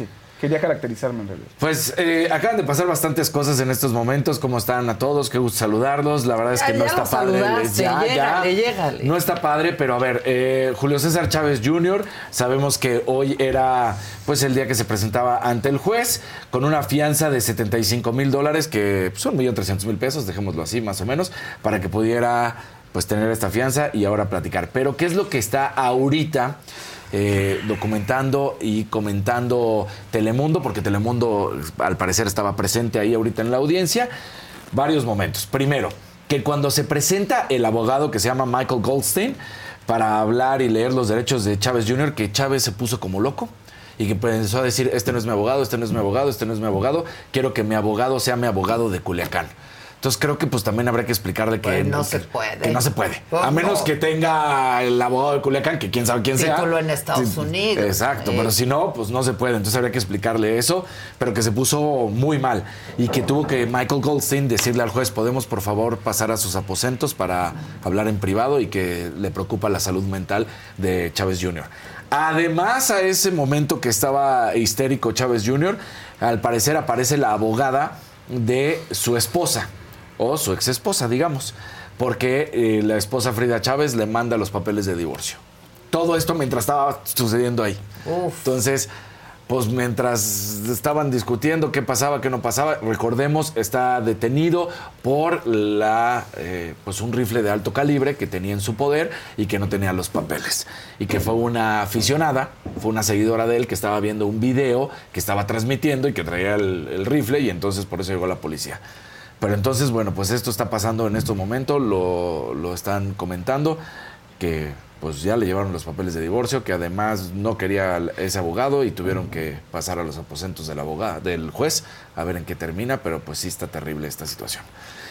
Quería caracterizarme en realidad. Pues eh, acaban de pasar bastantes cosas en estos momentos. ¿Cómo están a todos? Qué gusto saludarlos. La verdad es que Ya, no ya está los padre. saludaste, Ya, llégale, ya. llégale. No está padre, pero a ver, eh, Julio César Chávez junior, sabemos que hoy era pues el día que se presentaba ante el juez con una fianza de setenta y cinco mil dólares, que son un millón trescientos mil pesos, dejémoslo así más o menos, para que pudiera pues tener esta fianza y ahora platicar. Pero ¿qué es lo que está ahorita eh, documentando y comentando Telemundo? Porque Telemundo al parecer estaba presente ahí ahorita en la audiencia. Varios momentos. Primero, que cuando se presenta el abogado que se llama Michael Goldstein para hablar y leer los derechos de Chávez junior, que Chávez se puso como loco y que empezó a decir, este no es mi abogado, este no es mi abogado, este no es mi abogado, quiero que mi abogado sea mi abogado de Culiacán. Entonces creo que pues también habría que explicarle que, Pues no que- se puede. que no se puede. Pues a menos no. que tenga el abogado de Culiacán, que quién sabe quién sea. Título en Estados Sí, Unidos. Exacto, Sí. pero si no, pues no se puede. Entonces habría que explicarle eso, pero que se puso muy mal y que tuvo que Michael Goldstein decirle al juez, ¿podemos por favor pasar a sus aposentos para hablar en privado? Y que le preocupa la salud mental de Chávez junior Además, a ese momento que estaba histérico Chávez junior, al parecer aparece la abogada de su esposa, o su ex esposa, digamos, porque eh, la esposa Frida Chávez le manda los papeles de divorcio. Todo esto mientras estaba sucediendo ahí. Uf. Entonces, pues mientras estaban discutiendo qué pasaba, qué no pasaba, recordemos, está detenido por la eh, pues un rifle de alto calibre que tenía en su poder y que no tenía los papeles. Y que fue una aficionada, fue una seguidora de él que estaba viendo un video que estaba transmitiendo y que traía el, el rifle, y entonces por eso llegó la policía. Pero entonces, bueno, pues esto está pasando en estos momentos, lo, lo están comentando, que pues ya le llevaron los papeles de divorcio, que además no quería ese abogado y tuvieron que pasar a los aposentos del abogado, del juez, a ver en qué termina, pero pues sí está terrible esta situación.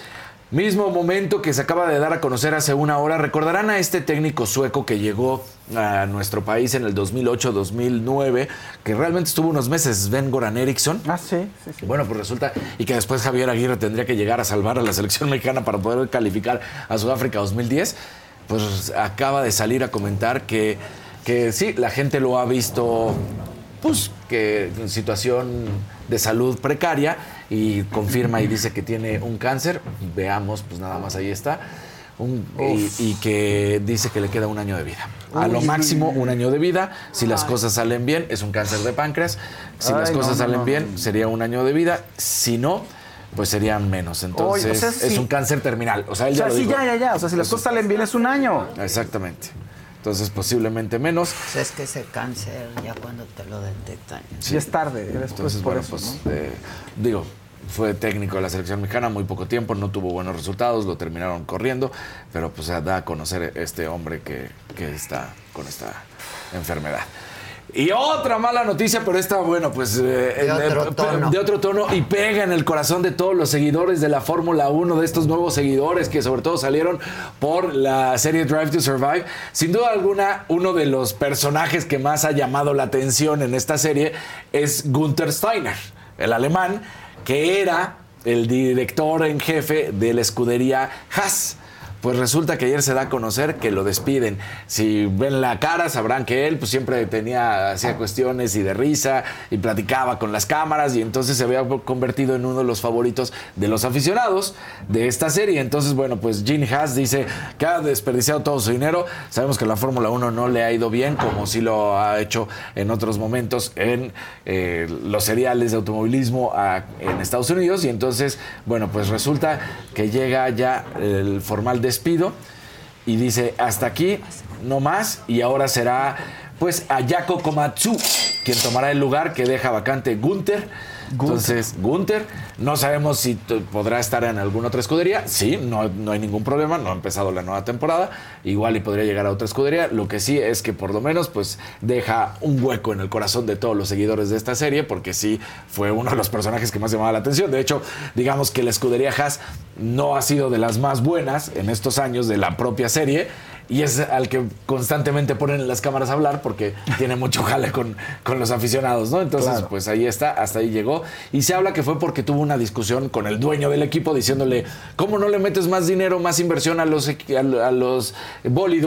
Mismo momento que se acaba de dar a conocer hace una hora. Recordarán a este técnico sueco que llegó a nuestro país en el dos mil ocho dos mil nueve, que realmente estuvo unos meses, Sven-Goran Eriksson. Ah, sí, sí, sí. Bueno, pues resulta, y que después Javier Aguirre tendría que llegar a salvar a la selección mexicana para poder calificar a Sudáfrica dos mil diez. Pues acaba de salir a comentar que, que sí, la gente lo ha visto, pues, que en situación de salud precaria, y confirma y dice que tiene un cáncer. Veamos, pues nada más ahí está. Un, y, y que dice que le queda un año de vida. A lo Uy. máximo un año de vida. Si las cosas salen bien, es un cáncer de páncreas. Si Ay, las cosas no, no, salen no. bien, sería un año de vida. Si no, pues serían menos. Entonces, Oye, o sea, es sí. un cáncer terminal. O sea, él O sea, ya lo sí, dijo. ya, ya, ya. O sea, si las Eso- cosas salen bien es un año. Exactamente. Entonces, posiblemente menos. Pues es que ese cáncer, ya cuando te lo detectan. Sí, es tarde. Después Entonces, por bueno, eso, pues, ¿no? eh, digo, fue técnico de la selección mexicana, muy poco tiempo, no tuvo buenos resultados, lo terminaron corriendo, pero pues da a conocer este hombre que, que está con esta enfermedad. Y otra mala noticia, pero esta, bueno, pues eh, De otro eh, tono. de otro tono, y pega en el corazón de todos los seguidores de la Fórmula uno, de estos nuevos seguidores que sobre todo salieron por la serie Drive to Survive. Sin duda alguna, uno de los personajes que más ha llamado la atención en esta serie es Günther Steiner, el alemán, que era el director en jefe de la escudería Haas. Pues resulta que ayer se da a conocer que lo despiden. Si ven la cara, sabrán que él pues siempre tenía, hacía cuestiones y de risa y platicaba con las cámaras, y entonces se había convertido en uno de los favoritos de los aficionados de esta serie. Entonces, bueno, pues Gene Haas dice que ha desperdiciado todo su dinero. Sabemos que la Fórmula uno no le ha ido bien, como sí lo ha hecho en otros momentos en eh, los seriales de automovilismo a, en Estados Unidos. Y entonces, bueno, pues resulta que llega ya el formal despido y dice, hasta aquí, no más, y ahora será pues Ayako Komatsu quien tomará el lugar que deja vacante Günther. Entonces, Günther, no sabemos si t- podrá estar en alguna otra escudería. Sí, no, no hay ningún problema, no ha empezado la nueva temporada. Igual y podría llegar a otra escudería. Lo que sí es que por lo menos pues deja un hueco en el corazón de todos los seguidores de esta serie, porque sí fue uno de los personajes que más llamaba la atención. De hecho, digamos que la escudería Haas no ha sido de las más buenas en estos años de la propia serie, y es al que constantemente ponen en las cámaras a hablar porque tiene mucho jale con, con los aficionados, ¿no? Entonces, Claro. pues ahí está, hasta ahí llegó. Y se habla que fue porque tuvo una discusión con el dueño del equipo diciéndole, ¿cómo no le metes más dinero, más inversión a los, equi- a, a los bólidos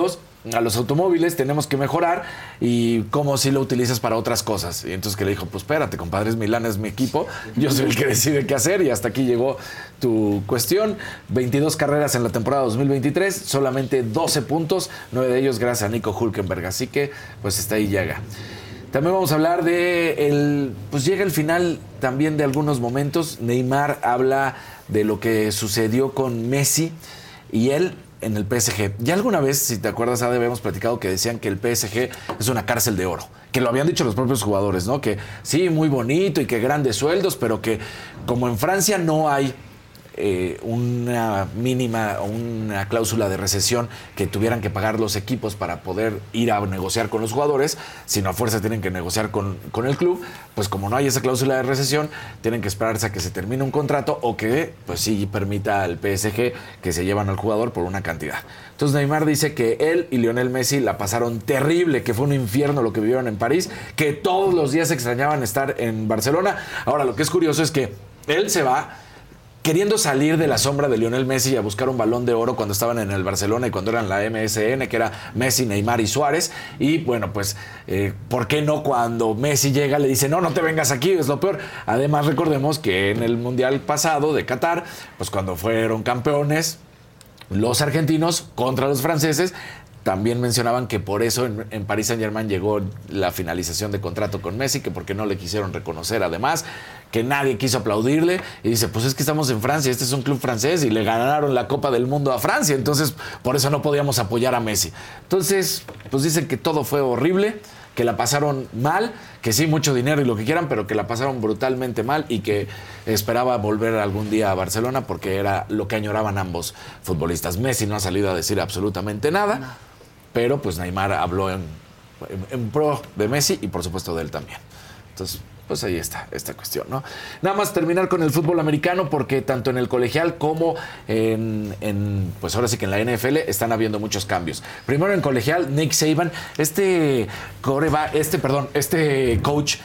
a los automóviles, tenemos que mejorar y cómo si lo utilizas para otras cosas. Y entonces que le dijo, pues espérate, compadre, es Milán, es mi equipo, yo soy el que decide qué hacer y hasta aquí llegó tu cuestión. veintidós carreras en la temporada dos mil veintitrés, solamente doce puntos, nueve de ellos gracias a Nico Hülkenberg, así que pues hasta ahí llega. También vamos a hablar de, el, pues llega el final también de algunos momentos. Neymar habla de lo que sucedió con Messi y él en el P S G. Ya alguna vez, si te acuerdas, Ade, habíamos platicado que decían que el P S G es una cárcel de oro. Que lo habían dicho los propios jugadores, ¿no? Que sí, muy bonito y que grandes sueldos, pero que como en Francia no hay eh, una mínima o una cláusula de recesión que tuvieran que pagar los equipos para poder ir a negociar con los jugadores, sino a fuerza tienen que negociar con, con el club, pues como no hay esa cláusula de recesión, tienen que esperarse a que se termine un contrato o que pues sí permita al P S G que se llevan al jugador por una cantidad. Entonces Neymar dice que él y Lionel Messi la pasaron terrible, que fue un infierno lo que vivieron en París, que todos los días extrañaban estar en Barcelona. Ahora, lo que es curioso es que él se va queriendo salir de la sombra de Lionel Messi y a buscar un Balón de Oro cuando estaban en el Barcelona y cuando eran la M S N, que era Messi, Neymar y Suárez. Y bueno, pues, eh, ¿por qué no cuando Messi llega le dice, no, no te vengas aquí, es lo peor? Además, recordemos que en el Mundial pasado de Qatar, pues cuando fueron campeones los argentinos contra los franceses, también mencionaban que por eso en, en Paris Saint-Germain llegó la finalización de contrato con Messi, que porque no le quisieron reconocer además, que nadie quiso aplaudirle, y dice, pues es que estamos en Francia, este es un club francés y le ganaron la Copa del Mundo a Francia, entonces por eso no podíamos apoyar a Messi. Entonces, pues dicen que todo fue horrible, que la pasaron mal, que sí, mucho dinero y lo que quieran, pero que la pasaron brutalmente mal y que esperaba volver algún día a Barcelona porque era lo que añoraban ambos futbolistas. Messi no ha salido a decir absolutamente nada, no. Pero pues Neymar habló en, en, en pro de Messi y por supuesto de él también. Entonces, pues ahí está esta cuestión, ¿no? Nada más terminar con el fútbol americano, porque tanto en el colegial como en, en pues ahora sí que en la N F L están habiendo muchos cambios. Primero en colegial, Nick Saban, este coreba, este, perdón, este coach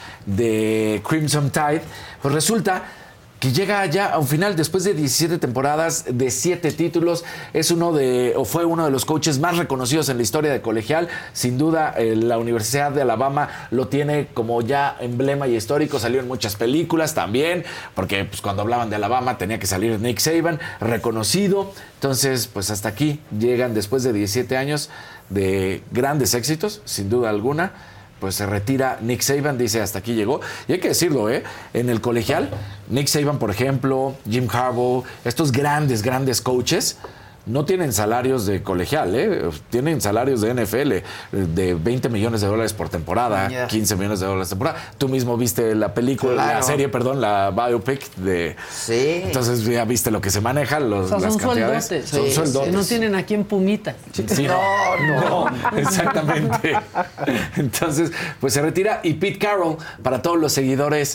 de Crimson Tide, pues resulta que llega ya a un final después de diecisiete temporadas, de siete títulos. Es uno de, o fue uno de los coaches más reconocidos en la historia de colegial. Sin duda, eh, la Universidad de Alabama lo tiene como ya emblema y histórico. Salió en muchas películas también, porque pues, cuando hablaban de Alabama tenía que salir Nick Saban, reconocido. Entonces, pues hasta aquí llegan después de diecisiete años de grandes éxitos, sin duda alguna. Pues se retira Nick Saban, dice, hasta aquí llegó. Y hay que decirlo, ¿eh? En el colegial, Nick Saban, por ejemplo, Jim Harbaugh, estos grandes, grandes coaches, no tienen salarios de colegial, ¿eh? Tienen salarios de N F L de veinte millones de dólares por temporada, yeah. quince millones de dólares por temporada. Tú mismo viste la película, claro. la serie, perdón, la biopic de... Sí. Entonces ya viste lo que se maneja, los, o sea, las son cantidades. Sueldotes. Son sí, sueldotes. Que no tienen aquí en Pumitas. Sí, no, no, no, exactamente. Entonces, pues se retira. Y Pete Carroll, para todos los seguidores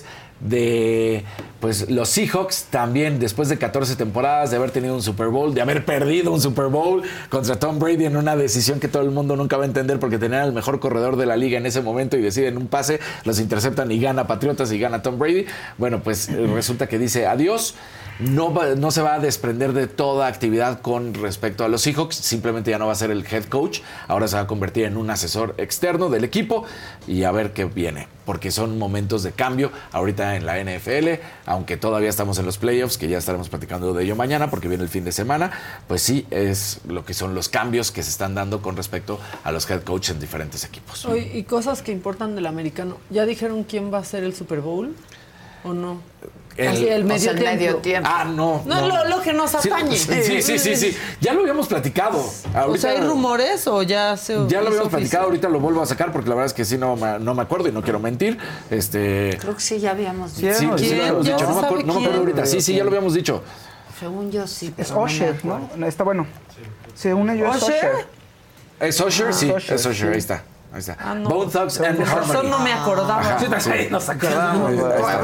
de pues los Seahawks, también después de catorce temporadas, de haber tenido un Super Bowl, de haber perdido un Super Bowl contra Tom Brady en una decisión que todo el mundo nunca va a entender, porque tenían el mejor corredor de la liga en ese momento y deciden un pase, los interceptan y gana Patriotas y gana Tom Brady. Bueno, pues resulta que dice adiós. No, va, no se va a desprender de toda actividad con respecto a los Seahawks, simplemente ya no va a ser el head coach, ahora se va a convertir en un asesor externo del equipo y a ver qué viene, porque son momentos de cambio ahorita en la N F L, aunque todavía estamos en los playoffs, que ya estaremos platicando de ello mañana porque viene el fin de semana, pues sí, es lo que son los cambios que se están dando con respecto a los head coaches en diferentes equipos. Oye, y cosas que importan del americano, ¿ya dijeron quién va a ser el Super Bowl o no? El, Así, el medio, o sea, el tiempo. medio tiempo. Ah, no. No, no. Lo, lo que nos atañe. Sí, sí, sí, sí, sí. Ya lo habíamos platicado. Ahorita, o sea, ¿hay rumores o ya se Ya lo habíamos platicado, oficial? ahorita lo vuelvo a sacar porque la verdad es que sí, no, no me acuerdo y no quiero mentir. Este... Creo que sí, ya habíamos dicho. Sí, sí, sí, lo habíamos dicho. No me, acuerdo, no me acuerdo ahorita. Sí, sí, ya lo habíamos dicho. Según yo sí. Es Usher, ¿no? Está bueno. Según ellos es Usher. ¿Es Usher? Ah, sí, Usher, es Usher, sí. ahí está. Ahí está. Ah, no. Bone Thugs and Por Harmony. eso no me acordaba. Ajá, Sí, sí. Nos acordamos. Ahí está.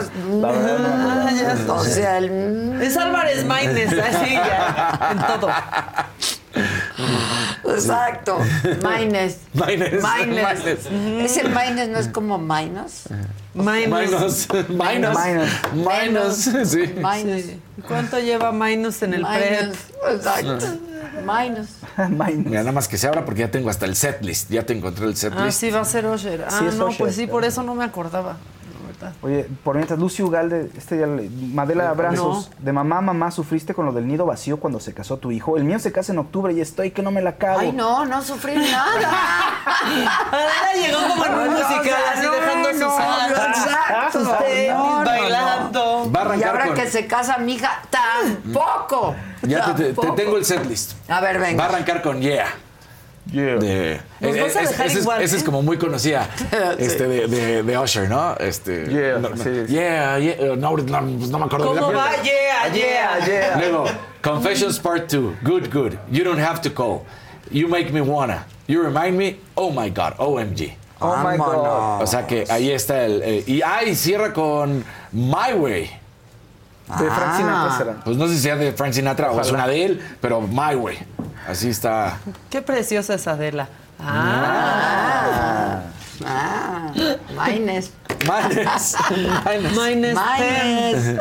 Ah, ya está. O sea, el... Es Álvarez Maínez, así ya, en todo. Exacto. Maines. Maines. Maines. Ese Maines no es como Mainos. Minus. Minus. Minus. Minus. Sí. Minus. Sí. ¿Cuánto lleva Minus en el prep? Exacto. Minus. Mira, nada más que se abra porque ya tengo hasta el setlist. Ya te encontré el setlist. Ah, sí, va a ser Usher. Ah, Sí, es no, Usher, pues sí, por claro. eso no me acordaba. La verdad. Oye, por mientras, Lucy Ugalde, este ya le- Madela, abrazos. De mamá, mamá, ¿sufriste con lo del nido vacío cuando se casó tu hijo? El mío se casa en octubre y estoy que no me la cago. Ay, no, no sufrí nada. Adela llegó como en un No, musical, o sea, así no, dejando sus no, alas, exacto. sus tenis, No, no, bailando. Va a Y arrancar ahora con- que se casa mi hija, tampoco. Ya te, te- te Tampoco. tengo el setlist. A ver, venga. Va a arrancar con Yeah. Yeah. De, Nos vas a es- dejar ese, es, igual, ese ¿eh? es como muy conocida Sí. este, de, de, de Usher, ¿no? Este, Yeah, no, no, sí. yeah, yeah, no, no, pues no me acuerdo. ¿Cómo bien. va? Yeah, yeah. yeah. Luego, Confessions Part two. Good, good. You don't have to call. You make me wanna. You remind me. Oh my God. O M G. Oh my God. O sea que ahí está el... eh, y ay, cierra con My Way. De Frank Sinatra será. Pues no sé si sea de Frank Sinatra o es una de él, pero My Way. Así está. Qué preciosa es Adela. Ah. Ah, Maines. Maines. Maines. Maines. Maines.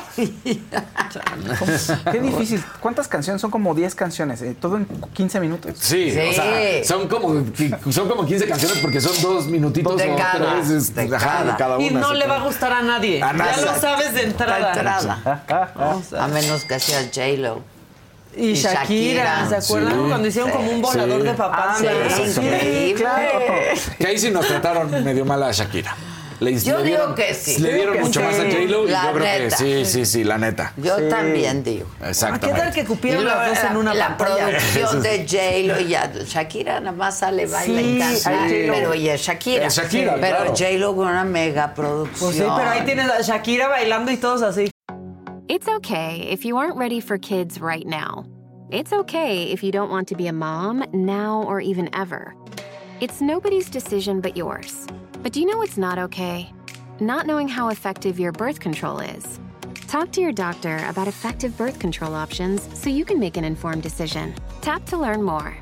Qué difícil. ¿Cuántas canciones? Son como diez canciones. eh, todo en quince minutos. Sí, Sí. o sea, son como, son como quince canciones porque son dos minutitos De o cada, tres este, de ajá, cada. de cada una. Y no así le que- va a gustar a nadie. A nadie. Ya lo sabes de La entrada. entrada. O sea, A menos que sea J-Lo. y, y Shakira, Shakira. ¿se acuerdan? Sí. Cuando hicieron Sí. como un volador Sí. de papás. Sí, Exactamente. increíble. Que ahí sí nos trataron medio mal a Shakira. Le, Yo le digo dieron, que sí. Le dieron Yo mucho que más a sí. J-Lo y La yo creo neta. que sí, sí, sí, la neta. Yo Sí. también digo. ¿Qué Exactamente. tal que cupieron Y luego las dos en una la pantalla? producción de J-Lo y ya Shakira nada más sale, baila Sí, y canta. sí. Pero ella es Shakira. Es Shakira, Pero claro. J-Lo con una mega producción. Pues sí, pero ahí tienes a Shakira bailando y todos así. It's okay if you aren't ready for kids right now. It's okay if you don't want to be a mom now or even ever. It's nobody's decision but yours. But do you know what's not okay? Not knowing how effective your birth control is. Talk to your doctor about effective birth control options so you can make an informed decision. Tap to learn more.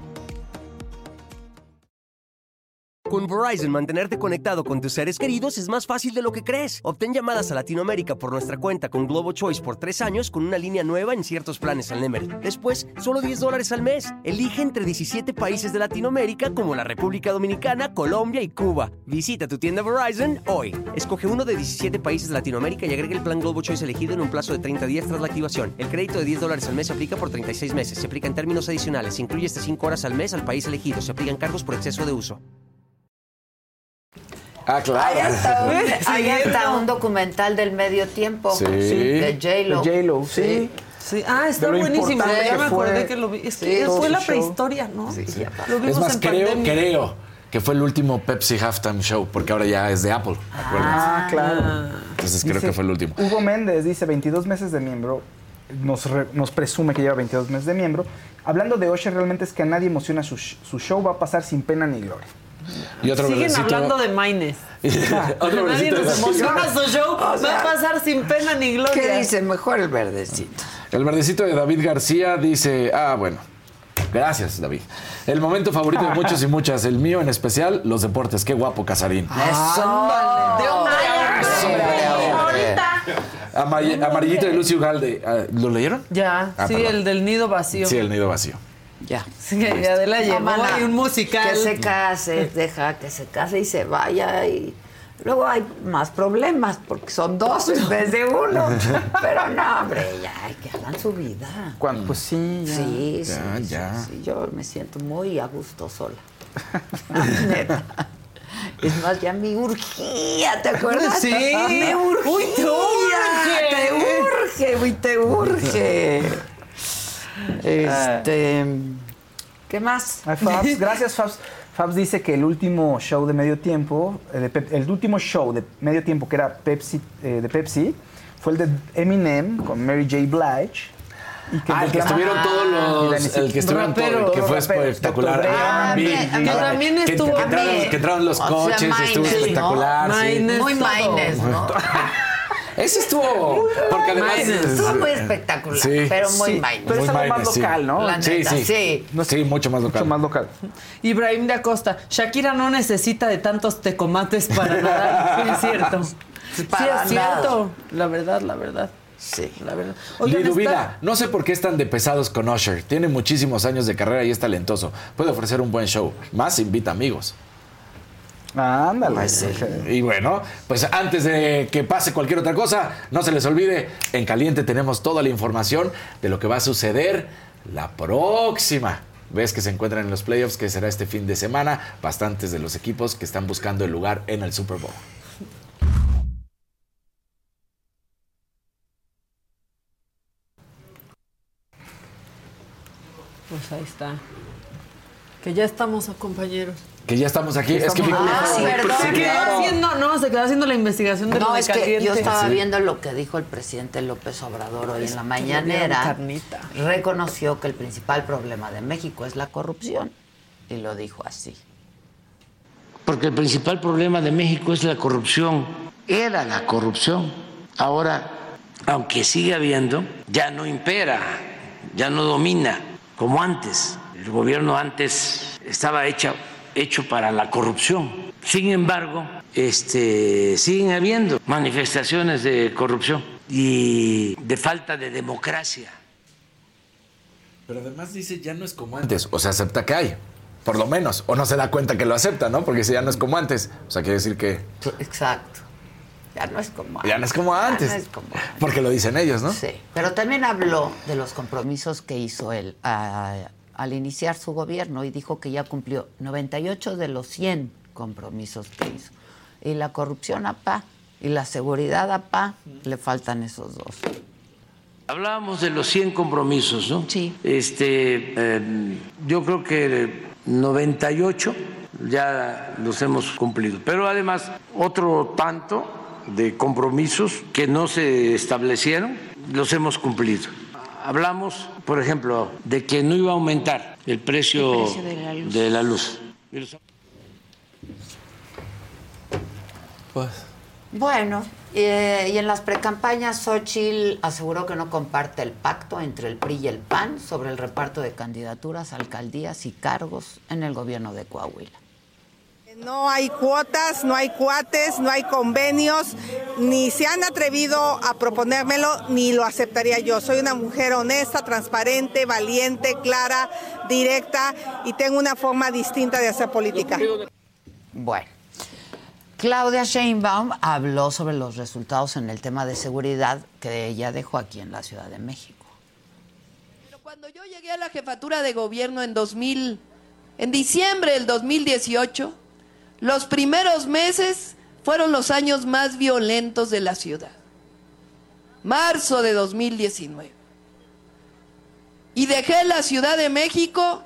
Con Verizon, mantenerte conectado con tus seres queridos es más fácil de lo que crees. Obtén llamadas a Latinoamérica por nuestra cuenta con Globo Choice por tres años con una línea nueva en ciertos planes al Nemery. Después, solo diez dólares al mes. Elige entre diecisiete países de Latinoamérica como la República Dominicana, Colombia y Cuba. Visita tu tienda Verizon hoy. Escoge uno de diecisiete países de Latinoamérica y agrega el plan Globo Choice elegido en un plazo de treinta días tras la activación. El crédito de diez dólares al mes se aplica por treinta y seis meses. Se aplica en términos adicionales. Se incluye hasta cinco horas al mes al país elegido. Se aplican cargos por exceso de uso. Ah, claro. Ahí está, un, Sí, ahí sí, está no. un documental del medio tiempo. Sí. De J-Lo. De J-Lo, sí. Sí. Ah, está De lo buenísimo. importante Ya que me acordé fue. que lo vi. Es Sí, que todo fue su la show. prehistoria, ¿no? Sí, ya pasa. Lo vimos Es más, en creo, pandemia. creo que fue el último Pepsi Halftime Show, porque ahora ya es de Apple, acuérdense. Ah, claro. Entonces creo Dice, que fue el último. Hugo Méndez dice veintidós meses de miembro. Nos, re- nos presume que lleva veintidós meses de miembro. Hablando de Usher, realmente es que a nadie emociona su, sh- su show. Va a pasar sin pena ni gloria. Y otro Siguen verdecito- hablando de Maines. Otro Nadie verdecito de nos la emociona fila. su show. O sea, va a pasar sin pena ni gloria. ¿Qué dice? Mejor el verdecito. El verdecito de David García dice, ah, bueno, gracias, David. El momento favorito de muchos y muchas, el mío en especial, los deportes. Qué guapo, Casarín. Eso. De hombre a hombre. Ahorita. Amar- Amarillito de Lucy Ugalde. Ah, ¿Lo leyeron? Ya, Ah, sí, perdón. el del nido vacío. Sí, el nido vacío. Ya. Sí, que Adela No, llevó mana, ahí un musical. Que se case, deja que se case y se vaya y luego hay más problemas porque son dos en vez de uno. Pero no, hombre, ya, que hagan su vida. ¿Cuándo? Pues sí, ya. Sí, Ya, sí, ya. sí, sí, yo me siento muy a gusto sola. Neta. Es más, ya me urgía, ¿te acuerdas? Sí. Me urgía. Uy, te urge. Te urge, uy, te urge. Este... ¿Qué más? Ay, Fabs, gracias, Fabs. Fabs dice que el último show de medio tiempo, eh, de Pep- el último show de medio tiempo que era Pepsi, eh, de Pepsi, fue el de Eminem con Mary J. Blige. Y que Ah, el que estuvieron todos los. El que estuvieron todo, Raperos. que fue Todos raperos. espectacular. Doctor Dre. Ah, vi, Ah, vi. que también Que- estuvo- Que, entraron, que entraron los O sea, coches, estuvo Maines, espectacular. ¿no? sí. Maines. Muy todo. Maines, ¿no? Ese estuvo. Porque además. Maines. Estuvo muy espectacular, Sí. pero muy Sí, Maines. pero es Muy algo más Maines, sí. local, ¿no? La Sí, neta, sí. sí. Sí, mucho más local. Mucho más local. Ibrahim de Acosta, Shakira no necesita de tantos tecomates para nadar. Sí, es cierto. Sí, Para es cierto. La verdad, la verdad. Sí, la verdad. Liduvina, no sé por qué están de pesados con Usher. Tiene muchísimos años de carrera y es talentoso. Puede ofrecer un buen show. Más invita amigos. Ándale. Pues sí. Y bueno, pues antes de que pase cualquier otra cosa, no se les olvide, en Caliente tenemos toda la información de lo que va a suceder la próxima vez que se encuentran en los playoffs, que será este fin de semana. Bastantes de los equipos que están buscando el lugar en el Super Bowl. Pues ahí está. Que ya estamos, compañeros. Que ya estamos aquí. Es que ah, sí, se quedó haciendo, no, se quedó haciendo la investigación de no, lo de es Caliente. que yo estaba sí. viendo lo que dijo el presidente López Obrador hoy es en la mañanera. Carnita. Reconoció que el principal problema de México es la corrupción y lo dijo así. Porque el principal problema de México es la corrupción. Era la corrupción. Ahora, aunque sigue habiendo, ya no impera, ya no domina como antes. El gobierno antes estaba hecho, hecho para la corrupción. Sin embargo, este, siguen habiendo manifestaciones de corrupción y de falta de democracia. Pero además dice, ya no es como antes. O sea, acepta que hay, por lo menos. O no se da cuenta que lo acepta, ¿no? Porque si ya no es como antes, o sea, quiere decir que... Exacto. Ya no es como antes. Ya no es como antes. Ya no es como antes. Porque lo dicen ellos, ¿no? Sí. Pero también habló de los compromisos que hizo él a, al iniciar su gobierno y dijo que ya cumplió noventa y ocho de los cien compromisos que hizo. Y la corrupción, apá, y la seguridad, apá, le faltan esos dos. Hablábamos de los cien compromisos, ¿no? Sí. Este, eh, yo creo que noventa y ocho ya los hemos cumplido. Pero además, otro tanto de compromisos que no se establecieron, los hemos cumplido. Hablamos, por ejemplo, de que no iba a aumentar el precio, el precio de la luz. De la luz. Pues. Bueno, eh, y en las precampañas, Xóchitl aseguró que no comparte el pacto entre el P R I y el P A N sobre el reparto de candidaturas, alcaldías y cargos en el gobierno de Coahuila. No hay cuotas, no hay cuates, no hay convenios, ni se han atrevido a proponérmelo, ni lo aceptaría yo. Soy una mujer honesta, transparente, valiente, clara, directa y tengo una forma distinta de hacer política. Bueno, Claudia Sheinbaum habló sobre los resultados en el tema de seguridad que ella dejó aquí en la Ciudad de México. Pero cuando yo llegué a la jefatura de gobierno en dos mil, en diciembre del dos mil dieciocho, los primeros meses fueron los años más violentos de la ciudad. Marzo de dos mil diecinueve. Y dejé la Ciudad de México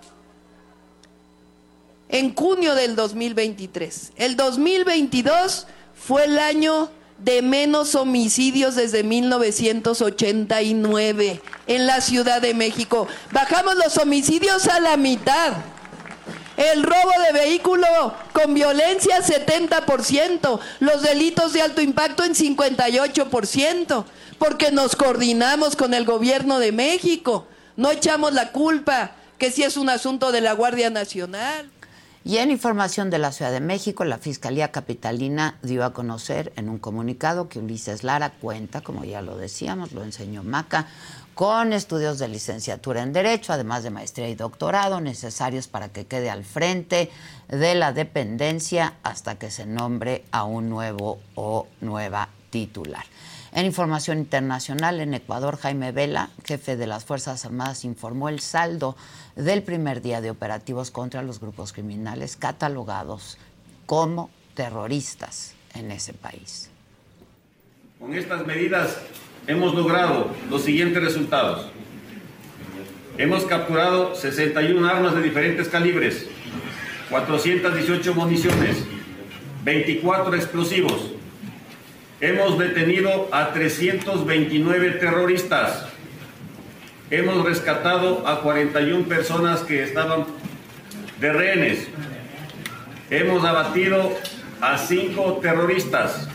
en junio del dos mil veintitrés. El dos mil veintidós fue el año de menos homicidios desde mil novecientos ochenta y nueve en la Ciudad de México. Bajamos los homicidios a la mitad. El robo de vehículo con violencia setenta por ciento, los delitos de alto impacto en cincuenta y ocho por ciento, porque nos coordinamos con el gobierno de México, no echamos la culpa, que sí es un asunto de la Guardia Nacional. Y en información de la Ciudad de México, la Fiscalía Capitalina dio a conocer en un comunicado que Ulises Lara cuenta, como ya lo decíamos, lo enseñó Maca, con estudios de licenciatura en Derecho, además de maestría y doctorado, necesarios para que quede al frente de la dependencia hasta que se nombre a un nuevo o nueva titular. En información internacional, en Ecuador, Jaime Vela, jefe de las Fuerzas Armadas, informó el saldo del primer día de operativos contra los grupos criminales catalogados como terroristas en ese país. Con estas medidas hemos logrado los siguientes resultados. Hemos capturado sesenta y una armas de diferentes calibres, cuatrocientas dieciocho municiones, veinticuatro explosivos. Hemos detenido a trescientos veintinueve terroristas. Hemos rescatado a cuarenta y una personas que estaban de rehenes. Hemos abatido a cinco terroristas.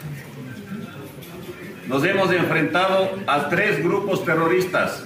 Nos hemos enfrentado a tres grupos terroristas.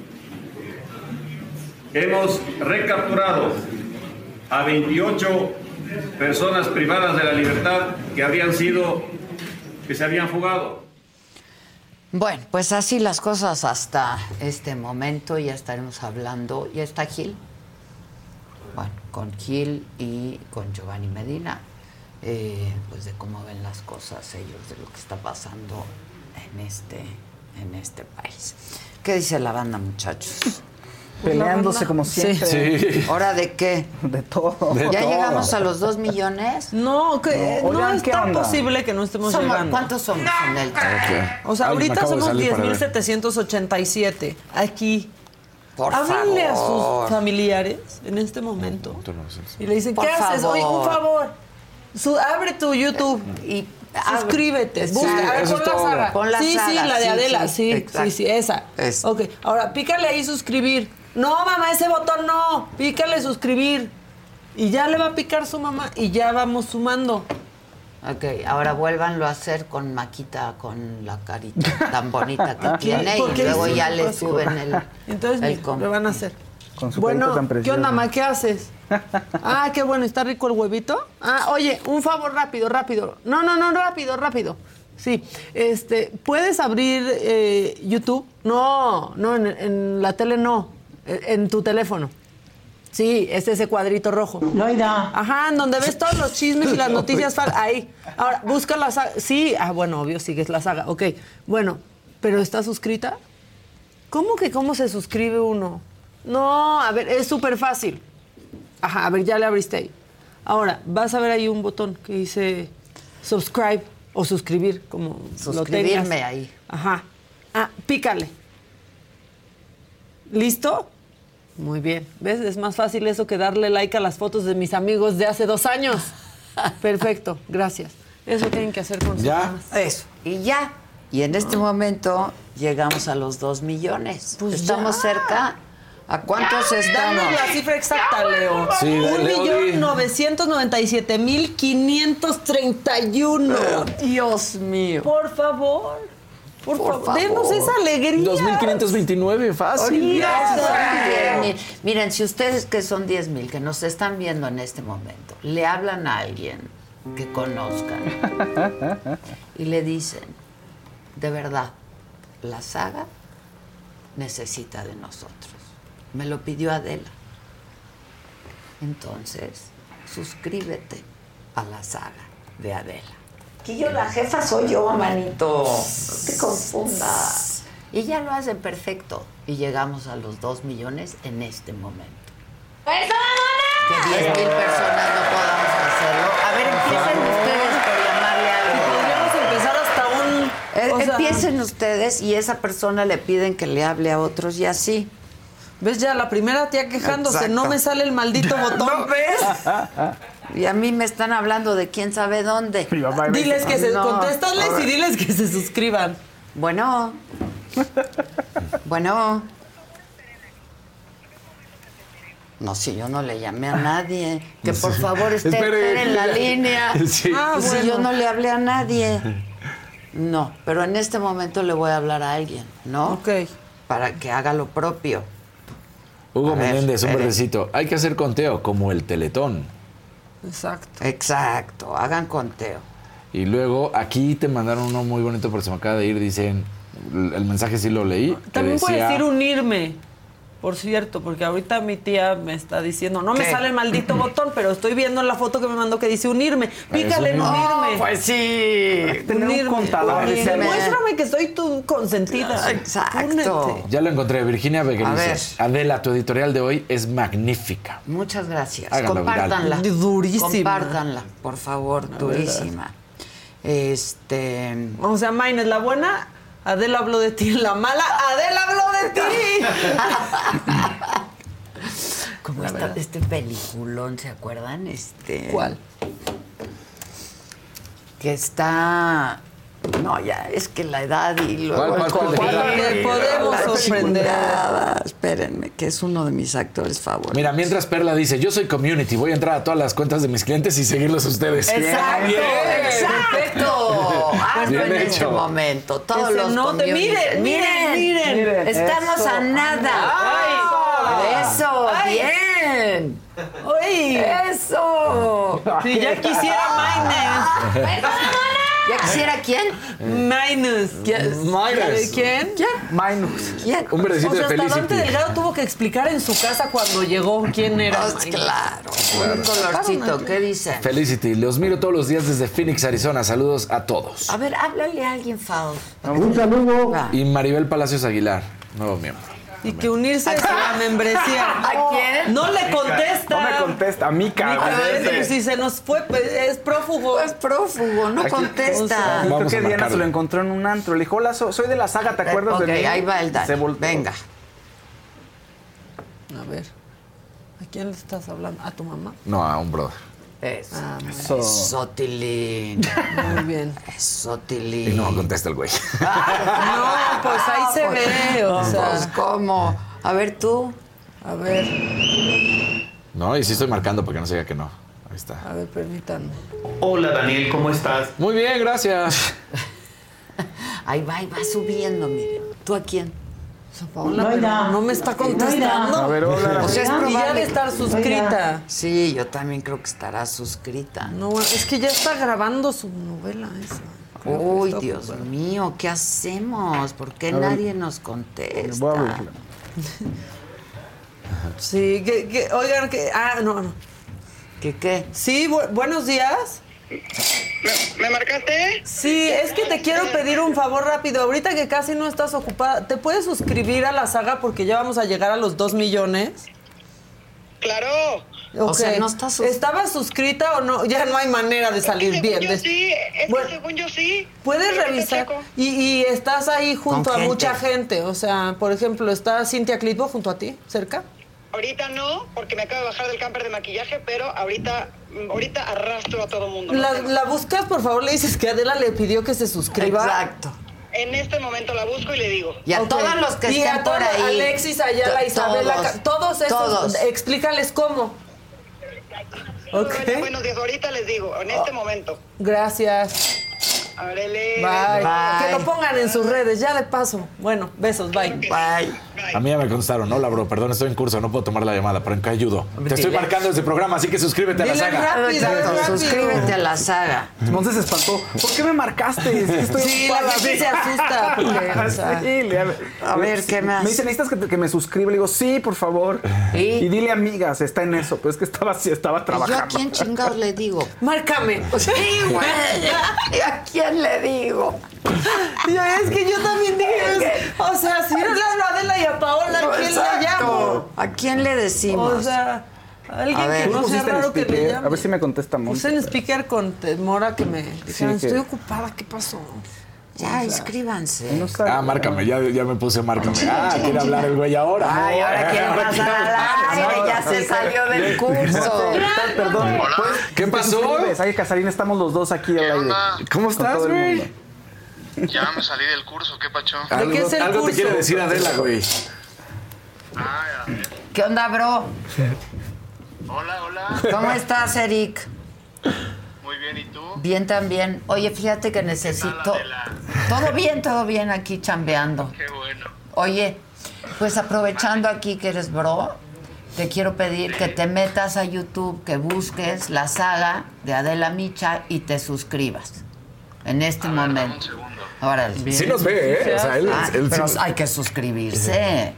Hemos recapturado a veintiocho personas privadas de la libertad que habían sido, que se habían fugado. Bueno, pues así las cosas hasta este momento. Ya estaremos hablando. ¿Ya está Gil? Bueno, con Gil y con Giovanni Medina, eh, pues de cómo ven las cosas ellos, de lo que está pasando en este, en este país. ¿Qué dice la banda, muchachos? Peleándose como siempre. Sí. ¿Hora de qué? De todo. ¿Ya De todo. llegamos a los dos millones? No, que No, no, oigan, es ¿qué tan onda? posible que no estemos Somos- llegando. ¿Cuántos somos en el chat? O sea, Ay, me ahorita acabo de somos salir diez para mil ver. setecientos ochenta y siete. Aquí. Por Háblenle a favor. sus familiares en este momento. Y le dicen, Por ¿qué haces? Oye, un favor. favor. Su- abre tu YouTube. Y suscríbete. Sí, Busca, a ver, eso pon es la todo. saga. Pon la sí, saga, sí, la de sí, Adela. sí, Sí, exacto. sí, sí, esa. Es. Ok, ahora pícale ahí suscribir. No, mamá, ese botón no. Pícale suscribir. Y ya le va a picar su mamá y ya vamos sumando. Ok, ahora vuélvanlo a hacer con Maquita, con la carita tan bonita que tiene, y Porque luego sí, ya le pues, suben el, Entonces, el mira, com- lo van a hacer. Con su Bueno, carita tan ¿qué preciosa. onda, ma? ¿Qué haces? Ah, qué bueno, ¿está rico el huevito? Ah, oye, un favor rápido, rápido. No, no, no, rápido, rápido. Sí, este, ¿puedes abrir eh, YouTube? No, no, en, en la tele no, en, en tu teléfono. Sí, es ese cuadrito rojo. Loida. Ajá, en donde ves todos los chismes y las noticias. fal- Ahí. Ahora, busca la saga. Sí, ah, bueno, obvio, sigues la saga. Ok, bueno, ¿pero está suscrita? ¿Cómo que cómo se suscribe uno? No, a ver, es súper fácil. Ajá, a ver, ya le abriste ahí. Ahora, vas a ver ahí un botón que dice subscribe o suscribir, como lo Suscribirme tengas. ahí. Ajá. Ah, pícale. ¿Listo? Muy bien. ¿Ves? Es más fácil eso que darle like a las fotos de mis amigos de hace dos años. Perfecto, gracias. Eso tienen que hacer con sus ¿Ya? mamás. Eso. Y ya. Y en este momento llegamos a los dos millones. Pues Estamos ya. cerca. ¿A cuántos estamos? Danos la cifra exacta, Leo. Sí, Un Leo, di. millón novecientos noventa y siete mil quinientos treinta y uno. Dios mío. Por favor. Por, Por favor. favor. Denos esa alegría. dos mil quinientos veintinueve, fácil. Mira, Gracias. son diez mil. Miren, si ustedes que son diez mil, que nos están viendo en este momento, le hablan a alguien que conozcan y le dicen, de verdad, la saga necesita de nosotros. Me lo pidió Adela. Entonces, suscríbete a la saga de Adela. Que yo la jefa soy yo, manito. No te confundas. Y ya lo hacen perfecto. Y llegamos a los dos millones en este momento. Que diez mil personas no podamos hacerlo. A ver, empiecen ustedes por llamarle a alguien. Podríamos empezar hasta un... Eh, o sea, empiecen ustedes y esa persona le piden que le hable a otros y así. ¿Ves ya la primera tía quejándose? Exacto. No me sale el maldito botón. ¿No ves? Y a mí me están hablando de quién sabe dónde. Mi mamá me Diles dice, que se... No. Contéstales y diles que se suscriban. Bueno. Bueno. No, si yo no le llamé a nadie. Que por favor esté Espere. espere en la línea. Sí. Ah, Si bueno. yo no le hablé a nadie. No, pero en este momento le voy a hablar a alguien, ¿no? Ok. Para que haga lo propio. Hugo A ver, Menéndez, un espere. verdecito. Hay que hacer conteo, como el Teletón. Exacto. Exacto, hagan conteo. Y luego, aquí te mandaron uno muy bonito porque se me acaba de ir. Dicen, el mensaje sí lo leí. que También puedes decía- decir unirme, por cierto, porque ahorita mi tía me está diciendo, no me ¿Qué? sale el maldito botón, pero estoy viendo en la foto que me mandó que dice unirme. Pícale en unirme. unirme. Pues sí. Tener un contador de Unirme. Demuéstrame que soy tu consentida. Exacto. Únete. Ya lo encontré, Virginia A ver. Beguerizo. Adela, tu editorial de hoy es magnífica. Muchas gracias. Háganlo Compártanla. viral. Durísima. Compártanla, por favor, durísima. Este. O sea, Maine es la buena, Adela habló de ti, la mala, Adela habló de ti. ¿Cómo está este peliculón? ¿Se acuerdan? Este. ¿Cuál? Que está. No, ya, es que la edad y luego ¿Cuál, el cuál, cuál? COVID, Podemos la sorprender. chingada. Espérenme, que es uno de mis actores favoritos. Mira, mientras Perla dice, yo soy community, voy a entrar a todas las cuentas de mis clientes y seguirlos a ustedes. Exacto, Bien. exacto. Hazlo Bien en hecho. este momento. Todos Que se los note. community. Miren, miren, miren. Estamos Eso. a nada. Ay. Eso, Ay. bien. ¡Uy! Eso. Si ya quisiera Maines. ¿Ya quisiera quién? Minus. ¿Quién? Minus. ¿Quién? ¿Quién? Minus. ¿Quién? Un verdecito O sea, de hasta Dante Felicity. Delgado tuvo que explicar en su casa cuando llegó quién era. Pues claro. Un colorcito. ¿Qué dice? Felicity, los miro todos los días desde Phoenix, Arizona. Saludos a todos. A ver, háblale a alguien, Faust. Un saludo. Y Maribel Palacios Aguilar, nuevo miembro. Y que unirse a la membresía. ¿A quién? No le contesta. No me contesta, a mí, cabrón. A ver, si se nos fue, pues, es prófugo. Es prófugo, no Aquí- contesta. Creo Vamos que a Diana marcarle. se lo encontró en un antro. Le dijo, hola, so- soy de la saga, ¿te acuerdas Ok, de mí? ahí va el Dani. Se volteó. Venga. A ver, ¿a quién le estás hablando? ¿A tu mamá? No, a un brother. Eso. Ah, Eso. Eso, Tilín. muy bien. Eso, Y Tilín. no contesta el güey. No, pues ahí se ve, o sea. Pues, ¿cómo? A ver, tú. A ver, No, y sí estoy marcando porque no se diga que no. Ahí está. a ver, permítanme. Hola Daniel, ¿cómo estás? Muy bien, gracias. Ahí va, ahí va subiendo, miren. ¿Tú a quién? Paola, pero no me está contestando. A ver, hola. O sea, es Y ya probable de estar que- suscrita. Sí, yo también creo que estará suscrita. No, es que ya está grabando su novela esa. Creo que Uy, está Dios ocupada. mío, ¿qué hacemos? ¿Por qué ver. nadie nos Voy a contesta? abrirla. Sí, que, que, oigan, que. Ah, no, no. ¿Qué qué? Sí, bu- buenos días. ¿Me, ¿Me marcaste? Sí, es que te quiero pedir un favor rápido. Ahorita que casi no estás ocupada, ¿te puedes suscribir a la saga porque ya vamos a llegar a los dos millones? Claro. O sea, Ok. no estás sus- ¿Estabas suscrita o no? Ya no hay manera de salir Según bien. yo de- sí, es que Bueno, según yo sí. Puedes Ahorita revisar. checo. Y, y estás ahí junto Con a mucha gente. gente. O sea, por ejemplo, ¿está Cintia Clitbo junto a ti, cerca? Ahorita no, porque me acabo de bajar del camper de maquillaje, pero ahorita, ahorita arrastro a todo mundo. La, la buscas, por favor, le dices que Adela le pidió que se suscriba. Exacto. En este momento la busco y le digo. Y a Ok. todos los que y estén a por todos, ahí. Alexis, Ayala, To- Isabela, todos, Ca- todos esos, todos. explícales cómo. Ok. Bueno, buenos días, ahorita les digo, en este momento. Gracias. Árale. Bye. Bye. Que lo pongan en sus redes, ya de paso. Bueno, besos, bye. Bye. A mí ya me contestaron. Hola, bro, perdón, estoy en curso, no puedo tomar la llamada, pero en qué ayudo. Te estoy Dile. marcando ese programa, así que suscríbete a la Dile saga. rápido, Exacto, rápido. suscríbete a la saga. Entonces se espantó. ¿Por qué me marcaste? Es que estoy Sí, la ocupada. gente se asusta. Porque, o sea, Sí, le- A ver, ¿qué más? Me dice, ¿necesitas que, te- que me suscriba? Le digo, sí, por favor. ¿Y? Y dile amigas, está en eso. Pero es que estaba, sí, estaba ¿Y yo trabajando. a quién chingados le digo? márcame. Sí, güey. ¿Y a quién le digo? Yo, es que yo también dije, o sea, si no le hablo a Adela y a Paola, ¿a quién le llamo? ¿A quién le decimos? O sea, alguien A ver. que ¿Tú no sea pusiste en raro que le speaker? llame. A ver si me contesta Monse. Puse en speaker con Mora que me dijeron, que- estoy ocupada, ¿qué pasó? Ya, inscríbanse. No sabe. Ah, márcame, ya, ya me puse márcame. Ah, quiere hablar el güey ahora. Ay, ahora quiere Ahora pasar quiere- al aire, ya se salió del curso. Perdón. ¿Qué ¿Te pasó? suscribes? Ay, Casarín, estamos los dos aquí al aire. onda? ¿Cómo Con estás, todo el güey? mundo. Ya me salí del curso, ¿qué pacho? Algo, qué es el algo te curso? quiere decir Adela, güey. Ay, a ver. ¿Qué onda, bro? Hola, hola. ¿Cómo estás, Eric? Muy bien, ¿y tú? Bien también. Oye, fíjate que necesito... Todo bien, todo bien aquí chambeando. Qué bueno. Oye, pues aprovechando aquí que eres bro, te quiero pedir que te metas a YouTube, que busques la saga de Adela Micha y te suscribas en este A ver, dame un momento. segundo. Órale. Sí nos ve, ¿eh? O sea, él, Ah, él pero sí- hay que suscribirse.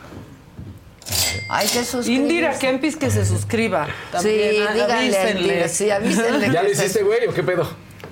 Hay que suscribirse. Indira Kempis que se suscriba. También, Sí, ah, díganle a avísenle. Indira, sí, avísenle. ¿Ya lo que se- hiciste, güey, o qué pedo?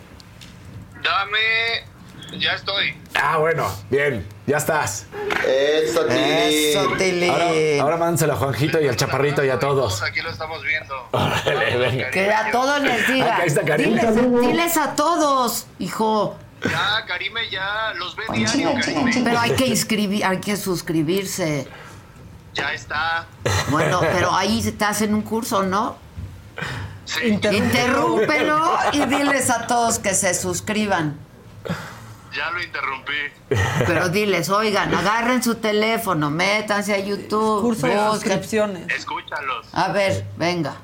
Dame. Ya estoy. Ah, bueno, bien, ya estás. Eso, Tili. Eso, Tili. Ahora, ahora mándenselo a Juanjito y al Chaparrito y a todos. Aquí lo estamos viendo. Órale, venga. Que a todos les diga. Acá está Karim. Diles, diles a todos, hijo. Ya, Karime, ya los ve diario, Karime. Pero hay que inscribir, hay que suscribirse. Ya está. Bueno, pero ahí estás en un curso, ¿no? Sí. Interrúmpelo y diles a todos que se suscriban. Ya lo interrumpí. Pero diles, oigan, agarren su teléfono, métanse a YouTube. Curso de busquen. suscripciones. Escúchalos. A ver, venga.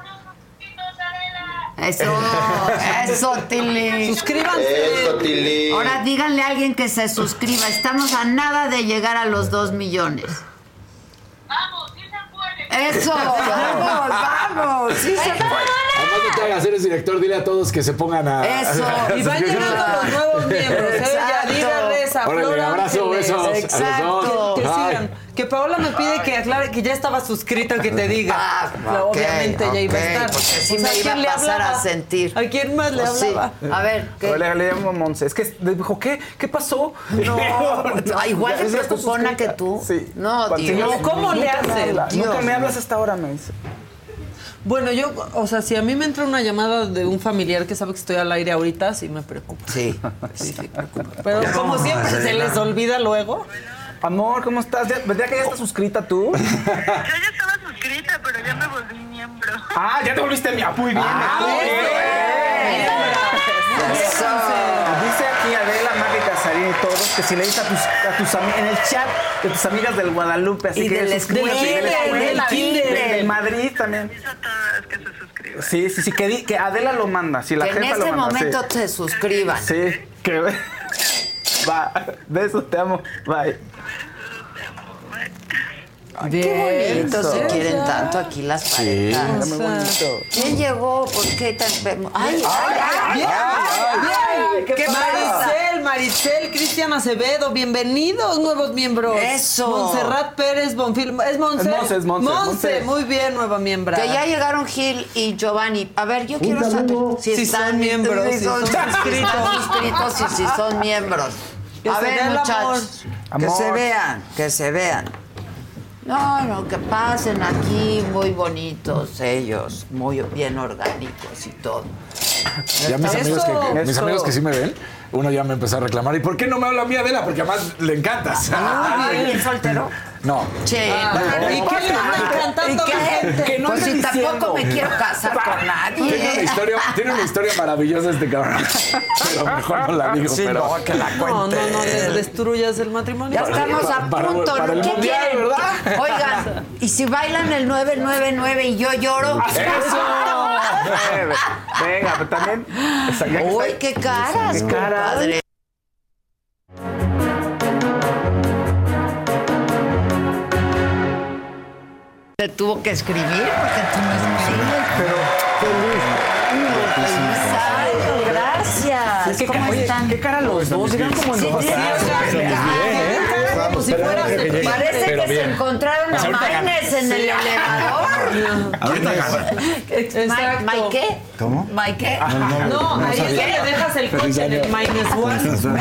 Eso, eso, Tili. Suscríbanse. Eso, Tili. Ahora díganle a alguien que se suscriba. Estamos a nada de llegar a los dos millones. Vamos, sí se puede. Eso, vamos, vamos. Sí se puede. Además no te hagas, eres director, dile a todos que se pongan a... Eso. a- Y van llegando los nuevos miembros, ¿eh? Exacto. Yadira Reza, Órale, Flora abrazo, Ángeles. besos a los Exacto. dos. Que Ay. sigan. Que Paola me pide que aclare que ya estaba suscrita, que te diga. Ah, Pero ok, obviamente ya iba a ok, estar. porque sí O sea, me iba ¿quién a le pasar hablaba? a sentir. ¿A quién más le Pues sí. hablaba? A ver, ¿qué? Le, le llamo Monse. Es que dijo, ¿qué? ¿Qué pasó? No, ah, igual de Es la preocupona que tú. Sí. No, Cuando- Dios. señor, ¿Cómo le nunca me hace? habla, Dios Nunca me mío. hablas hasta ahora, me dice. Bueno, yo, o sea, si a mí me entra una llamada de un familiar que sabe que estoy al aire ahorita, sí me preocupa. Sí. Sí, sí, preocupa. Pero como siempre se les olvida luego. Amor, ¿cómo estás? ¿Ya, ¿verdad que ya estás suscrita tú? Yo ya estaba suscrita, pero ya me volví miembro. Ah, ya te volviste mi... Ah, muy bien. Ah, muy muy bien. bien. Eso. Dice aquí Adela, Maggie Casarín y todos que si le dices a tus, a tus ami- en el chat de tus amigas del Guadalupe, así Y que de la suscríbete, escuela, y de la escuela, del kinder. del- del Madrid también. Sí, sí, sí, que, di- que Adela lo manda, si la Que en jefa este lo manda. momento sí. se suscriban. Sí, que... Va, besos, te amo, bye. Qué bonito, Eso. se quieren tanto aquí las Sí, parejas. está muy bonito. ¿Quién llegó? ¿Por qué tan enfermo? ¡Ay, ay, ay! Bien, ay, bien. ¿Qué pasa? Maricel, Maricel, Cristian Acevedo, bienvenidos nuevos miembros. Eso. Montserrat Pérez Bonfil, es Monse. Es Monse, es Monse, Monse, Monse. muy bien, nueva miembra. Que ya llegaron Gil y Giovanni. A ver, yo quiero saber si, Si están son miembros, si si son, son si están suscritos. suscritos y si son miembros. Que A se ver, vea el muchachos, que amor. se vean, que se vean. No, no, que pasen aquí muy bonitos ellos, muy bien orgánicos y todo. Ya mis Eso, amigos, que, mis eso. amigos que sí me ven, uno ya me empezó a reclamar. ¿Y por qué no me habla a mí, Adela? Porque además le encantas. Ay, ¿bien soltero? No. Che, Ah, ¿y qué le anda encantando ¿Y a la gente? qué? Que no Pues ande si tampoco diciendo. me quiero casar con nadie. Tiene una historia, tiene una historia maravillosa este cabrón. Pero mejor no la digo. Sí, pero... no, que la No, cuente. no, no le destruyas el matrimonio. Ya estamos a Para- punto, para ¿no? el ¿Qué mundial, quieren? ¿verdad? Oigan, ¿y si bailan el nueve nueve nueve y yo lloro? ¡Eso! Venga, pero también... Esa- ya que ¡Uy, está- qué caras, qué caras. compadre! Te tuvo que escribir porque tú no escribes. Pero Feliz año, gracias. ¿Qué, ¿Cómo ca- oye, están? ¿qué cara los dos? Llegan como Sí, enojados. tienen cara. Como si fuera Parece Pero que se bien. encontraron Pues a ahorita gana. Maines en el elevador. Ahorita gana. Exacto. ¿Mike qué? ¿Cómo? ¿Mike qué? No, ahí es donde dejas el coche en el minus one.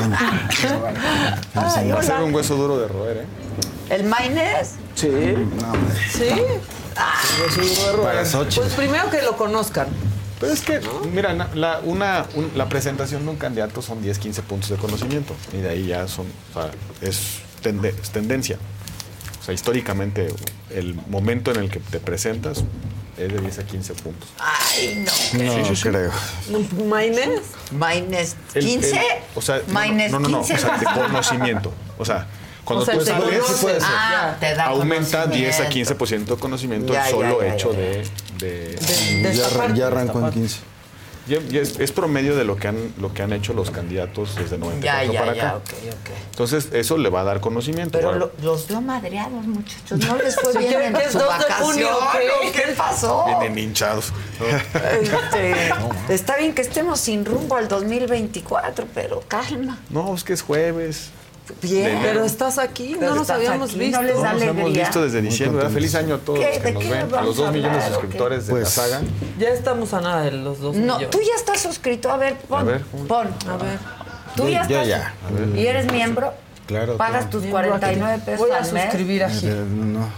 Ay, Va a ser hola. un hueso duro de roer, ¿eh? ¿El Maines? Sí. No, hombre. Sí. Para Xochitl. Pues primero que lo conozcan. Pero es que, mira, na- la, una, un- la presentación de un candidato son diez, quince puntos de conocimiento. Y de ahí ya son, o sea, es, tende- es tendencia. O sea, históricamente, el momento en el que te presentas es de diez a quince puntos. Ay, no. No, Sí, sí, sí. creo. ¿Maines? Maines, El- ¿quince? el- o sea, no, Maines, no, no, no, quince. o sea, de conocimiento. O sea, cuando O sea, tú te sales, conoces. Ah, te da aumenta diez a conocimiento. quince por ciento de conocimiento Ya, el solo ya, ya, hecho ya. de... de, De ya, esta arran- parte. ya arrancó en quince. Ya- ya es, es promedio de lo que han lo que han hecho los candidatos desde noventa y Ya, cuatro ya, para ya, acá. ok, ok. Entonces, eso le va a dar conocimiento. Pero Bueno, lo- los veo madreados, muchachos. ¿No les fue Sí, bien ¿qué- en qué es su dos de vacación? junio, qué? ¿O ¿Qué pasó? vienen hinchados. Este, está bien que estemos sin rumbo al dos mil veinticuatro, pero calma. No, es que es jueves. Bien. Pero estás aquí, Pero no nos estás habíamos aquí, visto. ¿no les da Nos hemos alegría? visto desde diciembre. ¿verdad? Feliz año a todos ¿Qué? los que ¿De nos qué ven. nos A vamos los dos a millones de hablar, o qué? suscriptores de Pues, la saga. Ya estamos a nada de los dos No, millones. tú ya estás suscrito. A ver, pon. A ver. Pon. A ver. Tú Yo- ya yo estás. ya. A ver. ¿Y eres miembro? Claro. ¿Pagas tus cuarenta y nueve pesos Voy a al mes? suscribir a Gil. Eh, No.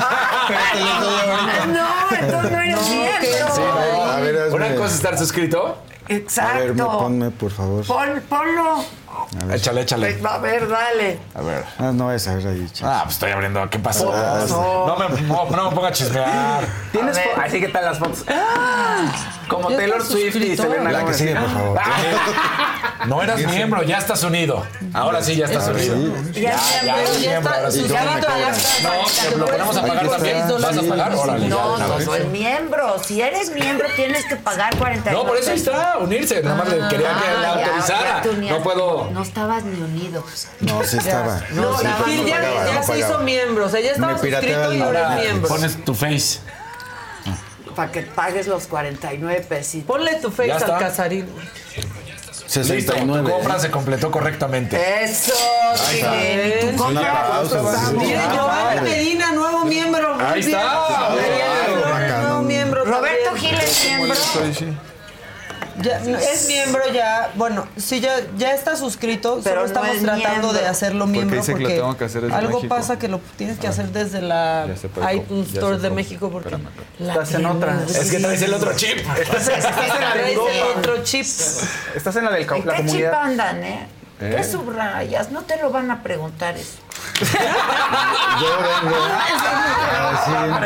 No, entonces no eres miembro. Sí, no, a ver, hazme- Una cosa es estar suscrito. Exacto. A ver, me- ponme, por favor. Pon, ponlo. Échale, échale. Pues, a ver, dale. A ver. Ah, no es a ver ahí, chicos. Ah, pues estoy abriendo. ¿Qué pasó? Ah, No me, no, no me ponga a chismear. ¿Tienes A ver. fo- Así que tal las fotos. Como ¿Ya Taylor estás Swift y suscrito? Selena La que Gomez. sigue, por favor. No eras miembro, ya estás unido. Ahora sí, ya estás unido. Ya, Ya, ya, ya eres ya miembro. está Ahora sí. suscrito, No, ya está. que lo ponemos a pagar también. ¿Vas a pagar? Órale. No, ya, no una soy vez. miembro. Si eres miembro, tienes que pagar cuarenta y nueve No, por eso ahí pesos. está, unirse. Nada más le quería que Ah, la ya, autorizara. ya te unías. No puedo. No estabas ni unido. No, sí estaba. No, Sí, no, pero Gil no ya, pagaba, ya no se hizo pagaba. miembro. O sea, ya estaba Me pirateaba suscrito y el- ahora Ahora es miembro. pones tu face. para que pagues los cuarenta y nueve pesitos. Ponle tu face al Casarín. sesenta y nueve. Tu compra se completó correctamente. Eso, Ahí está. sí. Tu compra. Miren, Giovanni Medina, nuevo miembro. Muy Ahí bien. está. Bien, nuevo miembro. Roberto también. Gil es miembro. Sí, sí. Ya, es miembro ya, bueno, sí, ya, ya está suscrito, Pero solo no estamos es tratando miembro. de hacerlo Porque miembro dice que porque, lo tengo que hacer desde algo México. pasa que lo tienes que hacer desde la Ya sé, pero iTunes ya Store sé de cómo. México porque la Estás en otra. Es que traes el otro chip. Estás, estás en la de traes el Europa. otro chip. Estás en la del ¿En la qué chip comunidad. andan, eh? ¿Eh? ¿Qué subrayas? No te lo van a preguntar eso. Yo vengo a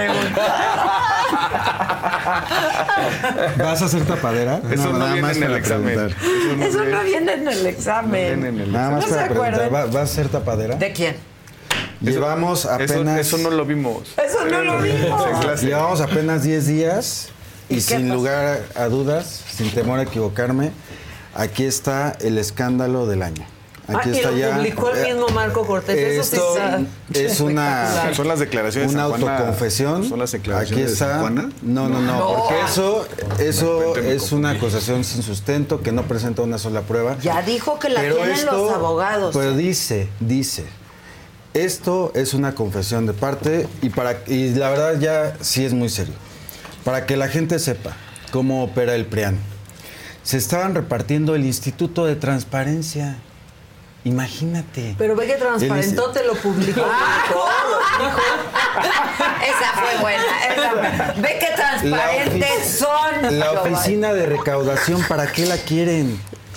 ¿Vas a hacer tapadera? Eso no, nada viene más en el para examen. preguntar. Eso no viene en el examen. viene en el Nada más ¿No se para preguntar. acuerdan? ¿Va- ¿Vas a hacer tapadera? ¿De quién? Llevamos Eso, apenas... eso no lo vimos. Eso no lo vimos. En clase. Llevamos apenas diez días y, ¿Y qué sin pasó? lugar a dudas, sin temor a equivocarme, aquí está el escándalo del año. Aquí Ah, y está lo ya. publicó el mismo Marco Cortés. Eso sí Esto está es una espectacular. Son las declaraciones de una San Juana. autoconfesión. Son las Aquí declaraciones de está. San Juana. No, no, no, No. porque eso, eso De repente me es una confundí. acusación sin sustento que no presenta una sola prueba. Ya dijo que la Pero tienen esto- los abogados. Pero dice, dice, esto es una confesión de parte y para y la verdad ya sí es muy serio. Para que la gente sepa cómo opera el PRIAN. Se estaban repartiendo el Instituto de Transparencia. Imagínate. Pero ve que transparentó, te lo publicó. Esa fue buena. Esa fue. Ve qué transparentes son. La Giovanni. oficina de recaudación, ¿para qué la quieren?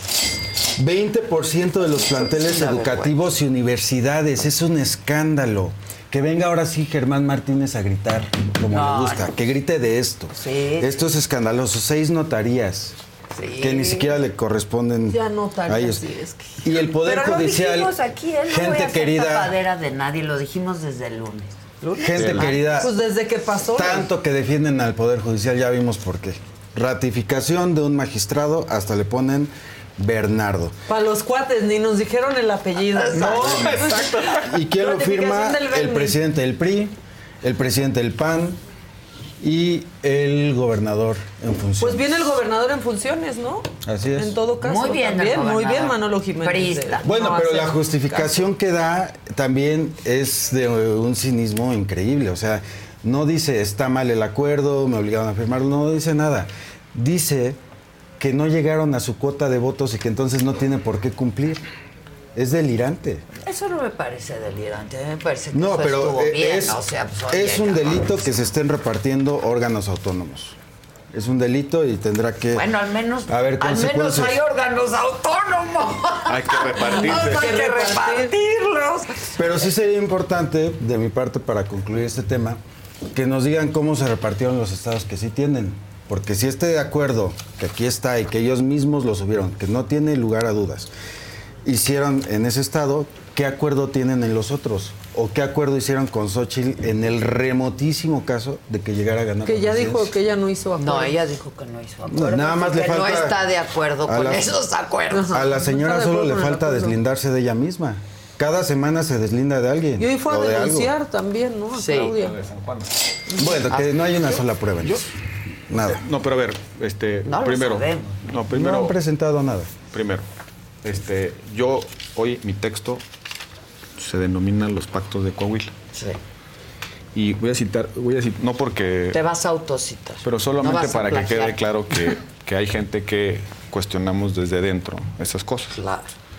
veinte por ciento de los planteles Una educativos y universidades. Es un escándalo. Que venga ahora sí Germán Martínez a gritar, como No, le gusta. Que grite de esto. Sí. Esto es escandaloso. Seis notarías. Sí. Que ni siquiera le corresponden Ya no tal a ellos. así es que... Y el Poder Pero lo Judicial, dijimos aquí, ¿eh? No voy a gente hacer querida, tapadera de nadie, lo dijimos desde el lunes. gente Sí. querida, Pues desde que pasó. tanto que defienden al Poder Judicial, ya vimos por qué. Ratificación de un magistrado, hasta le ponen Bernardo. Para los cuates, ni nos dijeron el apellido. No, exacto. ¿Y quién lo firma? Ratificación del El Berni. presidente del P R I, el presidente del P A N y el gobernador en función. Pues viene el gobernador en funciones, ¿no? Así es. En todo caso. Muy bien, el también, muy gobernador. bien, Manolo Jiménez. Priista. Bueno, No pero hace la justificación que da también es de un cinismo increíble. O sea, no dice está mal el acuerdo, me obligaron a firmarlo, no dice nada. Dice que no llegaron a su cuota de votos y que entonces no tiene por qué cumplir. Es delirante. Eso no me parece delirante, a mí me parece que No, eso pero estuvo eh, bien, es, o sea, pues, oye, es un no. delito que se estén repartiendo órganos autónomos. Es un delito y tendrá que Bueno, al menos, haber al menos consecuencias. hay órganos autónomos. Hay que repartirse. No, hay que repartirlos. Pero sí sería importante, de mi parte, para concluir este tema, que nos digan cómo se repartieron los estados que sí tienen. Porque si este acuerdo, que aquí está y que ellos mismos lo subieron, que no tiene lugar a dudas, hicieron en ese estado, ¿qué acuerdo tienen en los otros? ¿O qué acuerdo hicieron con Xóchitl en el remotísimo caso de que llegara a ganar Que la ya presidencia? dijo que ella no hizo acuerdo. No, ella dijo que no hizo acuerdo. No, nada más que le falta... no está de acuerdo a con la- esos acuerdos. A la señora No está de solo acuerdo le con el falta acuerdo. deslindarse de ella misma. Cada semana se deslinda de alguien. Y hoy fue a o de algo. denunciar también, ¿no? A Sí. Claudia. Bueno, que no hay una sola prueba. en Yo- eso. Nada. No, pero a ver, este, No lo primero, sabemos. no, No primero, han presentado nada. primero, este, yo hoy mi texto se denomina Los Pactos de Coahuila Sí. y voy a citar, voy a citar, no porque, Te vas a autocitar. pero No solamente vas a para que plagiar. quede claro que, que hay gente que cuestionamos desde dentro esas cosas. Claro.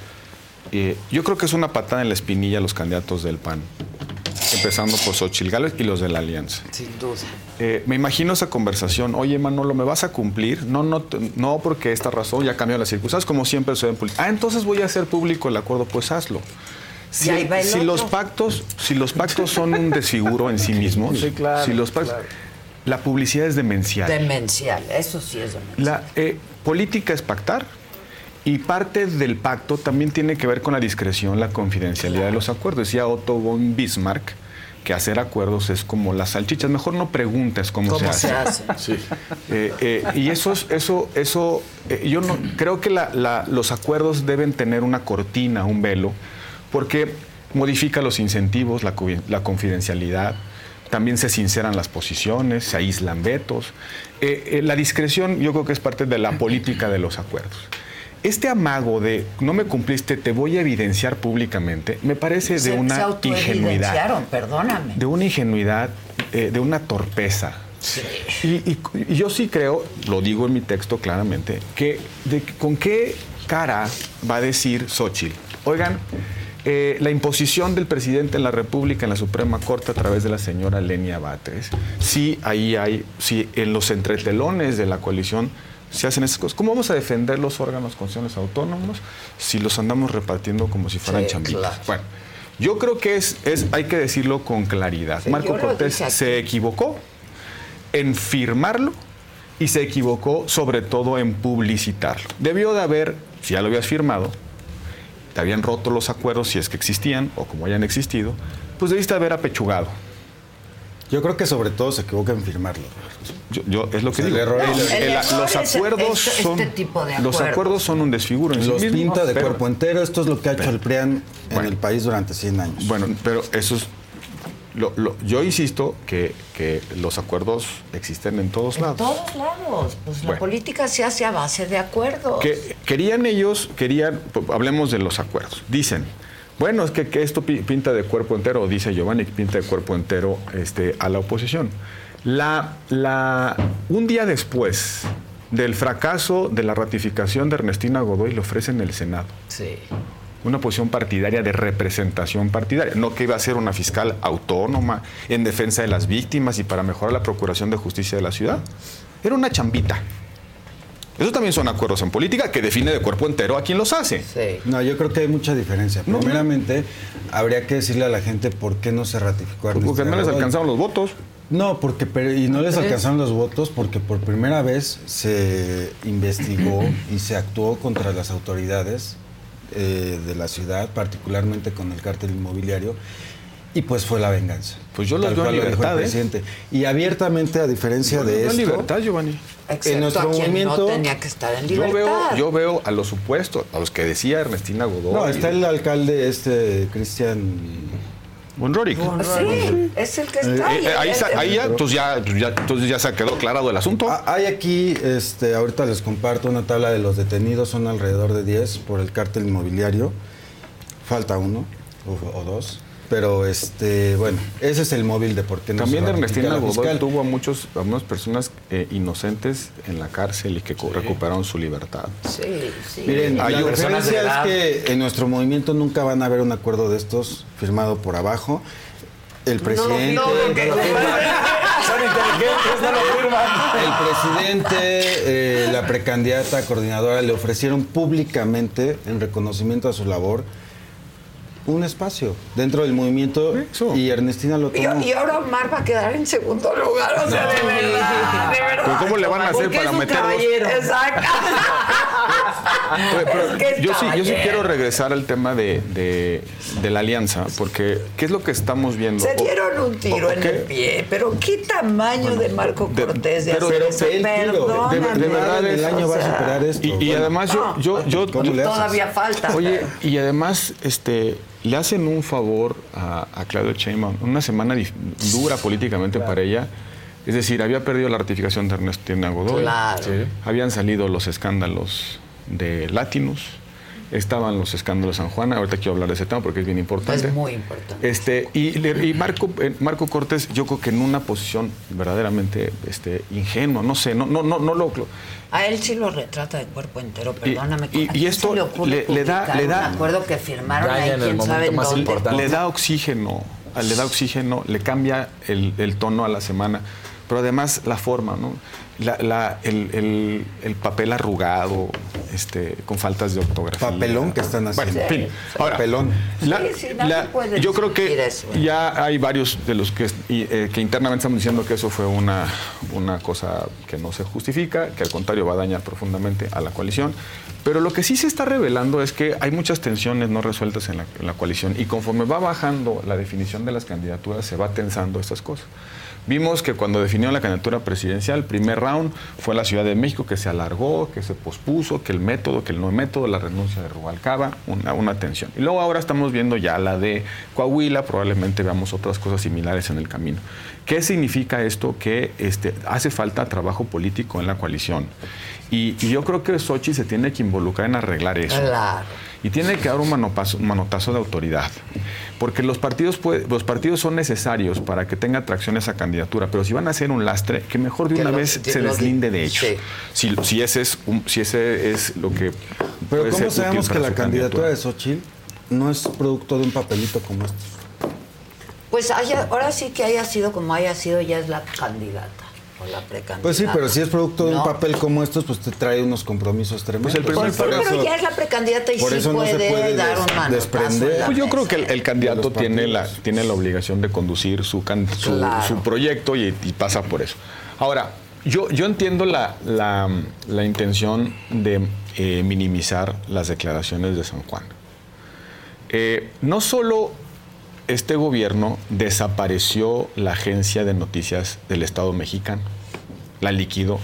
Y yo creo que es una patada en la espinilla a los candidatos del P A N, empezando por Xóchitl Gálvez y los de la Alianza. Sin duda. Eh, me imagino esa conversación. Oye, Manolo, ¿me vas a cumplir? No, no, te- no, porque esta razón ya cambió las circunstancias, como siempre sucede en política. Ah, entonces voy a hacer público el acuerdo, pues hazlo. Si, Y ahí va el si otro. los pactos, si los pactos son un desfiguro en sí mismos, Sí, claro, si los pactos, claro. la publicidad es demencial. Demencial, eso sí es demencial. La eh, política es pactar y parte del pacto también tiene que ver con la discreción, la confidencialidad de los acuerdos. Decía Otto von Bismarck que hacer acuerdos es como las salchichas, mejor no preguntes cómo, ¿Cómo se se hace. hace? Sí. Eh, eh, y eso, es- eso, eso, eh, yo no creo que la- la- los acuerdos deben tener una cortina, un velo, porque modifica los incentivos, la, co- la confidencialidad, también se sinceran las posiciones, se aíslan vetos. Eh, eh, la discreción yo creo que es parte de la política de los acuerdos. Este amago de no me cumpliste, te voy a evidenciar públicamente, me parece de Se- se una autoevidenciaron, ingenuidad. perdóname. De una ingenuidad, eh, de una torpeza. Sí. Y, y- y yo sí creo, lo digo en mi texto claramente, que de, con qué cara va a decir Xóchitl, oigan, eh, la imposición del presidente en la República en la Suprema Corte a través de la señora Lenia Batres, sí ahí hay, sí en los entretelones de la coalición se hacen esas cosas. ¿Cómo vamos a defender los órganos constitucionales autónomos si los andamos repartiendo como si fueran Sí, chambitas? claro. Bueno, yo creo que es, es, hay que decirlo con claridad. Sí, Marco yo lo Cortés dije aquí. se equivocó en firmarlo y se equivocó sobre todo en publicitarlo. Debió de haber, si ya lo habías firmado, te habían roto los acuerdos si es que existían o como hayan existido, pues debiste haber apechugado. Yo creo que sobre todo se equivoca en firmarlo. Yo, yo- es lo que El digo. error El- es- el- el los error es acuerdos este- son este tipo de los acuerdos. acuerdos son un desfiguro en sí Los mismos, pinta de pero- cuerpo entero. Esto es lo que ha hecho el P R I A N en el país durante cien años. Bueno, pero eso es... lo- lo- yo insisto que, que los acuerdos existen en todos En lados. todos lados. Pues la Bueno. política se hace a base de acuerdos. Que querían ellos, querían, pues, hablemos de los acuerdos. Dicen, bueno, es que, que esto pi- pinta de cuerpo entero, o dice Giovanni, que pinta de cuerpo entero este, a la oposición. La, la, un día después del fracaso de la ratificación de Ernestina Godoy, le ofrecen el Senado. Sí. Una posición partidaria de representación partidaria, no que iba a ser una fiscal autónoma en defensa de las víctimas y para mejorar la procuración de justicia de la ciudad. Era una chambita. Eso también son acuerdos en política que define de cuerpo entero a quien los hace. No, yo creo que hay mucha diferencia. Primeramente, habría que decirle a la gente por qué no se ratificó a Porque Ernestina no les Godoy. alcanzaron los votos. No, porque pero- y no les ¿Sí? alcanzaron los votos porque por primera vez se investigó y se actuó contra las autoridades eh, de la ciudad, particularmente con el cártel inmobiliario, y pues fue la venganza. Pues yo los Tal veo en cual lo dijo el libertad, ¿eh? presidente. Y abiertamente, a diferencia Yo de los veo esto, en libertad, Giovanni. Excepto en nuestro a quien movimiento no tenía que estar en Yo libertad. veo, yo veo a los supuestos, a los que decía Ernestina Godoy. no, está el alcalde este Cristian Bonrorik. Sí, es el que está Eh, eh, ahí, sa- ahí ya, entonces ya, ya, entonces ya se quedó claro el asunto. Ah, Hay aquí, este, ahorita les comparto una tabla de los detenidos, son alrededor de diez por el cártel inmobiliario. Falta uno o, o dos. Pero, este, bueno, ese es el móvil de por qué no También se Ernestina ratifica la Godoy fiscal. tuvo a muchos, a unas personas eh, inocentes en la cárcel y que co- recuperaron su libertad. Sí, sí. Miren, Hay la personas de diferencia edad. es que en nuestro movimiento nunca van a haber un acuerdo de estos firmado por abajo. El presidente... no, no, que- Son inteligentes, no lo firman. El presidente, eh, la precandidata coordinadora le ofrecieron públicamente, en reconocimiento a su labor, un espacio dentro del movimiento y Ernestina lo Y, tomó. y ahora Omar va a quedar en segundo lugar. O sea, No. de verdad, de verdad. Pero ¿cómo le van a hacer Porque para es un meterlos? caballero. Exacto. Pero- pero Es que es yo, sí, yo sí caballero. quiero regresar al tema de, de- de la alianza, porque ¿qué es lo que estamos viendo? Se O- dieron un tiro o- en ¿qué? el pie, pero qué tamaño de Marco de- Cortés de pero- hacer pero eso. ve el tiro, de- de- de Perdóname. verdad el es- año va a superar esto. Y, y Bueno. además yo, No. yo, yo, ¿Cómo le haces? Todavía falta. Oye, y además, este, le hacen un favor a, a Claudia Sheinbaum, una semana dif- dura políticamente para ella. Es decir, había perdido la ratificación de Ernestina Godoy. Claro. Sí. Habían salido los escándalos de Latinus. Estaban los escándalos de San Juan. Ahorita quiero hablar de ese tema porque es bien importante. Es muy importante. Este, y, le- y Marco, eh, Marco Cortés, yo creo que en una posición verdaderamente este, ingenua, no sé, no, no, no, no lo. A él sí lo retrata de cuerpo entero, Y- perdóname. y- ¿a y quién esto se le, ocurre le- le da- publicar le da- un acuerdo que firmaron Ya ahí, en el quién momento sabe en más dónde. importante. Le da oxígeno, le da oxígeno, le cambia el, el tono a la semana, pero además la forma, ¿no? La, la- el, el- el papel arrugado, este, con faltas de ortografía. Papelón que están haciendo. Bueno, en fin. Sí. Ahora, Papelón. la- Sí, sí, nadie la- puede yo creo discutir que eso. ya hay varios de los que, y, eh, que internamente estamos diciendo que eso fue una, una cosa que no se justifica, que al contrario va a dañar profundamente a la coalición. Pero lo que sí se está revelando es que hay muchas tensiones no resueltas en la, en la coalición y conforme va bajando la definición de las candidaturas se va tensando estas cosas. Vimos que cuando defin- definieron la candidatura presidencial, el primer round fue en la Ciudad de México, que se alargó, que se pospuso, que el método, que el no método, la renuncia de Rubalcaba, una, una tensión. Y luego ahora estamos viendo ya la de Coahuila, probablemente veamos otras cosas similares en el camino. ¿Qué significa esto? Que este, hace falta trabajo político en la coalición. Y, y yo creo que Xochitl se tiene que involucrar en arreglar eso. Claro. Y tiene que dar un manotazo, un manotazo de autoridad. Porque los partidos, puede, los partidos son necesarios para que tenga atracción esa candidatura, pero si van a hacer un lastre, que mejor de Que una lo- vez que se lo- deslinde de ello. sí. Si, si, ese es un- si ese es lo que Pero puede ¿cómo ser sabemos útil que para la su candidatura de Xochitl no es producto de un papelito como este? Pues haya, ahora sí que haya sido como haya sido, ya es la candidata o la precandidata. Pues sí, pero si es producto de No. un papel como estos, pues te trae unos compromisos tremendos. Pues el primer Pues sí, pero ya es la precandidata y por sí eso no se puede, puede dar des- un manotazo desprender. en la Pues yo mesa. creo que el, el candidato tiene la, tiene la obligación de conducir su, can- su, Claro. su proyecto y, y pasa por eso. Ahora, yo, yo entiendo la, la, la intención de eh, minimizar las declaraciones de San Juan. Eh, no solo este gobierno desapareció la agencia de noticias del Estado mexicano, la liquidó,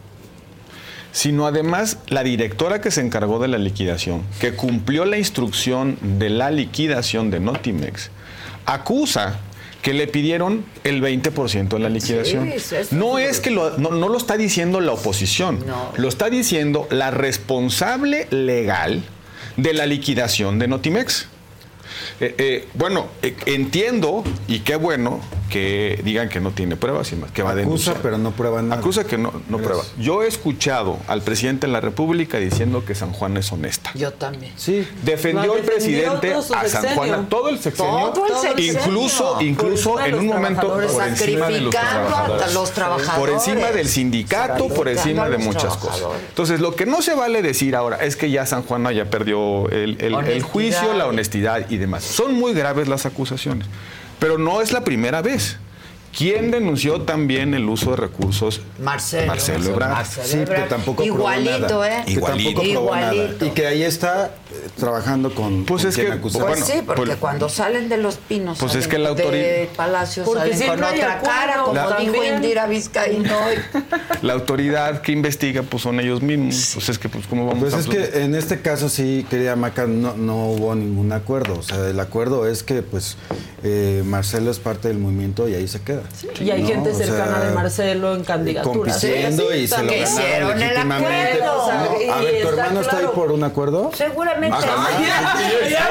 sino además la directora que se encargó de la liquidación, que cumplió la instrucción de la liquidación de Notimex, acusa que le pidieron el veinte por ciento de la liquidación. Sí, eso no sí. es que lo, no, no lo está diciendo la oposición, No. lo está diciendo la responsable legal de la liquidación de Notimex. Eh, eh, bueno, eh, entiendo, y qué bueno, que digan que no tiene pruebas, y más, que va a Acusa, denunciar. pero no prueba nada. Acusa que no, no prueba. Yo he escuchado al presidente de la República diciendo que San Juan es honesta. Yo también. Sí. Defendió Lo el presidente defendió todo su a San sexenio. Juan, todo el sexenio, Todo el sexenio. incluso, incluso Por encima de en un los momento trabajadores. por encima de los Sacrificando a trabajadores. los trabajadores. Por encima del sindicato, por encima Sacrificando de a los muchas cosas. trabajadores. Entonces, lo que no se vale decir ahora es que ya San Juan ya perdió el, el- el Honestidad. juicio, la honestidad y demás. Son muy graves las acusaciones, pero no es la primera vez. ¿Quién denunció también el uso de recursos? Marcelo. Marcelo Ebrard. Marcelo Sí, que Ebrard. tampoco Igualito, probó nada. ¿eh? Que Igualito. tampoco probó nada. Igualito. Y que ahí está eh, trabajando con, Pues con es quien que- acusaba. Pues Bueno, sí, porque pues- cuando salen de los pinos, Pues es salen que la de autoridad- Palacio, Porque salen con siempre hay otra acuerdo, cara, como la- dijo también. Indira Vizcaíno hoy. La autoridad que investiga, pues son ellos mismos. Pues es que, pues, ¿cómo vamos Pues a...? es que en este caso sí, querida Maca, no, no hubo ningún acuerdo. O sea, el acuerdo es que pues eh, Marcelo es parte del movimiento y ahí se queda. Y hay ¿no? gente O sea, cercana de Marcelo en candidaturas. compitiendo Sí, y se lo también. ganaron hicieron el legítimamente. acuerdo. No, a Y ver, ¿tu está hermano está ahí claro. por un acuerdo? Seguramente. Ah, Ay, ya, ya,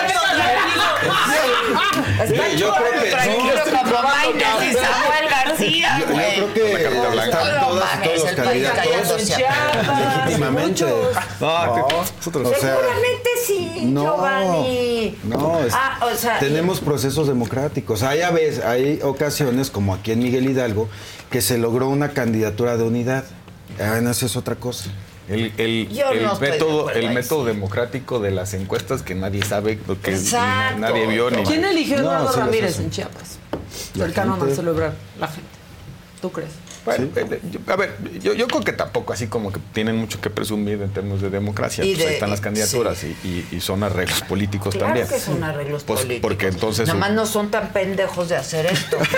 Sí, Está yo creo que tranquilo no. como Maines y Samuel García, Yo, yo güey. creo que Blanca. están No todas, mames, todos los el país candidatos callándose. legítimamente. No, que- O sea, Seguramente sí, no, Giovanni. no, es- Ah, o sea, tenemos procesos democráticos. Hay, a veces, hay ocasiones, como aquí en Miguel Hidalgo, que se logró una candidatura de unidad. Ah, bueno, eso es otra cosa. El, el- Yo el no estoy de método, acuerdo el ahí, método democrático de las encuestas que nadie sabe, lo que Exacto. nadie vio ni ¿Quién eligió a No, Eduardo sí los Ramírez hacen. en Chiapas? La Cercano a gente. Marcelo Ebrard. La gente. ¿Tú crees? Bueno, eh, yo- a ver, yo, yo creo que tampoco así como que tienen mucho que presumir en términos de democracia. Y Pues ahí de- están las candidaturas y, y- y son arreglos políticos claro también. que son arreglos Pues, políticos. porque entonces Nada un- más no son tan pendejos de hacer esto. De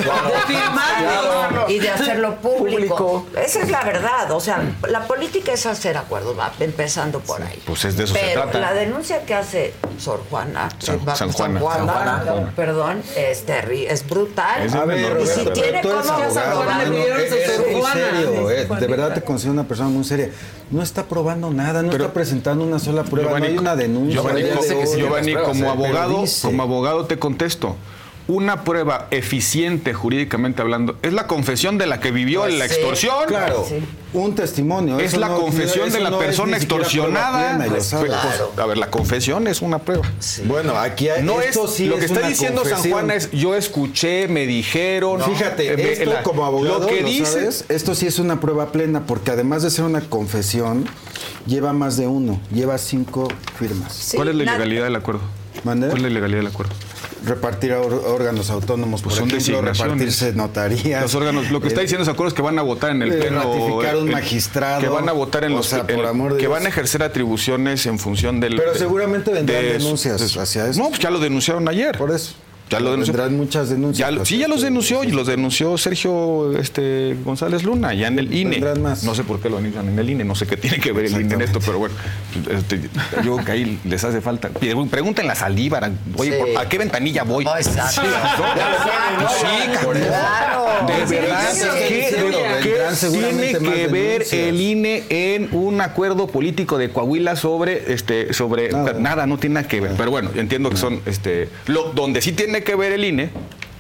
firmarlo. Y de hacerlo público. Público. Esa es la verdad. O sea, la política es hacer acuerdos, va empezando por ahí. pues es de eso se Pero trata. la denuncia que hace Sor Juana, San- eh, va- San Juana. Juana, San Juana. perdón, es, terri- es brutal. Es de A ver, menor y si respeto. tiene tú eres como abogado, Juana le no, dieron su eres Sor muy Juana. serio, eh, de Juanita. verdad te considero una persona muy seria. No está probando nada, no Pero- está presentando una sola prueba, Giovanni, no hay una denuncia. Giovanni, al día de como- hoy. Giovanni, pruebas, como eh, pero abogado, dice. como abogado te contesto. Una prueba eficiente jurídicamente hablando es la confesión de la que vivió Pues la sí, extorsión. Claro, Sí. un testimonio. Es eso la no- confesión eso de la no es persona ni siquiera prueba extorsionada. plena, y lo Pues, sabes. pues, Claro. a ver, la confesión es una prueba. Bueno, aquí hay, No es esto sí lo que es está una diciendo San confesión. Juan es yo escuché, me dijeron. Fíjate, eh, me- esto la- como abogado, lo que ¿lo dice sabes? Esto sí es una prueba plena, porque además de ser una confesión, lleva más de uno, lleva cinco firmas. Sí, ¿Cuál es la na- ilegalidad del acuerdo? ¿Mande? ¿Cuál es la ilegalidad del acuerdo? Repartir or- órganos autónomos, Pues por son ejemplo, designaciones. repartirse notarías. Los órganos, lo que está eh, diciendo San Juan es que van a votar en el eh, pleno. ratificar un eh, magistrado. Que van a votar en O los. sea, en- por amor de que Dios. van a ejercer atribuciones en función del. Pero de- seguramente vendrán de- denuncias de- hacia eso. No, pues ya lo denunciaron ayer. Por eso. Ya lo denunció. Tendrán muchas denuncias. Ya, pues, sí, ya los denunció y los denunció Sergio este, González Luna, ya en el I N E. Más. No sé por qué lo denuncian en el I N E, no sé qué tiene que ver el I N E en esto, pero bueno, este, yo creo que ahí les hace falta. Pregúntenle a Saldívar, oye, Sí. ¿por- ¿a qué ventanilla voy? Oh, exacto. Sí, Exacto. sí, cabrón. Claro. De Sí, verdad, sí, ¿qué, sí, de- sí. qué Vendrán seguramente tiene más que ver denuncias. el I N E en un acuerdo político de Coahuila sobre, este, sobre Nada. nada, no tiene nada que ver. Pero bueno, entiendo que son, este, lo, donde sí tiene que ver el I N E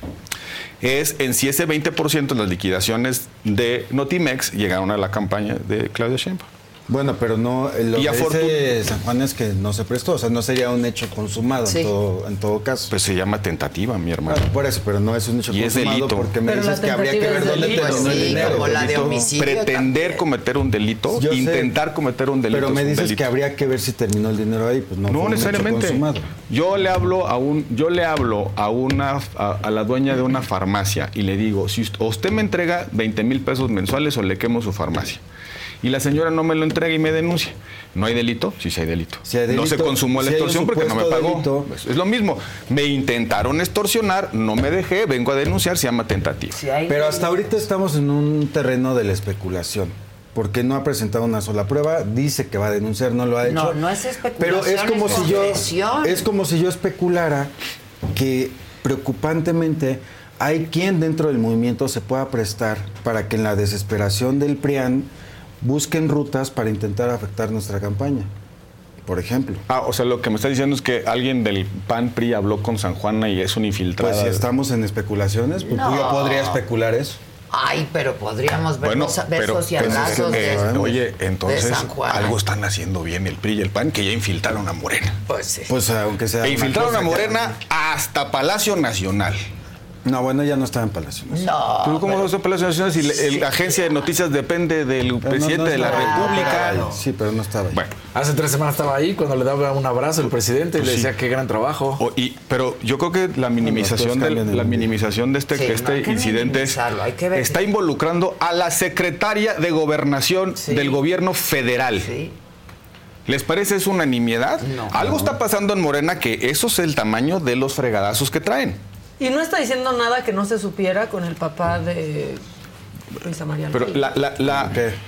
es en si ese veinte por ciento de las liquidaciones de Notimex llegaron a la campaña de Claudia Sheinbaum. Bueno, pero no, lo Y que afortun- dice San Juan es que no se prestó, o sea, no sería un hecho consumado Sí. en, todo, en todo caso. Pues se llama tentativa, mi hermano. Bueno, por eso, pero no es un hecho Y es consumado delito. porque me Pero dices la que habría que tentativa ver es dónde delito. terminó el Sí, dinero. como la de Delito. homicidio. Pretender también. cometer un delito, Yo sé. intentar cometer un delito. Pero me es un dices delito. que habría que ver si terminó el dinero ahí, pues no, No fue un hecho necesariamente. consumado. Yo le hablo a un, yo le hablo a una, a, a la dueña de una farmacia y le digo, si usted, usted me entrega veinte mil pesos mensuales o le quemo su farmacia. Y la señora no me lo entrega y me denuncia. ¿No hay delito? Sí, sí hay delito. Si hay No se delito, consumó la si hay un extorsión porque no me supuesto pagó. delito. Pues es lo mismo. Me intentaron extorsionar, no me dejé, vengo a denunciar, se llama tentativa. Sí, hay Pero hasta delito. ahorita estamos en un terreno de la especulación. Porque no ha presentado una sola prueba, dice que va a denunciar, no lo ha hecho. No, no es especulación, Pero es como es si yo confesión. es como si yo especulara que preocupantemente hay quien dentro del movimiento se pueda prestar para que en la desesperación del PRIAN busquen rutas para intentar afectar nuestra campaña. Por ejemplo. Ah, o sea, lo que me está diciendo es que alguien del P A N P R I habló con San Juana y es un infiltrado. Pues si estamos en especulaciones, pues No. yo podría especular eso. Ay, pero podríamos ver Bueno, los pero, besos y pero es que, abrazos eh, de, oye, de entonces San Juan. algo están haciendo bien el P R I y el P A N, que ya infiltraron a Morena. Pues sí. Pues aunque sea E una infiltraron a cosa que- Morena hasta Palacio Nacional. No, bueno, ya no estaba en Palacio Nacional. No. ¿Tú cómo pero- vas a Palacio Nacional si la Sí. agencia de noticias depende del Pero no- presidente no de la estaba ahí. República? Estaba ahí. Sí, pero no estaba ahí. Bueno, Hace tres semanas estaba ahí cuando le daba un abrazo al presidente y Pues le sí. decía qué gran trabajo. o- y, pero yo creo que la minimización, Bueno, las cosas del- cambian la en- minimización de este, Sí, que no este hay que incidente es- minimizarlo, hay que ver- está involucrando a la secretaria de Gobernación Sí. del gobierno federal. Sí. ¿Les parece eso una nimiedad? No. Algo está pasando en Morena que eso es el tamaño de los fregadazos que traen. Y no está diciendo nada que no se supiera con el papá de Luisa María Pero Alfil. la, la, la,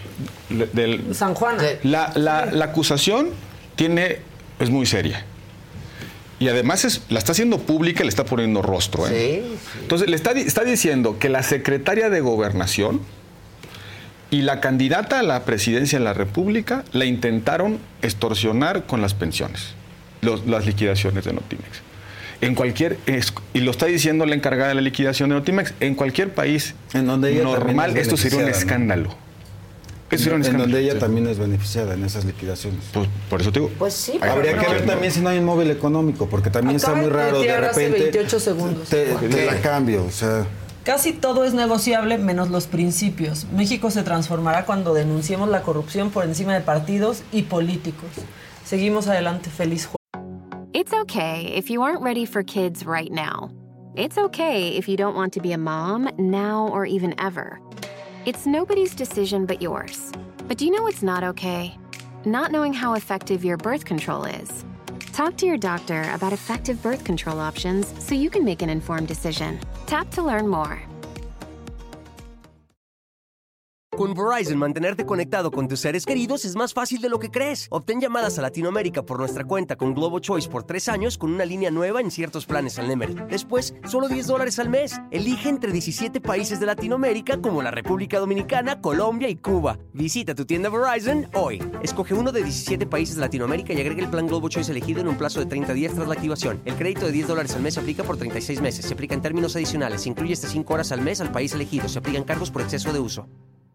la- del- San Juana. De- la, la- la acusación tiene, es muy seria. Y además es, la está haciendo pública y le está poniendo rostro. ¿eh? Sí, sí. Entonces, le está, di- está diciendo que la secretaria de Gobernación y la candidata a la presidencia de la República la intentaron extorsionar con las pensiones, los- las liquidaciones de Notimex. En cualquier, es- y lo está diciendo la encargada de la liquidación de Notimex, en cualquier país En donde ella también normal es esto sería un beneficiada, ¿no? escándalo. Esto sería un En escándalo. donde ella Sí. también es beneficiada en esas liquidaciones. Pues, por eso te digo. Pues sí, pero Habría no- que ver también si no hay un móvil económico, porque también Acaba está muy de raro de tuitear hace repente. veintiocho segundos. Te, te la cambio, o sea. Casi todo es negociable menos los principios. México se transformará cuando denunciemos la corrupción por encima de partidos y políticos. Seguimos adelante. Feliz jueves. It's okay if you aren't ready for kids right now. It's okay if you don't want to be a mom now or even ever. It's nobody's decision but yours. But do you know what's not okay? Not knowing how effective your birth control is. Talk to your doctor about effective birth control options so you can make an informed decision. Tap to learn more. Con Verizon, mantenerte conectado con tus seres queridos es más fácil de lo que crees. Obtén llamadas a Latinoamérica por nuestra cuenta con Globo Choice por tres años con una línea nueva en ciertos planes al Nemer. Después, solo diez dólares al mes. Elige entre diecisiete países de Latinoamérica como la República Dominicana, Colombia y Cuba. Visita tu tienda Verizon hoy. Escoge uno de diecisiete países de Latinoamérica y agrega el plan Globo Choice elegido en un plazo de treinta días tras la activación. El crédito de diez dólares al mes se aplica por treinta y seis meses. Se aplica en términos adicionales. Se incluye hasta cinco horas al mes al país elegido. Se aplican cargos por exceso de uso.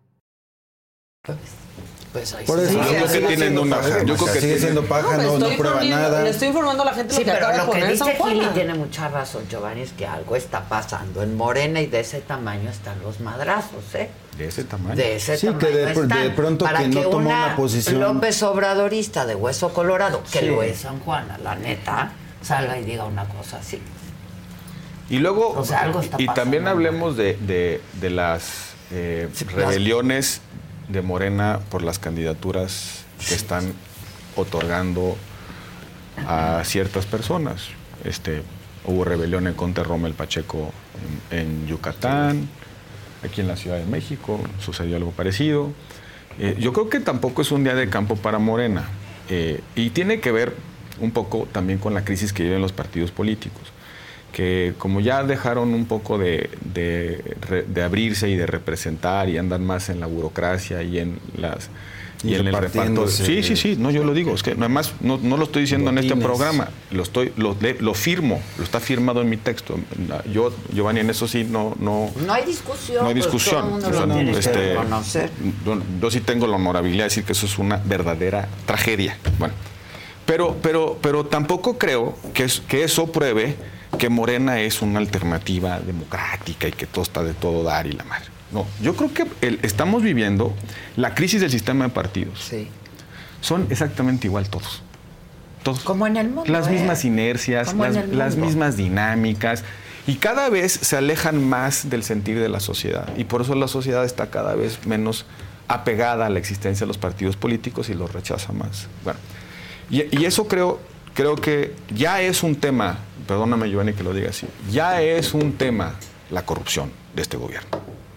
Pues ahí Por sí. eso, Yo sigue creo que siendo tienen una- paja, yo creo que sigue tienen- siendo paja, me no, no estoy prueba poniendo- nada. Le estoy informando a la gente Sí, lo que pero acaba de lo que poner dice San Gili Juana. tiene mucha razón, Giovanni, es que algo está pasando en Morena y de ese tamaño están los madrazos, ¿eh? De ese tamaño. De ese Sí, tamaño que de- están. de pronto Para que no toma una posición- López Obradorista de Hueso Colorado, que Sí. lo es San Juana, la neta, salga y diga una cosa así. Y luego, O sea, algo está y pasando. también hablemos de, de, de las eh, Sí, las- rebeliones de Morena por las candidaturas que están otorgando a ciertas personas. Este, hubo rebelión en contra de Rommel Pacheco en, en Yucatán, aquí en la Ciudad de México sucedió algo parecido. Eh, yo creo que tampoco es un día de campo para Morena, eh, y tiene que ver un poco también con la crisis que viven los partidos políticos, que como ya dejaron un poco de, de, de abrirse y de representar y andan más en la burocracia y en las y, y en el reparto. Sí, sí, sí, no, yo lo digo, es que además no, no lo estoy diciendo botines. En este programa, lo estoy lo, lo firmo, lo está firmado en mi texto. Yo, Giovanni, en eso sí no no no hay discusión. No hay discusión. Pues todo el mundo lo tiene que reconocer. Yo, yo sí tengo la honorabilidad de decir que eso es una verdadera tragedia. Bueno, pero pero pero tampoco creo que es, que eso pruebe que Morena es una alternativa democrática y que todo está de todo dar y la madre. No, yo creo que el, estamos viviendo la crisis del sistema de partidos. Sí. Son exactamente igual todos. Todos. Como en el mundo. Las ¿eh? mismas inercias, las, las mismas dinámicas. Y cada vez se alejan más del sentir de la sociedad. Y por eso la sociedad está cada vez menos apegada a la existencia de los partidos políticos y los rechaza más. Bueno, y, y eso creo, creo que ya es un tema, perdóname Giovanni que lo diga así, ya es un tema la corrupción de este gobierno.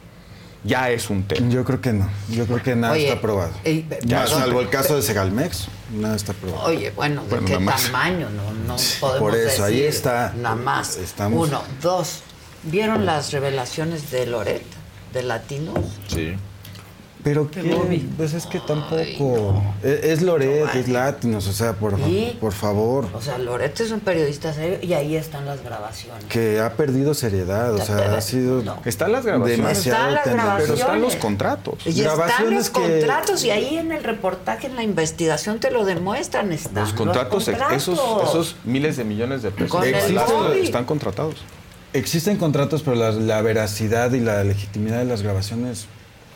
Ya es un tema. Yo creo que no. Yo creo que nada Oye, está aprobado. Eh, ya, salvo el caso de Segalmex, nada está aprobado. Oye, bueno, ¿de bueno, qué tamaño? No, no podemos Por eso, decir ahí está. Nada más. Estamos... Uno, dos. ¿Vieron las revelaciones de Loret, de Latinos? Sí. Pero qué, pues es que tampoco Ay, no. es, es Loret, no, es Latinos, o sea, por, por favor. O sea, Loret es un periodista serio y ahí están las grabaciones. Que ha perdido seriedad, o sea, ha sido no. Están las grabaciones. Están Demasiado las grabaciones. Pero están los contratos. Y están los que... contratos y ahí en el reportaje, en la investigación te lo demuestran, están los contratos, los contratos. Esos, esos miles de millones de pesos están contratados. Existen contratos, pero la, la veracidad y la legitimidad de las grabaciones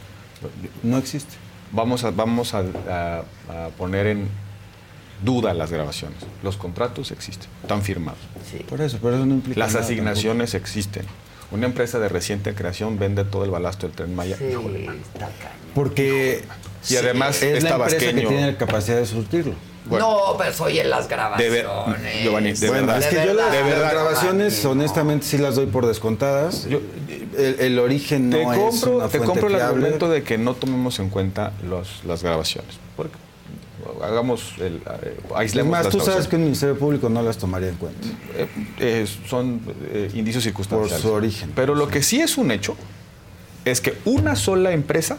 no existe. Vamos a, vamos a, a, a poner en duda las grabaciones. Los contratos existen, están firmados. Sí. Por eso, pero eso no implica Las nada asignaciones tampoco. Existen. Una empresa de reciente creación vende todo el balasto del Tren Maya. Sí, está cañón. Porque y además es es la empresa tabasqueño. que tiene la capacidad de surtirlo. Bueno, no, pues oye, las grabaciones. De ver, Giovanni, de bueno, verdad. es que de yo verdad, las, de verdad, las grabaciones, no. honestamente, sí las doy por descontadas. Yo, el, el origen no te compro, es una Te fuente compro el fiable. argumento de que no tomemos en cuenta los, las grabaciones. Porque hagamos el, eh, aislemos Además, las tú sabes grabaciones. que el Ministerio Público no las tomaría en cuenta. Eh, eh, son eh, indicios circunstanciales. Por su origen. Pero lo que sí es un hecho es que una sola empresa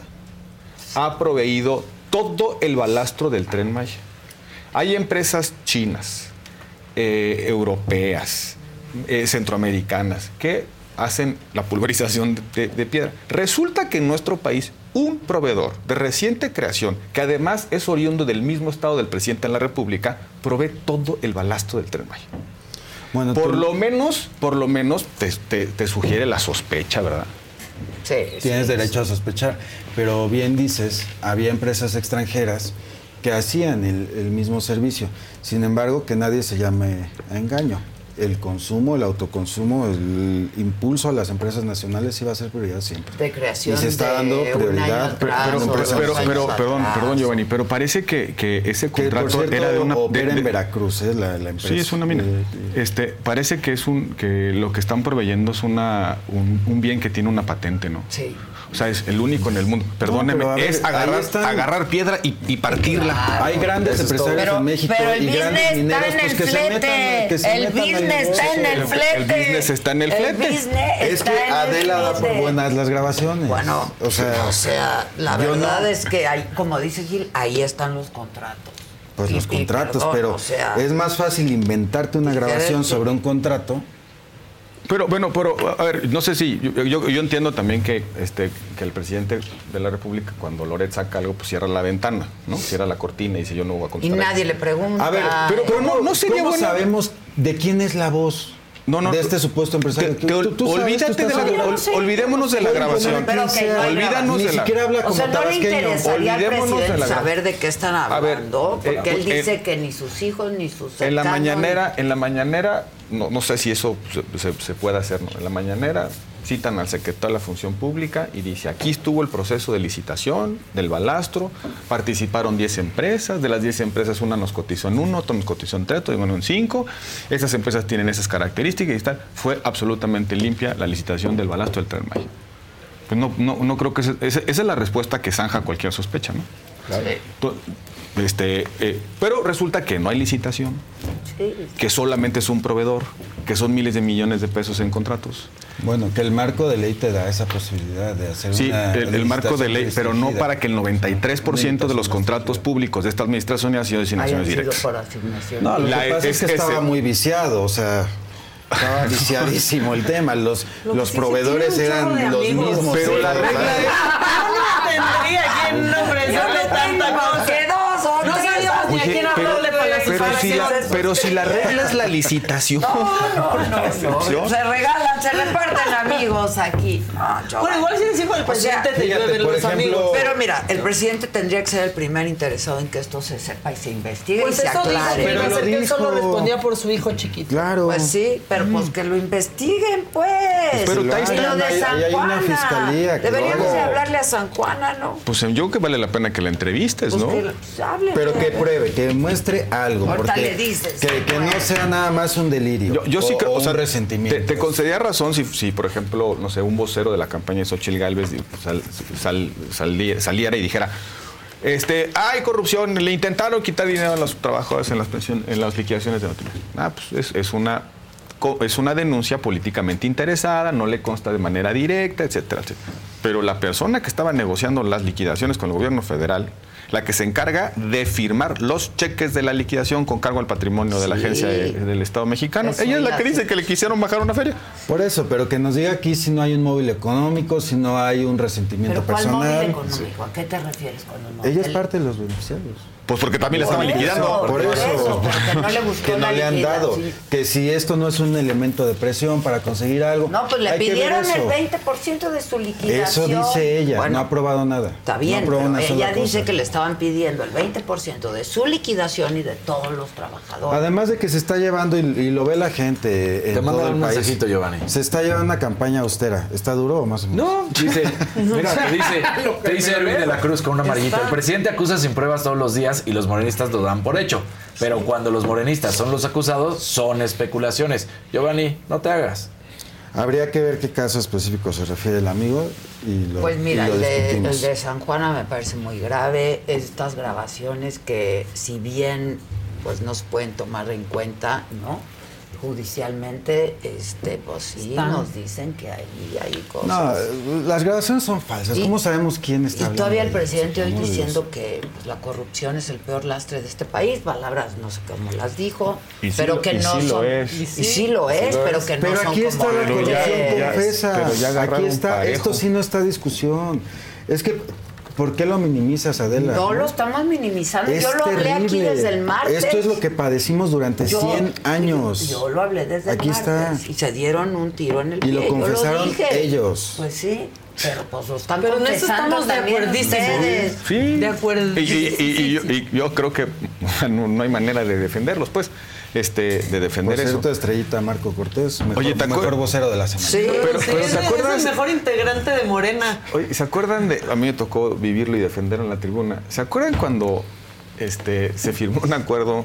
ha proveído todo el balastro del Tren Maya. Hay empresas chinas, eh, europeas, eh, centroamericanas, que hacen la pulverización de, de piedra. Resulta que en nuestro país, un proveedor de reciente creación, que además es oriundo del mismo estado del presidente de la República, provee todo el balastro del Tren Maya. Bueno, por tú... lo menos, por lo menos te, te, te sugiere la sospecha, ¿verdad? Sí, Tienes sí, derecho sí. a sospechar, pero bien dices, había empresas extranjeras que hacían el, el mismo servicio. Sin embargo, que nadie se llame a engaño. El consumo, el autoconsumo, el impulso a las empresas nacionales iba a ser prioridad siempre. De creación. Y se está dando prioridad. Pero, pero, pero, pero, pero perdón, perdón, Giovanni, pero parece que, que ese contrato que, por cierto, era de una. Opera de, de, en Veracruz, es la, la empresa. Sí, es una mina. Este, parece que es un que lo que están proveyendo es una un, un bien que tiene una patente, ¿no? Sí. O sea, es el único en el mundo. Perdóneme, no, ver, es agarrar, están, agarrar piedra y, y partirla. Claro, hay grandes empresarios pero, en México pero el y grandes mineros está en pues, el que flete. se metan, que se el metan business está en el flete. El business está en el flete. El es que Adela da por buenas las grabaciones. Bueno, o sea, o sea la verdad no. es que hay, como dice Gil, ahí están los contratos. Pues y, los contratos, perdón, pero o sea, es más fácil inventarte una grabación sobre un contrato. Pero bueno, pero a ver, no sé si yo, yo, yo entiendo también que este que el presidente de la República cuando Loret saca algo pues cierra la ventana, ¿no? Cierra la cortina y dice yo no voy a contestar. Y nadie le pregunta. A ver, pero, pero no, no sería ¿cómo bueno? sabemos de quién es la voz? No, no, de este supuesto empresario. Te, te, tú, tú olvídate de la, ol, olvidémonos de la grabación. Pero que no olvídanos ni de la. Siquiera habla como o sea, no le interesaría al presidente de la, saber de qué están hablando, ver, porque eh, él dice eh, que ni sus hijos ni sus cercanos. En la mañanera, en la mañanera, no, no sé si eso se, se, se puede hacer, ¿no? En la mañanera citan al secretario de la Función Pública y dice, aquí estuvo el proceso de licitación del balastro, participaron diez empresas, de las diez empresas una nos cotizó en uno, otra nos cotizó en tres, otra en cinco, esas empresas tienen esas características y tal. Fue absolutamente limpia la licitación del balastro del Tren Maya. Pues no, no, no creo que esa, esa es la respuesta que zanja cualquier sospecha, ¿no? Claro. Este, eh, pero resulta que no hay licitación, sí, que solamente es un proveedor, que son miles de millones de pesos en contratos. Bueno, que el marco de ley te da esa posibilidad de hacer sí, una el, el marco de ley, pero no para que el noventa y tres por ciento de los contratos públicos de esta administración haya sido designaciones directas. No, lo La, que pasa es, es que es, estaba es, muy viciado, o sea... Estaba viciadísimo el tema. Los, los proveedores eran los mismos. Pero la regla es... tendría quien ofrecerle tanta cosa. Que dos o no sabíamos ni a quién hablarle para las pero si la, pero si la regla es la licitación. No, no, no, no. Se regalan, se reparten amigos aquí. No, bueno, igual si eres hijo del presidente, o sea, te llueven los ejemplo, amigos. Pero mira, el presidente tendría que ser el primer interesado en que esto se sepa y se investigue pues y se aclare. Dijo, pero que él solo respondía por su hijo chiquito. Claro. Pues sí, pero mm. pues que lo investiguen, pues. Pero y lo de San hay, hay Juana. una fiscalía. Deberíamos de hablarle a San Juana, ¿no? Pues yo creo que vale la pena que la entrevistes, pues ¿no? Que, pues, hable, pero que pruebe, que muestre algo. Ahorita porque le dices. Que, que no sea nada más un delirio. Yo, yo sí creo, o, o sea, un resentimiento. Te, te concedería razón si, si, por ejemplo, no sé, un vocero de la campaña de Xóchitl Gálvez sal, sal, sal, saliera y dijera, este, hay corrupción, le intentaron quitar dinero a los trabajadores en las pensiones, en las liquidaciones de Notimex. Ah, pues es, es una es una denuncia políticamente interesada, no le consta de manera directa, etcétera, etcétera. Pero la persona que estaba negociando las liquidaciones con el gobierno federal, la que se encarga de firmar los cheques de la liquidación con cargo al patrimonio sí. de la agencia de, del Estado mexicano. Eso ella es la que dice que le quisieron bajar una feria. Por eso, pero que nos diga aquí si no hay un móvil económico, si no hay un resentimiento ¿Pero personal. ¿Cuál móvil económico? ¿A qué te refieres con el móvil? Ella es parte de los beneficiarios. Pues porque también le estaban liquidando. Por eso, eso porque no le gustó que no le han dado. Sí. Que si esto no es un elemento de presión para conseguir algo. No, pues le pidieron el veinte por ciento de su liquidación. Eso dice ella, bueno, no ha aprobado nada. Está bien, no pero ella dice cosa. que le estaban pidiendo el veinte por ciento de su liquidación y de todos los trabajadores. Además de que se está llevando, y, y lo ve la gente en Te todo el un país. mensajito, Giovanni. Se está llevando una campaña austera. ¿Está duro o más o menos? No, dice, mira, te dice, te dice Erwin de la Cruz con una amarillita. El presidente acusa sin pruebas todos los días y los morenistas lo dan por hecho. Pero sí. cuando los morenistas son los acusados, son especulaciones. Giovanni, no te hagas. Habría que ver qué caso específico se refiere el amigo y lo Pues mira, y lo el, de, discutimos. el de San Juana me parece muy grave. Estas grabaciones que si bien pues nos pueden tomar en cuenta, ¿no? Judicialmente, este, pues sí, Están. nos dicen que ahí hay cosas. No, las grabaciones son falsas. Y, ¿Cómo sabemos quién está y hablando? Y todavía el presidente hoy no diciendo Dios. que pues, la corrupción es el peor lastre de este país. Palabras, no sé cómo las dijo, y pero sí, que y no sí son. Lo es. Y sí, y sí lo es, sí pero que no pero son aquí está como la corrupción confesa. Pero ya aquí está, parejo. Esto sí no está discusión. Es que ¿por qué lo minimizas, Adela? No, ¿no? lo estamos minimizando. Es yo lo terrible. hablé aquí desde el martes. Esto es lo que padecimos durante yo, cien años. Yo lo hablé desde aquí el martes. Está. Y se dieron un tiro en el pie. Y lo confesaron yo lo dije. ellos. Pues sí. Pero pues lo están Pero confesando en eso estamos de ustedes. Sí. De acuerdo. Y, y, y, y, yo, y yo creo que no, no hay manera de defenderlos, pues. Este, de defender Por cierto, eso. Estrellita Marco Cortés, mejor, Oye, ¿te mejor vocero de la semana. Sí, pero, sí, pero sí, ¿te acuerdas? Es el mejor integrante de Morena. Oye, ¿se acuerdan de...? A mí me tocó vivirlo y defenderlo en la tribuna. ¿Se acuerdan cuando este, se firmó un acuerdo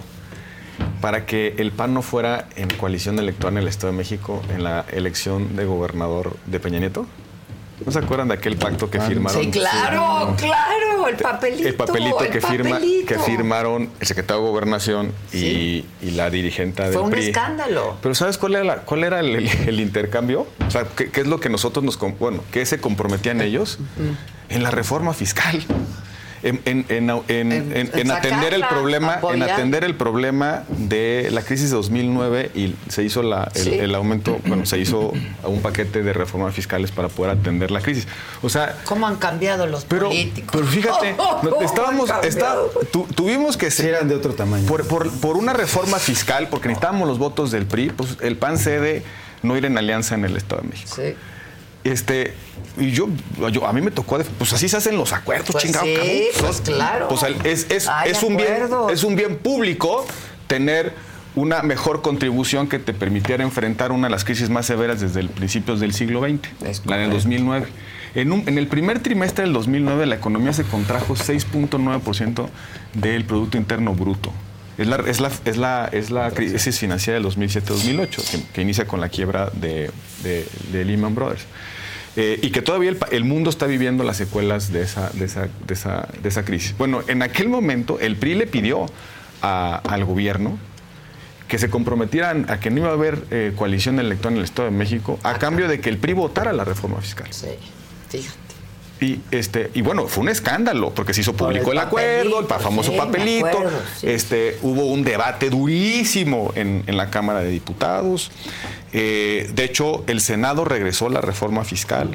para que el P A N no fuera en coalición electoral en el Estado de México en la elección de gobernador de Peña Nieto? ¿No se acuerdan de aquel pacto que firmaron? Sí, claro, sí. claro, el papelito. El papelito, el que, firma, papelito. que firmaron el secretario de Gobernación sí. y, y la dirigente del Fue un P R I. escándalo. Pero ¿sabes cuál era, la, cuál era el, el, el intercambio? O sea, ¿qué, ¿qué es lo que nosotros nos... Bueno, ¿qué se comprometían ellos? Uh-huh. En la reforma fiscal. En, en, en, en, en, en atender el problema apoyar. en atender el problema de la crisis de dos mil nueve y se hizo la, el, sí. el aumento, bueno, se hizo un paquete de reformas fiscales para poder atender la crisis. O sea, ¿cómo han cambiado los pero, políticos? Pero fíjate, oh, oh, estábamos, está, tu, tuvimos que ser, sí, eran de otro tamaño. Por, por, por una reforma fiscal, porque necesitábamos los votos del P R I, pues el P A N cede no ir en alianza en el Estado de México. Sí. Este, y yo, yo, a mí me tocó, pues así se hacen los acuerdos, pues chingado. Sí, pues Sos, claro. Pues es, es, es, un bien, es un bien público tener una mejor contribución que te permitiera enfrentar una de las crisis más severas desde el principios del siglo veinte, la del dos mil nueve. En, un, en el primer trimestre del dos mil nueve la economía se contrajo seis punto nueve por ciento del Producto Interno Bruto. Es la, es la, es la, es la crisis financiera del dos mil siete dos mil ocho, que, que inicia con la quiebra de, de, de Lehman Brothers. Eh, y que todavía el, el mundo está viviendo las secuelas de esa, de, esa, de, esa, de esa crisis. Bueno, en aquel momento el P R I le pidió a, al gobierno que se comprometieran a que no iba a haber eh, coalición electoral en el Estado de México a cambio de que el P R I votara la reforma fiscal. Sí, fíjate. Y, este, y bueno, fue un escándalo, porque se hizo público el, el acuerdo, el famoso sí, papelito. Acuerdo, sí. este, hubo un debate durísimo en, en la Cámara de Diputados. Eh, de hecho, el Senado regresó la reforma fiscal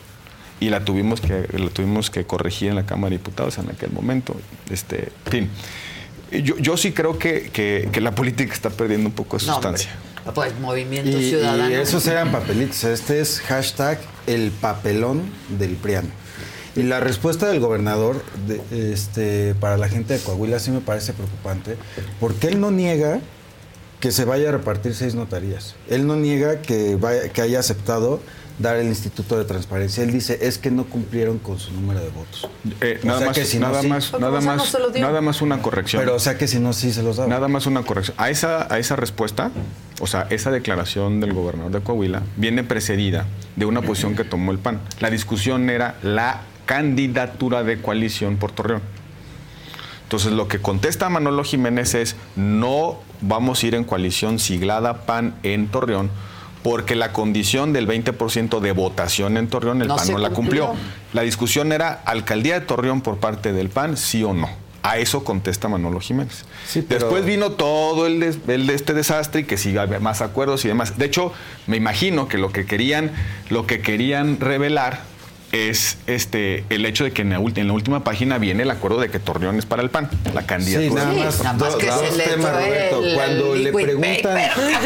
y la tuvimos que, la tuvimos que corregir en la Cámara de Diputados en aquel momento. Este, en fin, yo, yo sí creo que, que, que la política está perdiendo un poco de sustancia. No, pues Movimiento y, Ciudadano. Y esos eran papelitos. Este es hashtag el papelón del PRIAN. Y la respuesta del gobernador de, este, para la gente de Coahuila sí me parece preocupante, porque él no niega que se vaya a repartir seis notarías. Él no niega que, vaya, que haya aceptado dar el Instituto de Transparencia. Él dice, es que no cumplieron con su número de votos. Eh, nada, sea más, que si nada, no, más, sí. nada, más, no nada más una corrección. Pero o sea que si no, sí se los da. Nada más una corrección. A esa, a esa respuesta, o sea, esa declaración del gobernador de Coahuila viene precedida de una posición que tomó el P A N. La discusión era la candidatura de coalición por Torreón. Entonces, lo que contesta Manolo Jiménez es, no vamos a ir en coalición siglada P A N en Torreón, porque la condición del veinte por ciento de votación en Torreón, el no P A N no la cumplió. La discusión era alcaldía de Torreón por parte del P A N, sí o no. A eso contesta Manolo Jiménez. Sí, pero... Después vino todo el de, el de este desastre y que sí había más acuerdos y demás. De hecho, me imagino que lo que querían, lo que querían revelar es este el hecho de que en la, en la última página viene el acuerdo de que Torreón es para el P A N, la candidatura. Sí, nada más, sí, nada más que se le tema, Roberto, el, cuando el le preguntan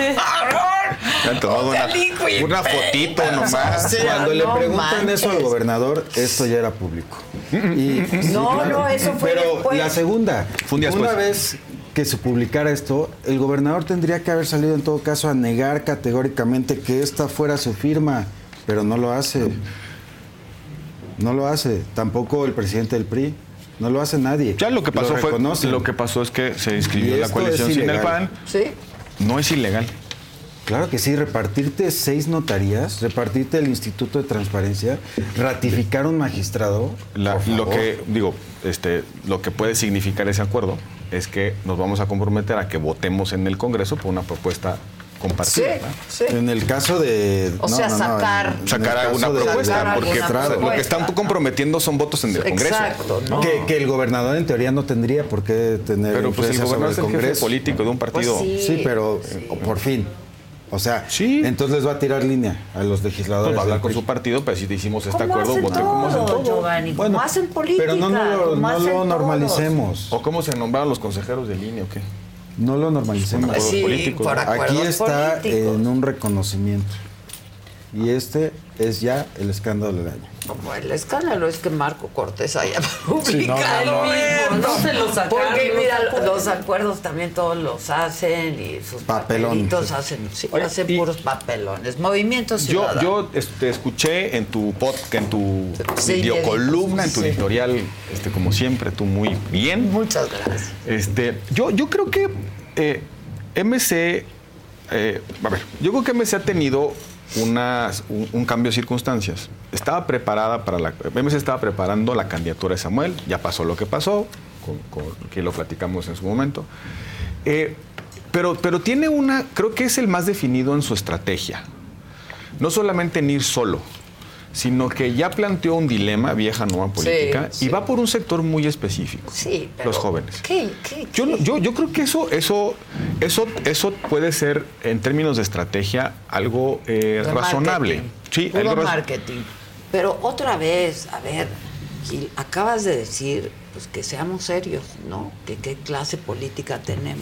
no, una, una fotito nomás. Sí, cuando no le preguntan manches. Eso al gobernador, esto ya era público. Y, sí, no, claro. no, eso fue Pero después. La segunda, fue un día una después. vez que se publicara esto, el gobernador tendría que haber salido en todo caso a negar categóricamente que esta fuera su firma, pero no lo hace. No lo hace, tampoco el presidente del P R I, no lo hace nadie. Ya lo que pasó lo fue, reconocen. lo que pasó es que se inscribió la coalición sin el P A N. Sí. No es ilegal. Claro que sí, repartirte seis notarías, repartirte el Instituto de Transparencia, ratificar un magistrado. La, lo que digo, este, lo que puede significar ese acuerdo es que nos vamos a comprometer a que votemos en el Congreso por una propuesta compartida. Sí, ¿no? sí. En el caso de... O no, sea, no, sacar... No, sacar alguna propuesta, sacar porque alguna propuesta. Lo que están comprometiendo son votos en el Congreso. Exacto. No. Que, que el gobernador en teoría no tendría por qué tener pero pues el gobernador es el jefe político de un partido. Pues sí, sí, pero sí. por fin. O sea, sí. Entonces les va a tirar línea a los legisladores. Pues va a hablar con su partido, pero si hicimos este acuerdo, voté como hacen todo. Giovanni, bueno, como hacen política. Pero no, no, no lo normalicemos. ¿O cómo se nombraron los consejeros de línea o qué? No lo normalicemos. Sí, políticos, por aquí está políticos. En un reconocimiento. Y este es ya el escándalo del año. Como el escándalo es que Marco Cortés haya publicado sí, no, no, no, mismo, no, no se lo sacaron. Porque los mira, acuerdos. los acuerdos también todos los hacen y sus Papelón, papelitos sí. hacen, sí, Oye, hacen y puros papelones. Movimientos Yo, Ciudadanos. yo este, escuché en tu podcast, en tu Sí, videocolumna, en tu sí. editorial, este, como siempre, tú muy bien. Muchas gracias. Este, yo, yo creo que eh, M C, eh, a ver, yo creo que M C ha tenido unas, un, un cambio de circunstancias. Estaba preparada para la, M C estaba preparando la candidatura de Samuel, ya pasó lo que pasó, con, con, que lo platicamos en su momento. Eh, pero, pero tiene una, creo que es el más definido en su estrategia. No solamente en ir solo, sino que ya planteó un dilema, vieja nueva política, sí, y sí. va por un sector muy específico, sí, pero los jóvenes. ¿Qué, qué, Yo, qué? yo, yo creo que eso, eso, eso, eso puede ser, en términos de estrategia, algo eh, De razonable. marketing. Sí, Puro algo raz- marketing. Pero otra vez, a ver, Gil, acabas de decir pues, que seamos serios, ¿no? Que qué clase política tenemos.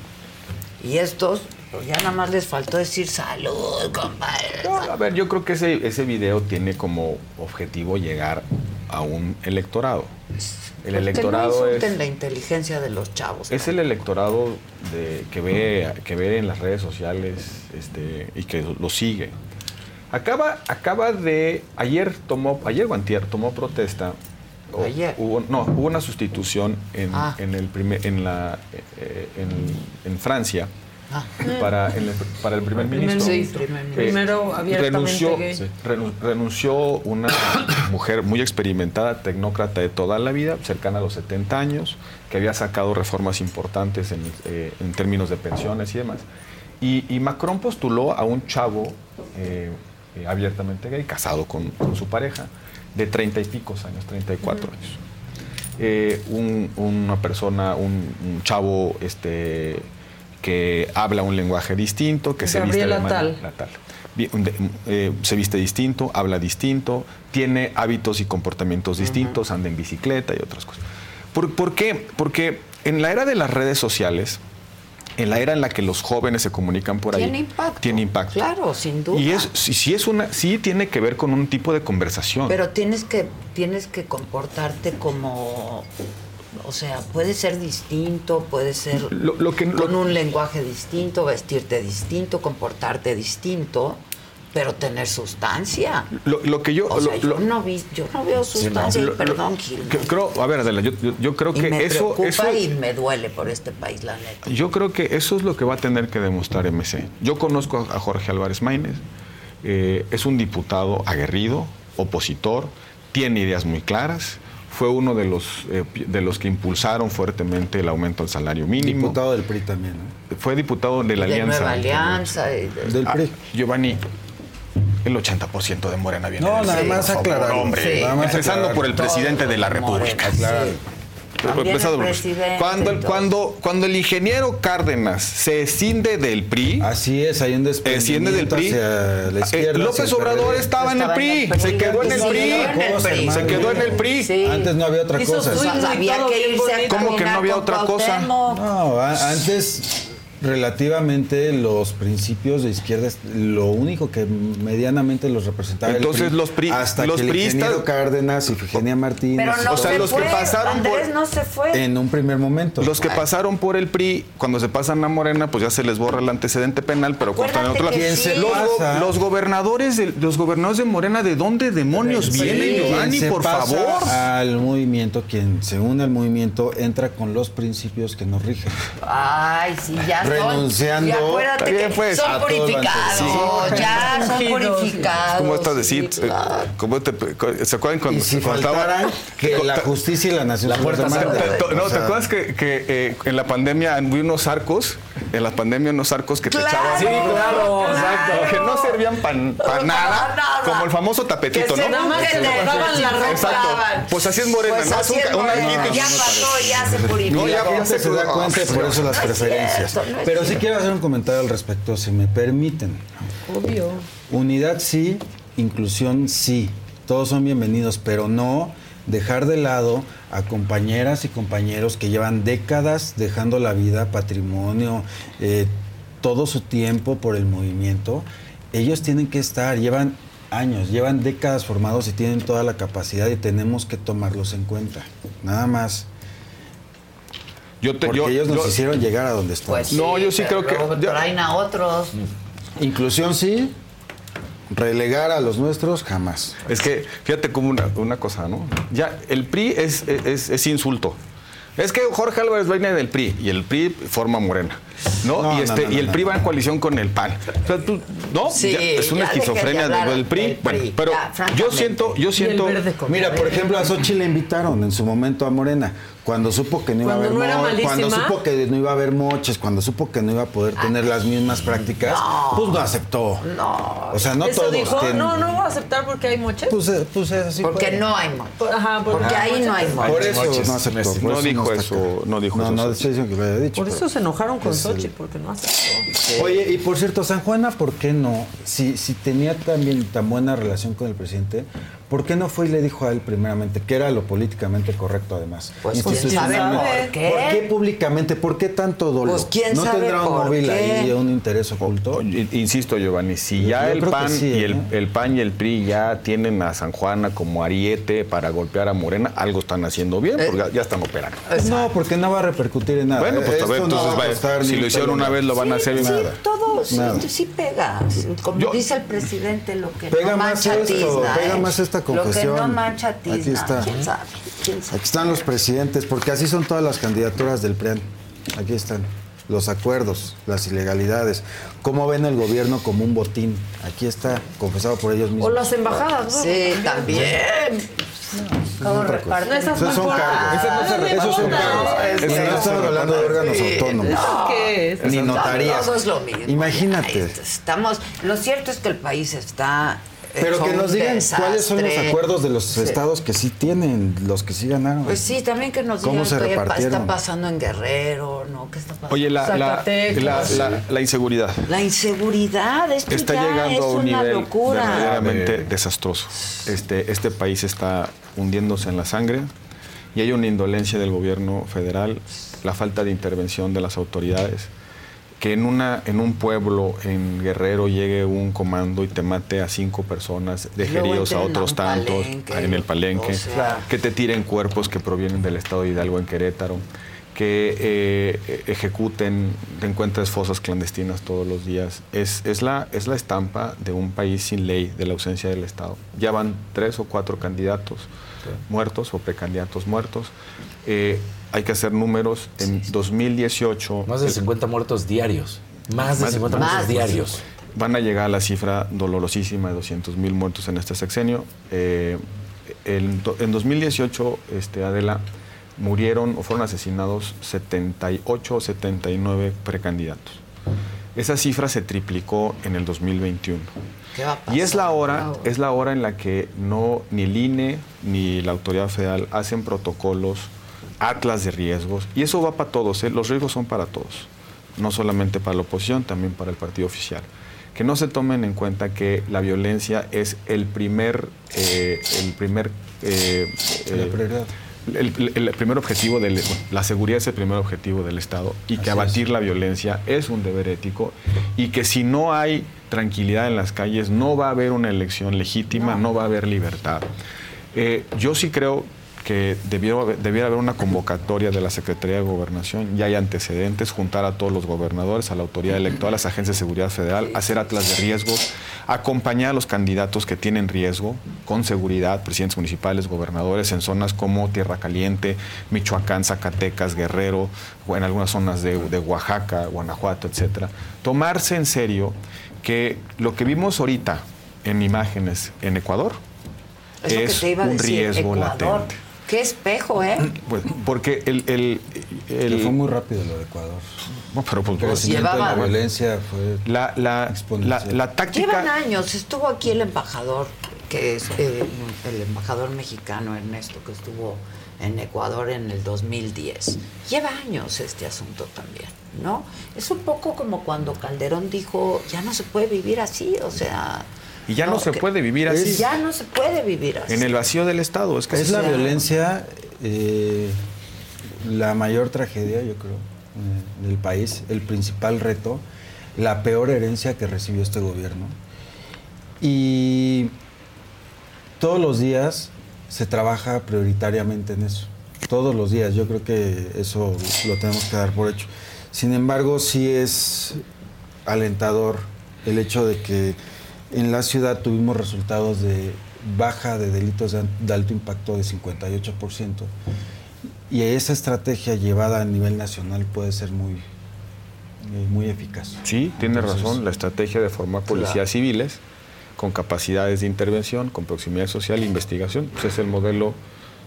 Y estos, pues ya nada más les faltó decir salud, compadre. No, a ver, yo creo que ese, ese video tiene como objetivo llegar a un electorado. El Pues electorado que no es... insulten la inteligencia de los chavos. Es el electorado de, que, ve, que ve en las redes sociales este, y que lo, lo sigue. Acaba, acaba de... Ayer tomó... Ayer o antier tomó protesta. O, Ayer. Hubo, no, hubo una sustitución en, Ah. en, el primer, en, la, eh, en, en Francia Ah. para, el, para el primer ministro. Sí, primero abiertamente renunció, gay. sí, renu- renunció una mujer muy experimentada, tecnócrata de toda la vida, cercana a los setenta años, que había sacado reformas importantes en, eh, en términos de pensiones y demás. Y, y Macron postuló a un chavo eh, eh, abiertamente gay, casado con, con su pareja, de treinta y pico años, treinta y cuatro años. Eh, un- una persona, un, un chavo este, que habla un lenguaje distinto, que se viste de Gabriel manera- Attal. Attal. Vi- un de- eh, se viste distinto, habla distinto, tiene hábitos y comportamientos distintos, anda en bicicleta y otras cosas. ¿Por, por qué? Porque en la era de las redes sociales, en la era en la que los jóvenes se comunican por ahí, Tiene impacto. tiene impacto. Claro, sin duda. Y es, sí, sí es una, sí tiene que ver con un tipo de conversación. Pero tienes que, tienes que comportarte como... O sea, puede ser distinto, puede ser Lo- lo que- con lo- un lenguaje distinto, vestirte distinto, comportarte distinto, pero tener sustancia. Lo, lo que yo... O sea, lo- yo, lo- no vi, yo no veo sustancia, Lo- y lo- perdón, Gil. que- creo, a ver, Adela, yo, yo, yo creo Y que me eso... preocupa eso y me duele por este país, la neta. Yo creo que eso es lo que va a tener que demostrar M C. Yo conozco a Jorge Álvarez Maínez, eh, es un diputado aguerrido, opositor, tiene ideas muy claras, fue uno de los, eh, de los que impulsaron fuertemente el aumento al salario mínimo. Diputado del P R I también, ¿no? Fue diputado de la de Alianza. Nueva Alianza. y de- Del P R I. Ah, Giovanni, el ochenta por ciento de Morena viene No, del nada P R I, más por favor, aclarar. hombre. Sí. Nada más Empezando aclarar. por el presidente de la República. Aclarar. También Empezando el por- presidente, cuando, el, entonces. cuando, cuando el ingeniero Cárdenas se escinde del P R I, Así es, hay un desciende del P R I. hacia la izquierda, eh, hacia López el Obrador P R D. estaba en el P R I, se quedó en el Sí, P R I, en el P R I. se quedó en el P R I. Sí. Antes no había otra Hizo cosa. O sea, swing y había todo que bien irse a bonito. ¿Cómo que no caminar había con otra cosa? Cuauhtémoc. No, a- antes relativamente los principios de izquierda, lo único que medianamente los representaba era el Entonces, P R I, los pri- hasta los que el priistas- ingeniero Cárdenas y Ifigenia Martínez, Pero no O sea, se los que fue. pasaron por- Andrés no se fue. en un primer momento. Los que pasaron por el P R I, cuando se pasan a Morena, pues ya se les borra el antecedente penal, pero Acuérdate cortan en otro lado. que ¿Quién se sí. Los, go- pasa? los gobernadores de, los gobernadores de Morena, ¿de dónde demonios Sí, vienen, quien Giovanni, se por pasa favor? al movimiento, quien se une al movimiento, entra con los principios que nos rigen. Ay, sí, ya son. Renunciando. Y acuérdate Está bien, que pues. son A todo purificados. sí. Ya son Sí, purificados. ¿Cómo estás de sí, Cid? claro. ¿Cómo te- ¿Se acuerdan cuando Y si cuando estaba- faltaran que la Ta- justicia y la nación La se los puerta demanden. santa. Te- No, O ¿te sea, acuerdas que, que, eh, en la pandemia había unos arcos? En la pandemia unos arcos que Claro. te echaban. Sí, claro, exacto. Que no servían para Para nada, nada. como el famoso tapetito, Que se ¿no? Nada más nunca se le- borraban la ropa. Exacto. Pues así es Morena, Pues ¿no? así Es un es ca- un Morena. alguito- Ya pasó, ya se purificó. No, ya- La gente se se da cruzó. cuenta y por eso las No es preferencias. cierto, no es Pero sí cierto. quiero hacer un comentario al respecto, si me permiten. Obvio. Unidad sí, inclusión sí. Todos son bienvenidos, pero no dejar de lado a compañeras y compañeros que llevan décadas dejando la vida, patrimonio, eh, todo su tiempo por el movimiento. Ellos tienen que estar, llevan años, llevan décadas formados y tienen toda la capacidad y tenemos que tomarlos en cuenta. Nada más. Yo te- Porque yo- ellos nos yo- hicieron llegar a donde estamos. Pues No, yo sí pero creo que- luego yo- traen a otros. Inclusión sí, relegar a los nuestros jamás. Es que, fíjate como una, una cosa, ¿no? Ya, el P R I es, es, es insulto. Es que Jorge Álvarez viene del P R I y el P R I forma Morena, ¿no? No, y no, este no, y el no, P R I no. va en coalición con el P A N. O sea, tú, ¿no? Sí, Ya, es una ya dejen de esquizofrenia hablar del P R I. del Bueno, P R I, pero ya, yo francamente. siento, yo Y el siento. verde con Mira, por verde. ejemplo, a Xochitl le invitaron en su momento a Morena, cuando supo que no iba Cuando a haber no era mo- malísima. cuando supo que no iba a haber moches, cuando supo que no iba a poder tener las mismas prácticas, pues no aceptó. No. O sea, no Eso todos dijo, tienen- no, no voy a aceptar porque hay moches. Pues, eh, pues es así. Porque fue. no hay moches. Ajá, porque, Porque ahí no hay Por moches. eso moches. no aceptó. por No dijo está eso, acá. no dijo no, eso, No, Xochitl. estoy diciendo que lo haya dicho. Por eso pero se enojaron con es el- Xochitl, porque no aceptó. Oye, y por cierto, San Juana, ¿por qué no? Si, si tenía también tan buena relación con el presidente, ¿Por qué no fue y le dijo a él primeramente que era lo políticamente correcto además? Pues quién sabe por qué. ¿Por qué públicamente? ¿Por qué tanto dolor? Pues quién ¿No sabe tendrá un por móvil qué? ahí, un interés oculto? Insisto, Giovanni, si ya Yo el creo que PAN sí, y el, ¿eh? el PAN y el P R I ya tienen a San Juana como ariete para golpear a Morena, algo están haciendo bien, porque ya están operando. No, porque no va a repercutir en nada. Bueno, pues a Esto ver, no entonces va a vaya, costar si ni lo un hicieron pelo una más. vez, lo van a hacer Sí, nada. todo sí, Nada. sí pega. Como Yo- dice el presidente, lo que Pega no más mancha esto, tizna. pega ¿eh? más esta confesión. Lo que no mancha tizna. Aquí está. ¿Quién sabe? ¿Quién sabe? Aquí están los presidentes, porque así son todas las candidaturas del P R I A N. Aquí están los acuerdos, las ilegalidades, cómo ven el gobierno como un botín. Aquí está, confesado por ellos mismos. O las embajadas, ¿no? Sí, también. ¿Cómo reparten? No, esas Esos son son cargos. Esos no se Esos son reparten. cargos. No, es Eso que- no estamos hablando de órganos Sí, autónomos. no. ¿Qué es? Ni notarías. Todo es lo mismo. Imagínate. Estamos, lo cierto es que el país está Pero hecho que nos un digan cuáles son los desastre. acuerdos de los Sí. estados que sí tienen, los que sí ganaron. Pues sí, también que nos ¿Cómo digan se qué pa- repartieron? está pasando en Guerrero, ¿no? ¿Qué está pasando? Oye, la, la, Zacatecas. la, la- la inseguridad La inseguridad, esto está ya llegando es a un una nivel locura. verdaderamente desastroso. Este, este país está hundiéndose en la sangre y hay una indolencia del gobierno federal, la falta de intervención de las autoridades. Que en, una, en un pueblo, en Guerrero, llegue un comando y te mate a cinco personas, deje Luego heridos a entren a otros un tantos palenque, en el palenque, o sea. que te tiren cuerpos que provienen del estado de Hidalgo en Querétaro, que eh, ejecuten, te encuentres fosas clandestinas todos los días. Es, es, la, es la estampa de un país sin ley, de la ausencia del Estado. Ya van tres o cuatro candidatos muertos o precandidatos muertos. Eh, hay que hacer números. En dos mil dieciocho... Más de cincuenta muertos diarios. Más de cincuenta muertos diarios. Van a llegar a la cifra dolorosísima de doscientos mil muertos en este sexenio. Eh, el- en dos mil dieciocho, este, Adela, murieron o fueron asesinados setenta y ocho o setenta y nueve precandidatos. Esa cifra se triplicó en el dos mil veintiuno. ¿Qué va a pasar? Y es la hora, Wow. es la hora en la que no ni el I N E ni la autoridad federal hacen protocolos, atlas de riesgos, y eso va para todos, ¿eh? Los riesgos son para todos, no solamente para la oposición, también para el partido oficial. Que no se tomen en cuenta que la violencia es el primer, eh, el primer, eh, La eh, prioridad. el, el- el primer objetivo del, la seguridad es el primer objetivo del Estado y que Así abatir es. la violencia es un deber ético y que si no hay tranquilidad en las calles no va a haber una elección legítima, no, va a haber libertad. Eh, yo sí creo que debiera haber, debiera haber una convocatoria de la Secretaría de Gobernación, ya hay antecedentes, juntar a todos los gobernadores, a la autoridad electoral, a las agencias de seguridad federal, hacer atlas de riesgos, acompañar a los candidatos que tienen riesgo con seguridad, presidentes municipales, gobernadores, en zonas como Tierra Caliente, Michoacán, Zacatecas, Guerrero, o en algunas zonas de, de Oaxaca, Guanajuato, etcétera. Tomarse en serio que lo que vimos ahorita en imágenes en Ecuador Es lo que es te iba a un decir, riesgo Ecuador. latente. Qué espejo, ¿eh? Pues, porque el, el, el- Que fue muy rápido lo de Ecuador. No, pero pues, El crecimiento de la Llevaba- violencia fue la, la, la, exponencial. la táctica... Llevan años. Estuvo aquí el embajador, que es eh, el embajador mexicano Ernesto, que estuvo en Ecuador en el dos mil diez. Lleva años este asunto también, ¿no? Es un poco como cuando Calderón dijo, ya no se puede vivir así, o sea... Y ya no se que- puede vivir así. Ya no se puede vivir así. En el vacío del Estado. Es que Es la sí. violencia eh, la mayor tragedia, yo creo, eh, del país, el principal reto, la peor herencia que recibió este gobierno. Y todos los días se trabaja prioritariamente en eso. Todos los días, yo creo que eso lo tenemos que dar por hecho. Sin embargo, sí es alentador el hecho de que en la ciudad tuvimos resultados de baja de delitos de, de alto impacto de cincuenta y ocho por ciento. Y esa estrategia llevada a nivel nacional puede ser muy, muy, muy eficaz. Sí, tiene Entonces, razón. La estrategia de formar policías Claro. civiles con capacidades de intervención, con proximidad social e investigación, pues es el modelo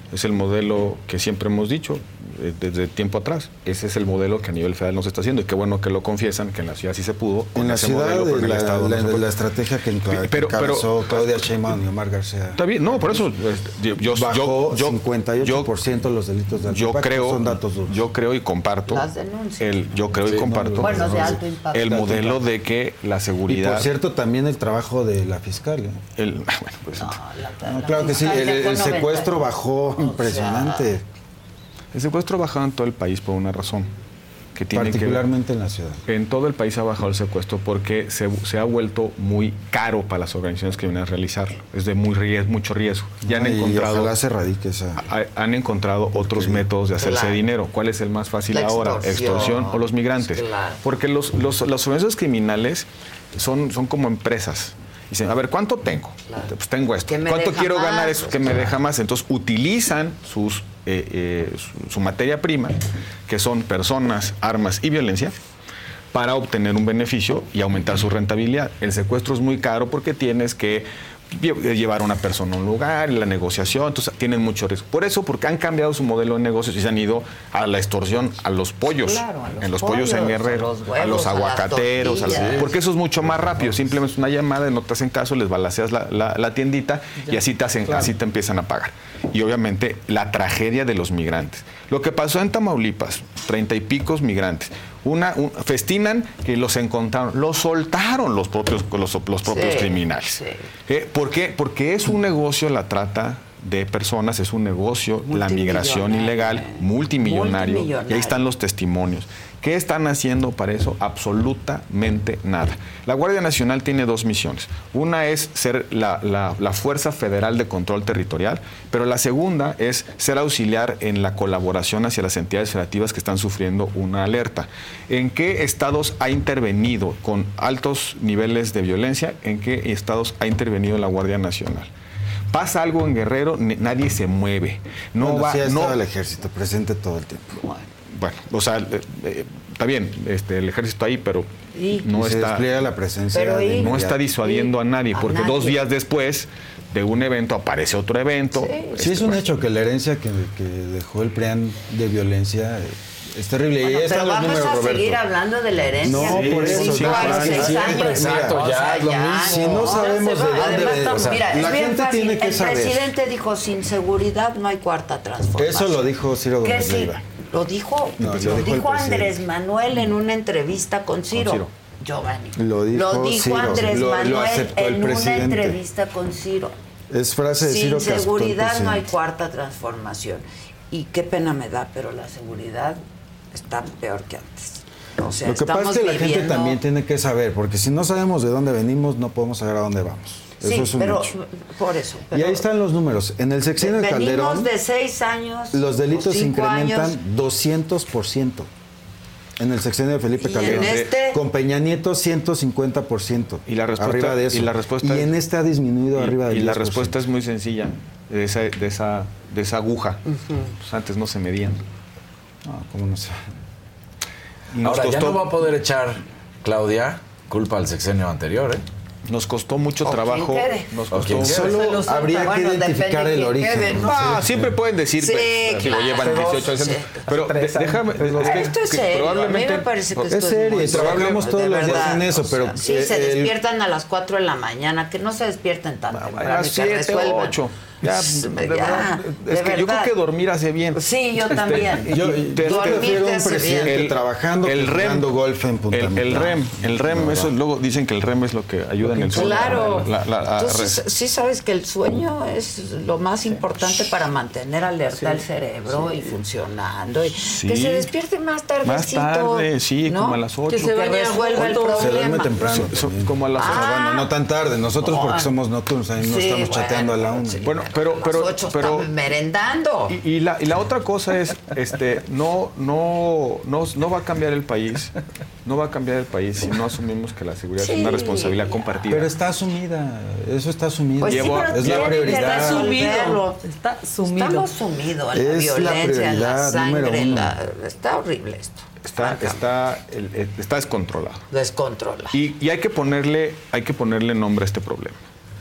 Es el modelo que siempre hemos dicho eh, desde tiempo atrás. Ese es el modelo que a nivel federal no se está haciendo. Y qué bueno que lo confiesan, que en la ciudad sí se pudo. En la ese ciudad, modelo, pero en el la, Estado la, no se puede. la estrategia que encabezó pero, pero, Claudia Sheinbaum y Omar García. Está bien, no, por eso yo, yo, bajó yo, cincuenta y ocho por ciento los delitos de alto yo impacto, creo, son datos duros. Yo creo y comparto. Las denuncias. El, yo creo Sí, y comparto. no, bueno, de alto impacto. El modelo de que la seguridad. Y por cierto, también el trabajo de la fiscal. ¿eh? El, bueno, pues, No, la, no, la claro que sí, el, el secuestro bajó O impresionante. sea, el secuestro ha bajado en todo el país por una razón. Que tiene Particularmente que, en la ciudad. En todo el país ha bajado el secuestro porque se, se ha vuelto muy caro para las organizaciones que vienen a realizarlo. Es de muy ries, mucho riesgo. Ya han Ay, encontrado, ojalá se radique esa. ha, han encontrado otros Okay. métodos de hacerse Claro. dinero. ¿Cuál es el más fácil La ahora? extorsión. Extorsión o los migrantes. Claro. Porque los, los, las organizaciones criminales son, son como empresas. Dicen, a ver, ¿cuánto tengo? Claro. Pues tengo esto. ¿Qué me ¿Cuánto deja quiero más? ganar? Eso Pues que me claro. deja más. Entonces utilizan sus, eh, eh, su, su materia prima, que son personas, armas y violencia, para obtener un beneficio y aumentar su rentabilidad. El secuestro es muy caro porque tienes que lle- llevar a una persona a un lugar y la negociación, entonces tienen mucho riesgo. Por eso, porque han cambiado su modelo de negocios y se han ido a la extorsión, a los pollos, Claro, a los en los pollos, en pollos, Guerrero, a los a, huevos, los a las aguacateros, a las- tortillas. porque eso es mucho más rápido. Simplemente es una llamada, no te hacen caso, les balaceas la, la- la tiendita y así te hacen, así te empiezan a pagar. Y obviamente la tragedia de los migrantes. Lo que pasó en Tamaulipas, treinta y picos migrantes. Una, un- festinan que los encontraron, los soltaron los propios, los, los propios Sí, criminales. sí. Eh, ¿Por qué? Porque es un negocio la trata de personas, es un negocio la migración ilegal, multimillonario, Multimillonario. y ahí están los testimonios. ¿Qué están haciendo para eso? Absolutamente nada. La Guardia Nacional tiene dos misiones. Una es ser la, la- la Fuerza Federal de Control Territorial, pero la segunda es ser auxiliar en la colaboración hacia las entidades federativas que están sufriendo una alerta. ¿En qué estados ha intervenido con altos niveles de violencia? ¿En qué estados ha intervenido la Guardia Nacional? Pasa algo en Guerrero, ni- nadie se mueve. No Bueno, va, sí ha no, estado el ejército presente todo el tiempo. bueno, o sea, eh, eh, está bien, este, el ejército ahí, pero Y- no Y se está, despliega la presencia Pero de y- no inmediato. está disuadiendo a nadie, A porque nadie. dos días después de un evento aparece otro evento. Sí, es un hecho que la herencia que, que dejó el PRIAN de viencia eh, es terrible. Bueno, y ahí pero están los vamos números, a Roberto. seguir hablando de la herencia. No, por eso, Cinco ya, años, ya, seis siempre, años. exacto, O sea, ya, lo mismo. Si no sabemos se de va. dónde Además, ve- tam- o sea, mira, la es bien gente fácil. tiene que El saber. presidente dijo, sin seguridad no hay cuarta transformación. Eso lo dijo Ciro ¿Qué Gómez sí? Leiva. Lo dijo, No, lo lo dijo el dijo presidente. Andrés Manuel en una entrevista con Ciro. Ciro. Giovanni. Lo dijo Ciro. Andrés Lo- lo Manuel aceptó el en una presidente. entrevista con Ciro. Es frase de Ciro Sin que aceptó el seguridad no hay presidente. cuarta transformación. Y qué pena me da, pero la seguridad está peor que antes. O sea, Lo que pasa estamos es que la gente viviendo- también tiene que saber, porque si no sabemos de dónde venimos, no podemos saber a dónde vamos. Eso Sí, es un pero hecho. por eso. Y ahí están los números. En el sexenio de Venimos Calderón, de seis años. los delitos o se cinco incrementan años. doscientos por ciento. En el sexenio de Felipe Y Calderón. en este- Con Peña Nieto, ciento cincuenta por ciento. Y la respuesta- Arriba de eso. y la respuesta- Y en este ha disminuido Y, arriba de y la diez por ciento. respuesta es muy sencilla, de esa, de esa, de esa aguja. Pues antes no se medían. No, ¿cómo no sé? Y nos Ahora, ya costó- no va a poder echar Claudia culpa al sexenio anterior, ¿eh? Nos costó mucho O trabajo. quien quede. Nos O costó. quien quede. Solo Bueno, habría que depende identificar de el quién origen. quede, ¿no? Ah, siempre pueden decir, Sí, pues, digo, claro. llevan dieciocho años. Sí. Pero Tres de- años. déjame, es que- Esto es que serio, probablemente a mí me parece que Es esto es, serio, muy y trabajamos serio, todos de los días verdad, en eso, o sea, pero, sí, eh, se el- despiertan a las cuatro de la mañana, que no se despierten tan temprano a y las que siete, resuelvan. ocho. Ya, de Ya, verdad, de es que yo creo verdad. que dormir hace bien. Sí, yo también. y- Yo, y- yo Dormir prefiero te un hace presidente bien. trabajando el que REM, jugando golf en Punta el, el Mita. REM, el REM, No, eso va. luego dicen que el REM es lo que ayuda en el sueño. Claro. La- la- la- Entonces, sí sabes que el sueño es lo más importante para mantener alerta el cerebro y funcionando. Y que se despierte más tardecito. Más tarde, sí, ¿no? como a las ocho. Que se resuelva el problema. Se duerme temprano. So- so- también. como a las Bueno, ocho. bueno, no tan tarde. Nosotros porque somos nocturnos, ahí no Sí, estamos bueno, chateando a la una. sí. Bueno, pero, pero, A las ocho pero están merendando. y, y la, y la otra cosa es, este, no, no, no, no va a cambiar el país, no va a cambiar el país si no asumimos que la seguridad Sí. es una responsabilidad compartida. Pero está asumida, eso está asumido. Pues sí, Llevo- pero es la tienen que prioridad. Está sumido. resolverlo. Está sumido. Estamos sumidos en la Es la violencia, en la prioridad sangre, número en uno. la... Está horrible esto. Está, está, el- el- está descontrolado. Descontrola. Y, y hay que ponerle, hay que ponerle nombre a este problema.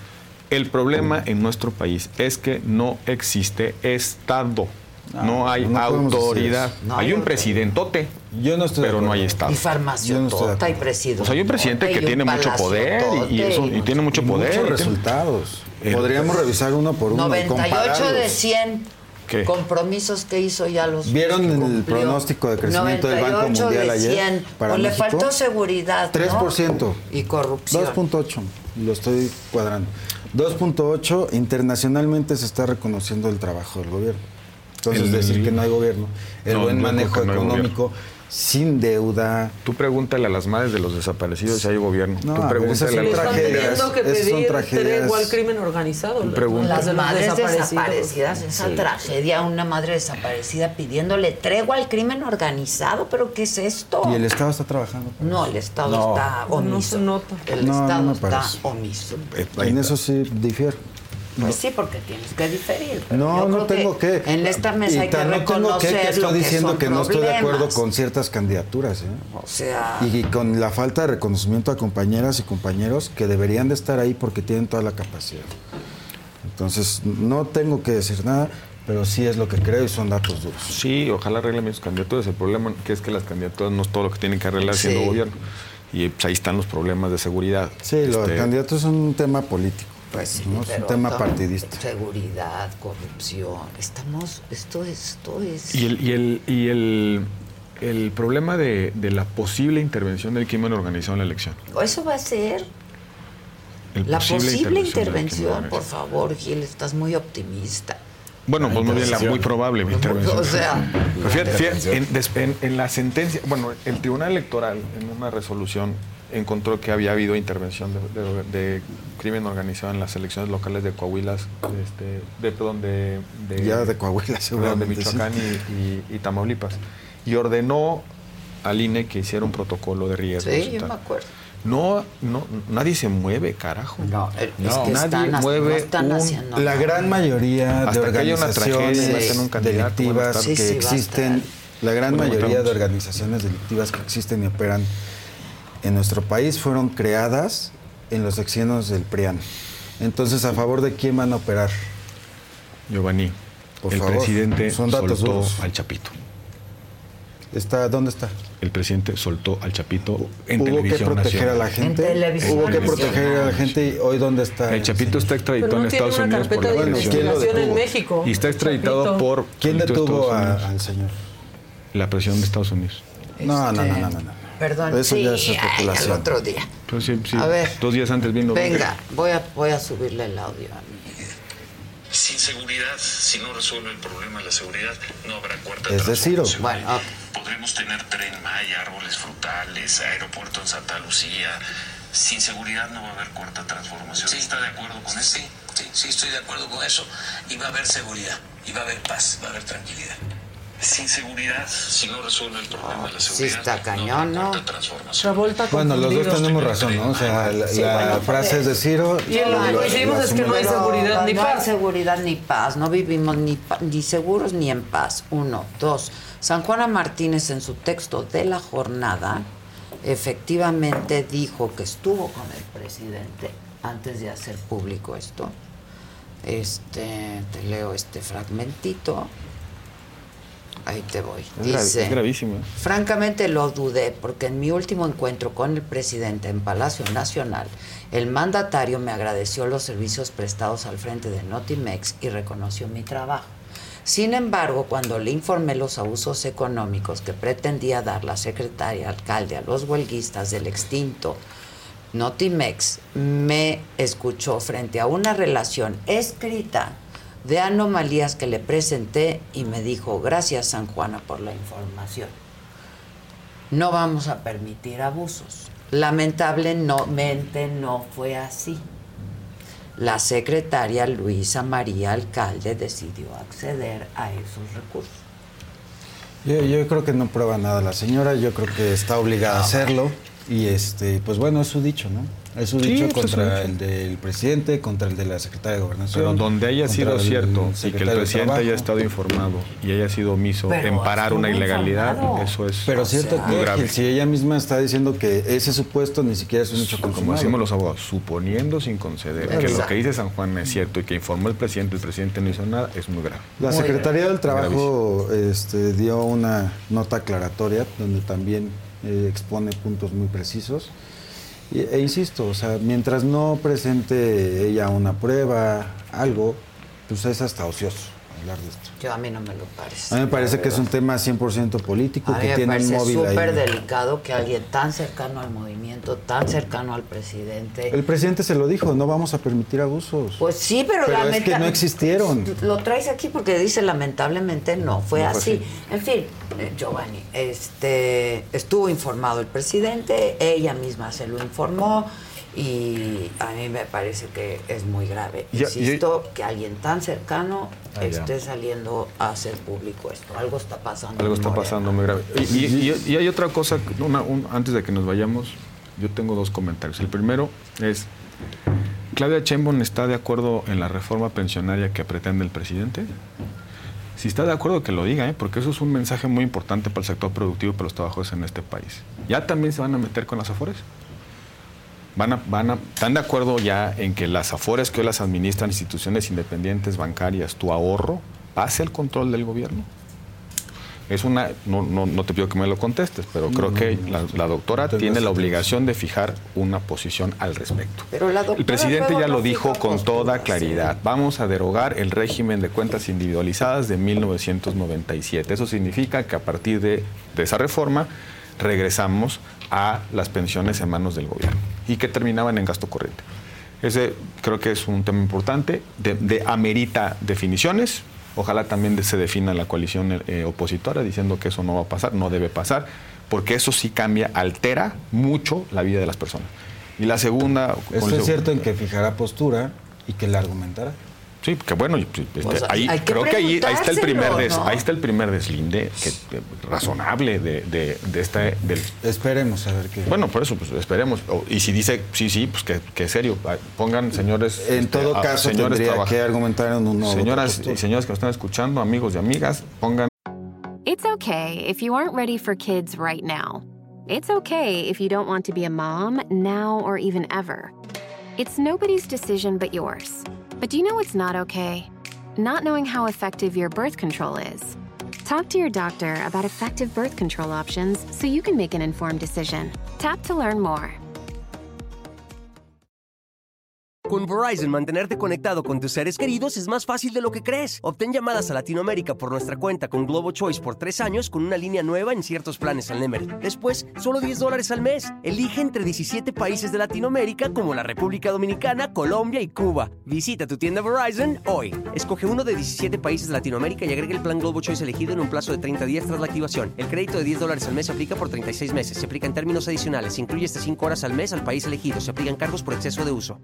El problema en nuestro país es que no existe Estado. No, no hay no autoridad. No hay un presidentote, yo no estoy pero no hay Estado. Y farmaciotota y presidente. O sea, hay un presidente que tiene mucho poder y, y, eso, y tiene mucho y poder. Muchos resultados. El, Podríamos revisar uno por uno. noventa y ocho de cien ¿Qué? compromisos que hizo ya los ¿Vieron cumplió? El pronóstico de crecimiento del Banco Mundial ayer? cien. Para pues México, le faltó seguridad, tres por ciento. ¿no? Y corrupción. dos punto ocho. Lo estoy cuadrando. dos punto ocho. Internacionalmente se está reconociendo el trabajo del gobierno. Entonces, el, decir que no hay gobierno, el no, buen manejo no económico, sin deuda. Tú pregúntale a las madres de los desaparecidos si hay gobierno. No, Tú pregúntale a las tragedias. Están teniendo que pedir tregua al crimen organizado. Las de madres desaparecidos. desaparecidas, esa sí. tragedia, una madre desaparecida pidiéndole tregua al crimen organizado, ¿pero qué es esto? Y el Estado está trabajando. No, el Estado no. está omiso. No se nota. El no, Estado no está parece. omiso. En eso sí difiero. Pues sí, porque tienes que diferir. No, yo no creo tengo que, que. En esta mesa hay que no reconocer tengo que, que estoy lo que diciendo son que no estoy de acuerdo problemas. con ciertas candidaturas. ¿eh? O sea. Y, y con la falta de reconocimiento a compañeras y compañeros que deberían de estar ahí porque tienen toda la capacidad. Entonces, no tengo que decir nada, pero sí es lo que creo y son datos duros. Sí, ojalá arreglen bien sus candidaturas. El problema que es que las candidaturas no es todo lo que tienen que arreglar sí. siendo gobierno. Y pues, ahí están los problemas de seguridad. Sí, este... los candidatos son un tema político. Pues sí, no, es un tema partidista. Seguridad, corrupción, estamos, esto es, esto es. Y el, y el, y el, el problema de, de la posible intervención del crimen organizado en la elección. Eso va a ser. El la posible posible intervención, intervención, por favor, Gil, estás muy optimista. Bueno, pues muy bien, la muy probable intervención. O sea, pues fíjate, fíjate en, en, en la sentencia, bueno, el Tribunal Electoral en una resolución encontró que había habido intervención de, de, de crimen organizado en las elecciones locales de Coahuila, este, de, perdón, de, de, ya de Coahuila, de Michoacán sí. y, y, y Tamaulipas. Y ordenó al I N E que hiciera un protocolo de riesgos. Sí, yo me acuerdo. No, no, nadie se mueve, carajo. No, es no, que nadie están, mueve no están un, haciendo la nada. gran mayoría de hasta organizaciones que haya una tragedia, delictivas sí, que sí, existen, la gran bueno, mayoría estamos. de organizaciones delictivas que existen y operan en nuestro país fueron creadas en los sexenios del PRIAN. Entonces, ¿a favor de quién van a operar? Giovanni, Por el favor, presidente son datos soltó duros. al Chapito. Está, ¿Dónde está? El presidente soltó al Chapito en Hubo televisión que proteger nacional. a la gente. En televisión Hubo que nacional. proteger a la gente y hoy ¿dónde está? El Chapito está extraditado Pero no en tiene Estados una Unidos por carpeta la de Bueno, presión. ¿quién lo investigación en detuvo? México. Y está extraditado Chapito. por ¿Quién delito de detuvo Estados a- Unidos. al señor? La presión de Estados Unidos. No, no, Este, no, no, no, no. Perdón, Eso sí, ya es ay, especulación. al otro día. Pues sí, sí, A ver. dos días antes vino. Venga, voy a, voy a subirle el audio a mí. Sin seguridad, si no resuelve el problema de la seguridad, no habrá cuarta Es de Ciro. transformación. Bueno, ok. Podremos tener Tren Maya, árboles frutales, aeropuerto en Santa Lucía. Sin seguridad no va a haber cuarta transformación. Sí. ¿Está de acuerdo con eso? Sí, sí, sí, estoy de acuerdo con eso. Y va a haber seguridad, y va a haber paz, va a haber tranquilidad. Sin seguridad, si no resuelve el problema de la Sí seguridad, está no cañón, habrá ¿no? cuarta transformación. Travolta Bueno, los dos confundido. tenemos razón, ¿no? O sea, la, Sí, la bueno, frase es de Ciro. Y en lo que lo- coincidimos lo es que no hay asume. seguridad ni no hay paz. seguridad ni paz, no vivimos ni, pa- ni seguros ni en paz. Uno, dos. San Juana Martínez en su texto de la jornada efectivamente dijo que estuvo con el presidente antes de hacer público esto. Este, te leo este fragmentito. Ahí te voy. Es, gra- Dice, es gravísimo. francamente lo dudé porque en mi último encuentro con el presidente en Palacio Nacional, el mandatario me agradeció los servicios prestados al frente de Notimex y reconoció mi trabajo. Sin embargo, cuando le informé los abusos económicos que pretendía dar la secretaria alcalde a los huelguistas del extinto Notimex, me escuchó frente a una relación escrita de anomalías que le presenté y me dijo, gracias San Juana por la información. No vamos a permitir abusos. Lamentablemente no fue así. La secretaria Luisa María Alcalde decidió acceder a esos recursos. Yo, yo creo que no prueba nada la señora, yo creo que está obligada a hacerlo y este, pues bueno, es su dicho, ¿no? Es un Sí, dicho pues, contra sí. el del presidente, contra el de la secretaria de Gobernación. Pero donde haya contra sido el cierto y que el secretario de presidente Trabajo. haya estado informado y haya sido omiso Pero en parar una estuvo ilegalidad, informado. eso es Pero cierto muy que grave. Gil, si ella misma está diciendo que ese supuesto ni siquiera es un hecho consumado. Como decimos los abogados, suponiendo sin conceder que Exacto. lo que dice San Juan es cierto y que informó el presidente, el presidente no hizo nada, es muy grave. La Muy Secretaría grave. del Trabajo este, dio una nota aclaratoria donde también eh, expone puntos muy precisos. Y, e insisto, o sea, mientras no presente ella una prueba, algo, pues es hasta ocioso hablar de esto. Yo a mí no me lo parece. A mí me parece que es un tema cien por ciento político, A mí que me tiene un parece móvil ahí. súper delicado que alguien tan cercano al movimiento, tan cercano al presidente... El presidente se lo dijo, no vamos a permitir abusos. Pues sí, pero, Pero es lamenta- que no existieron. Lo traes aquí porque dice lamentablemente no fue No fue así. así. En fin, eh, Giovanni, este, estuvo informado el presidente, ella misma se lo informó y a mí me parece que es muy grave. Ya- Insisto, que alguien tan cercano Ah, ya. esté saliendo a hacer público esto. Algo está pasando. Algo en está Morena. pasando muy grave. Y, y- y- y hay otra cosa, una- un- antes de que nos vayamos, yo tengo dos comentarios. El primero es, ¿Claudia Sheinbaum está de acuerdo en la reforma pensionaria que pretende el presidente? Si está de acuerdo, que lo diga, ¿eh? Porque eso es un mensaje muy importante para el sector productivo y para los trabajadores en este país. ¿Ya también se van a meter con las Afores? Van a, van a, ¿Están de acuerdo ya en que las Afores que hoy las administran instituciones independientes bancarias, tu ahorro, pase al control del gobierno? Es una, no, no, no te pido que me lo contestes, pero creo que la, la doctora tiene la obligación de fijar una posición al respecto. Pero la doctora El presidente luego ya no lo dijo fija con toda posturas, claridad. Vamos a derogar el régimen de cuentas individualizadas de mil novecientos noventa y siete. Eso significa que a partir de, de esa reforma regresamos a las pensiones en manos del gobierno y que terminaban en gasto corriente. Ese creo que es un tema importante, de, de amerita definiciones. Ojalá también se defina la coalición eh, opositora diciendo que eso no va a pasar, no debe pasar, porque eso sí cambia, altera mucho la vida de las personas. Y la segunda... Esto es cierto en que fijará postura y que la argumentará. Sí, que bueno, este, Pues ahí, hay que creo que ahí, ahí está el primer des, preguntárselo, ¿no? ahí está el primer deslinde que, que razonable de, de, de este del esperemos a ver qué. Bueno, por eso pues esperemos. O- y si dice sí, sí, pues que, que serio, pongan señores. En este, todo a- caso, tendría trabaja- que argumentar en una u otra Señoras postura. y señores que nos están escuchando, amigos y amigas, pongan. It's okay if you aren't ready for kids right now. It's okay if you don't want to be a mom now or even ever. It's nobody's decision but yours. But do you know what's not okay? Not knowing how effective your birth control is. Talk to your doctor about effective birth control options so you can make an informed decision. Tap to learn more. Con Verizon, mantenerte conectado con tus seres queridos es más fácil de lo que crees. Obtén llamadas a Latinoamérica por nuestra cuenta con Globo Choice por tres años con una línea nueva en ciertos planes al Nemery. Después, solo diez dólares al mes. Elige entre diecisiete países de Latinoamérica como la República Dominicana, Colombia y Cuba. Visita tu tienda Verizon hoy. Escoge uno de diecisiete países de Latinoamérica y agrega el plan Globo Choice elegido en un plazo de treinta días tras la activación. El crédito de diez dólares al mes se aplica por treinta y seis meses. Se aplica en términos adicionales. Se incluye hasta cinco horas al mes al país elegido. Se aplican cargos por exceso de uso.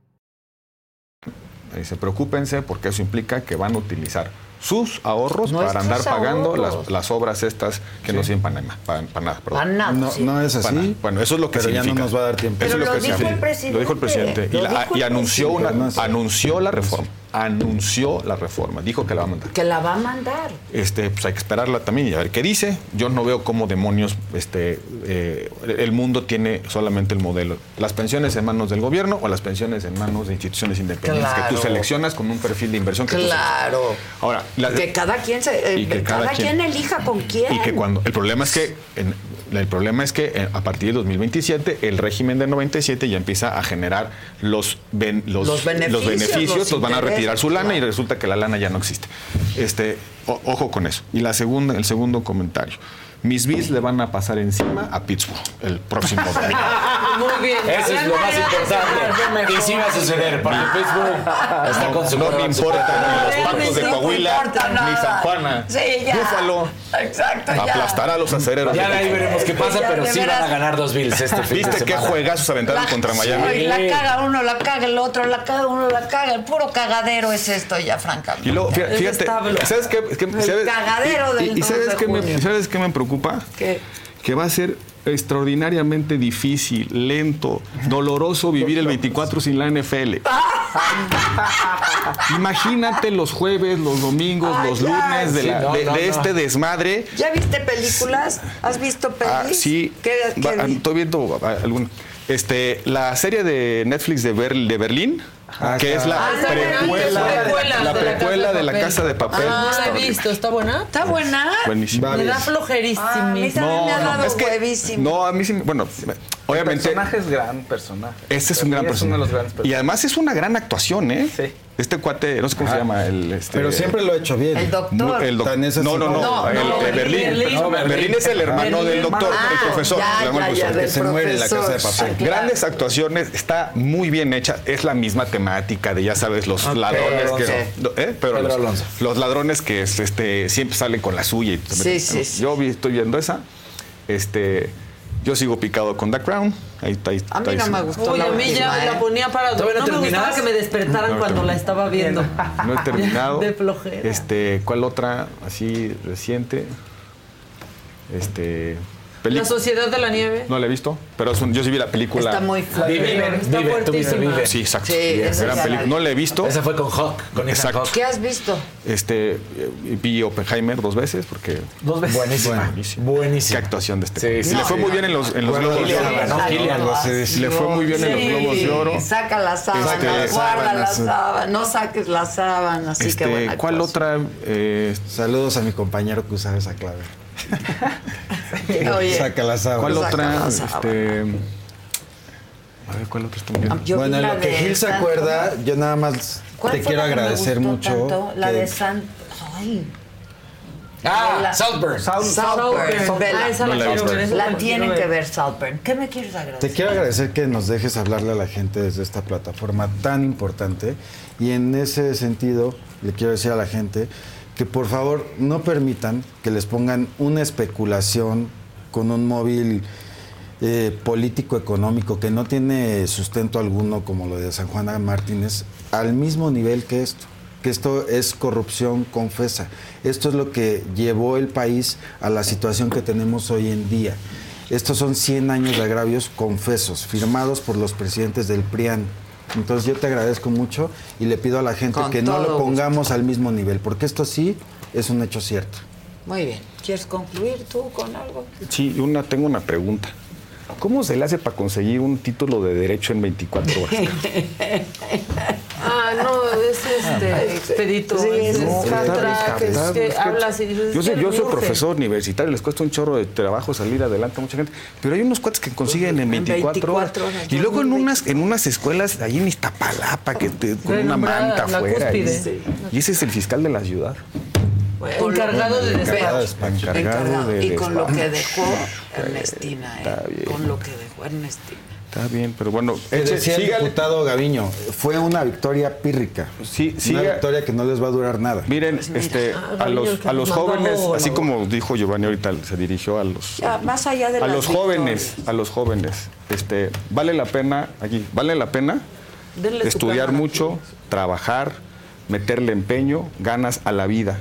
Dice, preocúpense porque eso implica que van a utilizar sus ahorros Nuestros para andar pagando ahorros. las, las obras estas que no sirven para nada. Para, para nada, perdón. Para nada, No, sí. no es Para así. nada. Bueno, eso es lo que Pero ya no significa. nos va a dar tiempo. Eso Pero es lo lo que dijo significa. el presidente. Lo dijo el presidente. Lo y, la- dijo el y anunció, una, presidente. anunció la reforma. Anunció la reforma. Dijo que la va a mandar. Que la va a mandar. Este, pues hay que esperarla también y a ver qué dice. Yo no veo cómo demonios este, eh, el mundo tiene solamente el modelo. Las pensiones en manos del gobierno o las pensiones en manos de instituciones independientes que tú Claro. seleccionas con un perfil de inversión que tú Claro. seleccionas. Ahora, la- Que cada quien se, eh, Y que cada, cada quien, quien- elija con quién. y que cuando el problema es que en- el problema es que eh, a partir de dos mil veintisiete el régimen del noventa y siete ya empieza a generar los ben- los, Los beneficios, beneficios, los los van a retirar intereses, su lana y claro. resulta que la lana ya no existe. Este, o- ojo con eso. Y la segunda, el segundo comentario. Mis bis le van a pasar encima a Pittsburgh el próximo domingo. Muy bien. Eso es lo más importante. Y sí va a suceder, porque Pittsburgh está con su No me corazón importa súper- ni los Patos de No me Coahuila, importa nada. ni San Juana. Sí, ya. Búfalo. Exacto, ya. Aplastará a los acereros. Ya de ahí veremos qué pasa, Ya, pero de sí veras. van a ganar dos Bills este fin de ¿Viste qué semana. juegazos aventaron contra Miami? Ay, la caga uno, la caga el otro, la caga uno, la caga. El puro cagadero es esto ya, francamente. Y luego, fí- El fíjate, establo. ¿sabes qué? Es que- El ¿sabes? cagadero y, del y- y ¿sabes dos de qué me, junio. ¿sabes qué me preocupa? ¿Qué? Que va a ser extraordinariamente difícil, lento, doloroso vivir el veinticuatro sin la N F L. Imagínate los jueves, los domingos, Ay, los ya. lunes de, la- Sí, no, de- no, de no. este desmadre. ¿Ya viste películas? ¿Has visto pelis? Ah, sí, ¿Qué, qué Va- vi- estoy viendo ah, algún. Este, la serie de Netflix de, Ber- de Berlín, Ah, que es la ah, está buena. precuela, Precuela la de la precuela de la Casa Casa de Papel. Ah, Está la he horrible. visto. ¿Está buena? ¿Está buena? Buenísimo. Me da flojerísimo. Ah, a mí también me ha dado es que- huevísimo. No, a mí sí, me- bueno, obviamente. El personaje es gran personaje. Este es Para un mí gran es uno de los personaje. grandes Y personajes. además es una gran actuación, ¿eh? Sí. Este cuate, no sé cómo se llama. El, este, Pero siempre lo ha hecho bien. El doctor. Mu- el doc- Tan es así. no, no, no, No, el, no, el Berlín. Berlín. No, Berlín. Berlín es el hermano Berlín, del doctor, ah, el profesor. ya, se llama el ya, ya, profesor. del que se muere en la profesor. Casa de Papel. Ah, claro. Grandes actuaciones, está muy bien hecha, es la misma temática de, ya sabes, los ladrones Pedro que Alonso. ¿eh? Pero Pedro los, Alonso. los ladrones que es, este siempre salen con la suya. Y Sí, sí, sí. Yo vi- estoy viendo esa. Este, yo sigo picado con The Crown. Ahí, está, ahí, A mí está, no ahí- me gustó Uy, la a mí ya última, ¿eh? la ponía para dormir. ¿Todavía No no me gustaba terminas? que me despertaran No, cuando no. la estaba viendo. No he terminado. De flojera. Este, ¿cuál otra así reciente? Este, La peli- Sociedad de la Nieve. No la he visto, pero es un- yo sí vi la película. Está muy fuerte. Vive, Está vive, tú vive, fuertísima. vive. Sí, exacto. Sí, esa Gran ya película. la vi. No la he visto. Esa fue con Hawk, con Ethan Exacto. Hawke. ¿Qué has visto? Este, eh, vi Oppenheimer dos veces porque Dos veces. Buenísima. Buenísimo. Buenísima. qué actuación de este. Sí, y sí, le sí. fue muy bien en los, en los Bueno, Globos de Cillian Oro. ganó, Ay, Cillian. no, Sí, le fue muy bien en los sí. Globos de Oro. Saca la sábana, Este, guarda la sábanas. sábana, no saques la sábana, así Este, que buena ¿Cuál cosa. otra? Eh, Saludos a mi compañero que usaba esa clave. Oye, Saca la sábana. ¿Cuál Saca otra? la sábana. Este, a ver, ¿cuál otra está viendo? yo vi Bueno, en la lo que de Gil se San acuerda, Tomás. yo nada más ¿Cuál te fue quiero la que me agradecer gustó mucho. tanto? La que- de San... Ay, Ah, La- Saltburn. Sound- Saltburn, Saltburn. vela. Ah, esa No la la he quiero visto. ver. esa La quiero tienen ver. que ver, Saltburn. ¿Qué me quieres agradecer? Te quiero agradecer que nos dejes hablarle a la gente desde esta plataforma tan importante y en ese sentido le quiero decir a la gente que por favor no permitan que les pongan una especulación con un móvil eh, político-económico que no tiene sustento alguno como lo de San Juan Martínez al mismo nivel que esto. Que esto es corrupción confesa. Esto es lo que llevó el país a la situación que tenemos hoy en día. Estos son cien años de agravios confesos, firmados por los presidentes del P R I A N. Entonces yo te agradezco mucho y le pido a la gente Con que no todo lo gusto. pongamos al mismo nivel, porque esto sí es un hecho cierto. Muy bien. ¿Quieres concluir tú con algo? Sí, una, tengo una pregunta. ¿Cómo se le hace para conseguir un título de derecho en veinticuatro horas? Ah, no, es este expedito. Sí, es, es es un fast Está track, bien, es está que bien, es que hablas y dices, Yo, es sé, que yo me soy urge. profesor universitario, les cuesta un chorro de trabajo salir adelante a mucha gente, pero hay unos cuates que consiguen en veinticuatro horas. veinticuatro horas, Y yo luego en vi unas, en unas escuelas ahí en Iztapalapa, que te- con una Renombrada, manta la afuera. cúspide. Y, Sí. y ese es el fiscal de la ciudad. Encargado de Encargado de despacho. despacho. Encargado de Y con lo despacho. que dejó Ernestina, ¿eh? Está bien. Con lo que dejó Ernestina. Está bien, pero bueno, Eh, eche- decía el sígale. diputado Gaviño, fue una victoria pírrica. Sí, una siga- victoria que no les va a durar nada. Miren, este, Ah, a Gabriel, los, que a los nos mandó jóvenes, a así la como dijo Giovanni ahorita, se dirigió a los Ya, más allá de a las los jóvenes, victorias. a los jóvenes, este, vale la pena, aquí, vale la pena Denle su estudiar cámara. mucho, trabajar, meterle empeño, ganas a la vida.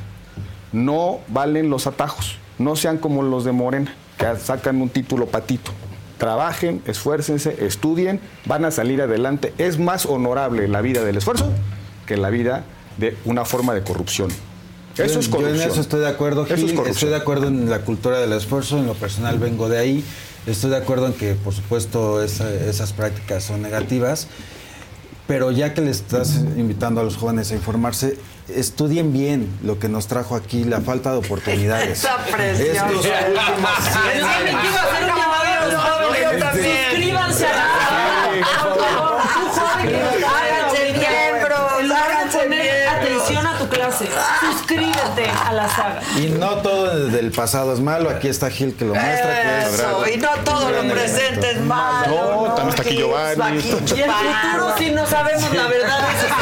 No valen los atajos, no sean como los de Morena, que sacan un título patito. Trabajen, esfuércense, estudien, van a salir adelante. Es más honorable la vida del esfuerzo que la vida de una forma de corrupción. Eso Yo- es corrupción. Yo en eso estoy de acuerdo, Eso es Gil. corrupción. Estoy de acuerdo en la cultura del esfuerzo, en lo personal vengo de ahí. Estoy de acuerdo en que, por supuesto, esa- esas prácticas son negativas. Pero ya que le estás invitando a los jóvenes a informarse, estudien bien lo que nos trajo aquí, la falta de oportunidades. Esa presión. Estos últimos cien Pensé que iba a hacer un llamado a los jóvenes. Yo también. Suscríbanse a la Tú, joven, Háganse miembros, en lugar de háganse poner miembros. atención a tu clase, suscríbete a la saga. Y no todo del pasado es malo. Aquí está Gil que lo muestra. Que es Eso, y no todo lo presente es malo. No, también está aquí Gil, Giovanni. aquí Y el futuro sí no sabemos la verdad.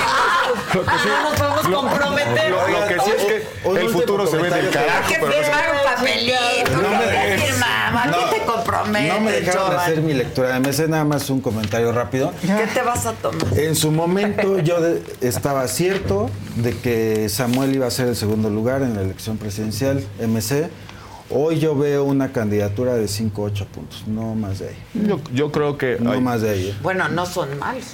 Lo que sí- No nos podemos lo- comprometer. Lo, lo que sí es que Un el último futuro se ve del comentario que- carajo, Hay que pero no se- firmar un papelito. No me ¿Qué dejes. firmamos? No, ¿Qué te comprometes, No me dejaron Giovanni? hacer mi lectura de mesa, nada más un comentario rápido. ¿Qué te vas a tomar? En su momento yo de- estaba cierto de que Samuel iba a ser el segundo lugar en la elección presidencial, M C. Hoy yo veo una candidatura de cinco o ocho puntos, no más de ahí. Yo, yo creo que... No ay, más de ahí. ¿eh? Bueno, no son malos.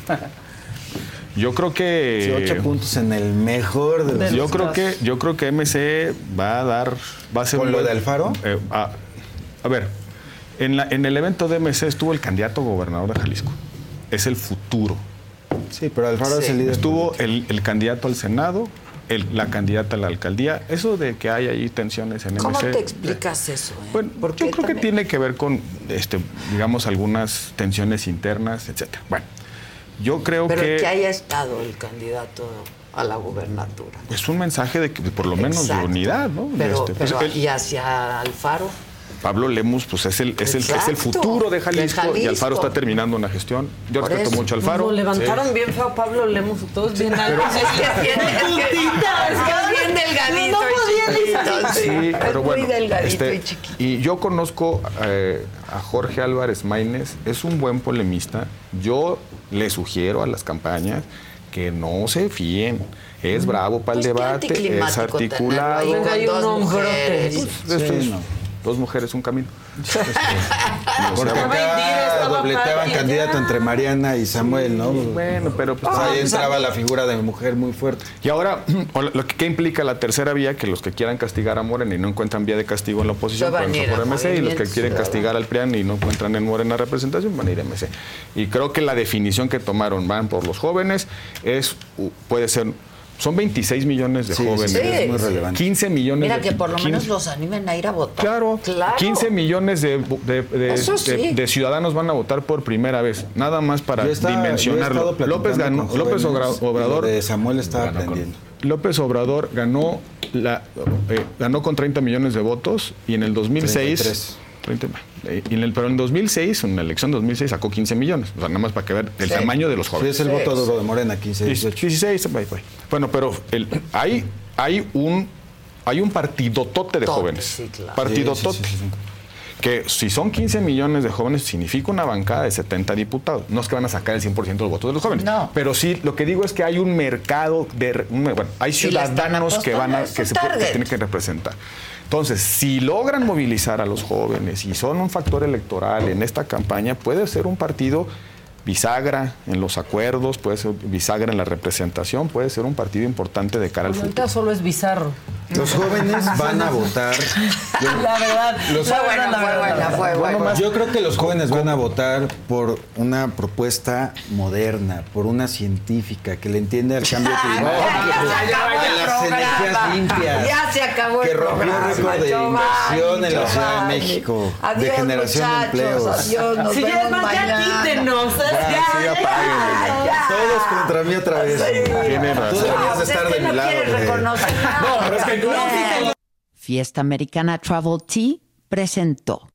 Yo creo que... Sí, ocho puntos en el mejor de los Yo creo que yo creo que M C va a dar... Va a ser ¿Con un lo buen- de Alfaro? Eh, a, a ver, en, la, en el evento de M C estuvo el candidato gobernador de Jalisco. Es el futuro. Sí, pero Alfaro Sí. es el líder. Estuvo el, el candidato al Senado, el- la candidata a la alcaldía. Eso de que hay ahí tensiones en ¿Cómo M C... te explicas eso? eh? Bueno, yo creo también- que tiene que ver con, este, digamos, algunas tensiones internas, etcétera. Bueno, yo creo Pero que... que haya estado el candidato a la gubernatura. Es un mensaje de que por lo menos Exacto. de unidad, ¿no? Pero, Este, pues, pero el- y hacia Alfaro. Pablo Lemus, pues es el, es el, es el Exacto. futuro de Jalisco, De Jalisco. y Alfaro está terminando una gestión. Yo Por respeto eso. mucho a Alfaro. Lo levantaron Sí. bien feo a Pablo Lemos, todos bien altos. Es que es bien, es que- es que es bien delgadito No y podía chiquito, ni sí. Sí, Es pero muy bueno, delgadito este, y chiquito. y yo conozco eh, a Jorge Álvarez Maínez, es un buen polemista. Yo le sugiero a las campañas que no se fíen. Es bravo para Pues el qué debate, es anticlimático articulado. tenerlo ahí con Hay un dos hombrote. mujeres. Pues, esto Sí, es no. dos mujeres, un camino. Porque Estaba Indira, acá estaba dobleteaban Pati, candidato ya. entre Mariana y Samuel, ¿no? Bueno, pero pues, Ahí ah, entraba la figura de mujer muy fuerte. Y ahora, lo que ¿qué implica la tercera vía? Que los que quieran castigar a Morena y no encuentran vía de castigo en la oposición Se van pueden a ir ir a por M C, y los que Movimiento quieren Ciudadano. castigar al P R I A N y no encuentran en Morena representación van a ir a M C. Y creo que la definición que tomaron, van por los jóvenes, es uh, puede ser... Son veintiséis millones de Sí, sí, jóvenes. sí, es muy relevante. quince millones Mira de... que por lo quince menos los animen a ir a votar. Claro, Claro. quince millones de, de- de- Eso sí. de- de ciudadanos van a votar por primera vez, nada más para Yo estaba- yo he dimensionarlo. estado platicando López ganó, con López jóvenes, Obra- Obrador y lo de Samuel estaba ganó con- aprendiendo. López Obrador ganó la eh, ganó con treinta millones de votos y en el dos mil seis treinta y tres. treinta, eh, y en el, pero en dos mil seis, en la elección dos mil seis sacó quince millones, o sea, nada más para que ver el Sí. tamaño de los Sí, jóvenes. es el voto duro de Morena, quince, dieciocho. dieciséis, ahí fue. Bueno, pero el, hay, hay un hay un partidotote de Tote, jóvenes. sí, claro. Partidotote. Sí, sí, sí, sí. Que si son quince millones de jóvenes, significa una bancada de setenta diputados. No es que van a sacar el cien por ciento de los votos de los jóvenes. No. Pero sí, lo que digo es que hay un mercado de... un- bueno, hay Y le están ciudadanos que van a... apostando a que su se puede- que target. tienen que representar. Entonces, si logran movilizar a los jóvenes y son un factor electoral en esta campaña, puede ser un partido bisagra en los acuerdos, puede ser bisagra en la representación, puede ser un partido importante de cara al futuro. Ahorita solo es bizarro. Los jóvenes van a votar. La verdad. Los- la Fue buena, verdad, la fue verdad. buena, fue buena. Yo creo que los jóvenes van a votar por una propuesta moderna, por una científica que le entiende al cambio climático, Ya se acabó a el las programa. energías limpias, Ya se acabó el que rompió programa. récord de Giovanni, inversión en la Ciudad de Giovanni. México, Adiós, de generación de muchachos, empleos. Adiós, nos Si ya vemos es más, ya mañana. quítenos. Ya, sí, apáguenle. ya. Todos contra mí otra vez. Tiene razón. Tú deberías No, estar es de que mi no lado. quiere güey. reconocer nada. No, pero es que tú- Bien. Fiesta Americana Travel Tea presentó.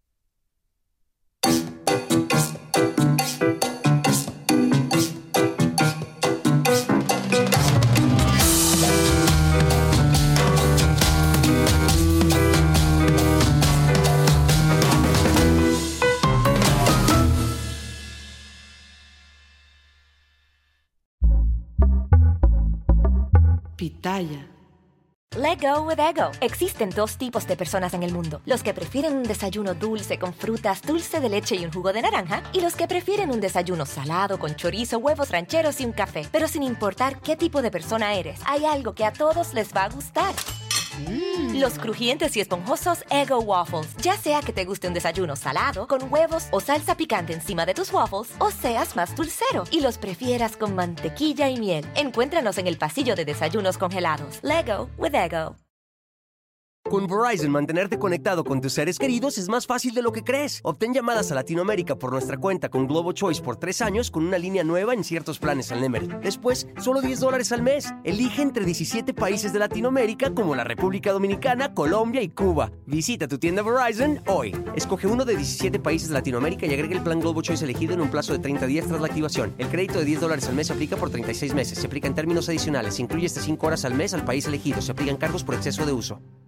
Pitaya. Let go with ego. Existen dos tipos de personas en el mundo. Los que prefieren un desayuno dulce con frutas, dulce de leche y un jugo de naranja. Y los que prefieren un desayuno salado con chorizo, huevos rancheros y un café. Pero sin importar qué tipo de persona eres, hay algo que a todos les va a gustar. Los crujientes y esponjosos Eggo Waffles. Ya sea que te guste un desayuno salado, con huevos o salsa picante encima de tus waffles, o seas más dulcero y los prefieras con mantequilla y miel. Encuéntranos en el pasillo de desayunos congelados. Lego with Eggo. Con Verizon, mantenerte conectado con tus seres queridos es más fácil de lo que crees. Obtén llamadas a Latinoamérica por nuestra cuenta con Globo Choice por tres años con una línea nueva en ciertos planes al Nemer. Después, solo diez dólares al mes. Elige entre diecisiete países de Latinoamérica como la República Dominicana, Colombia y Cuba. Visita tu tienda Verizon hoy. Escoge uno de diecisiete países de Latinoamérica y agrega el plan Globo Choice elegido en un plazo de treinta días tras la activación. El crédito de diez dólares al mes se aplica por treinta y seis meses. Se aplica en términos adicionales. Se incluye hasta cinco horas al mes al país elegido. Se aplican cargos por exceso de uso.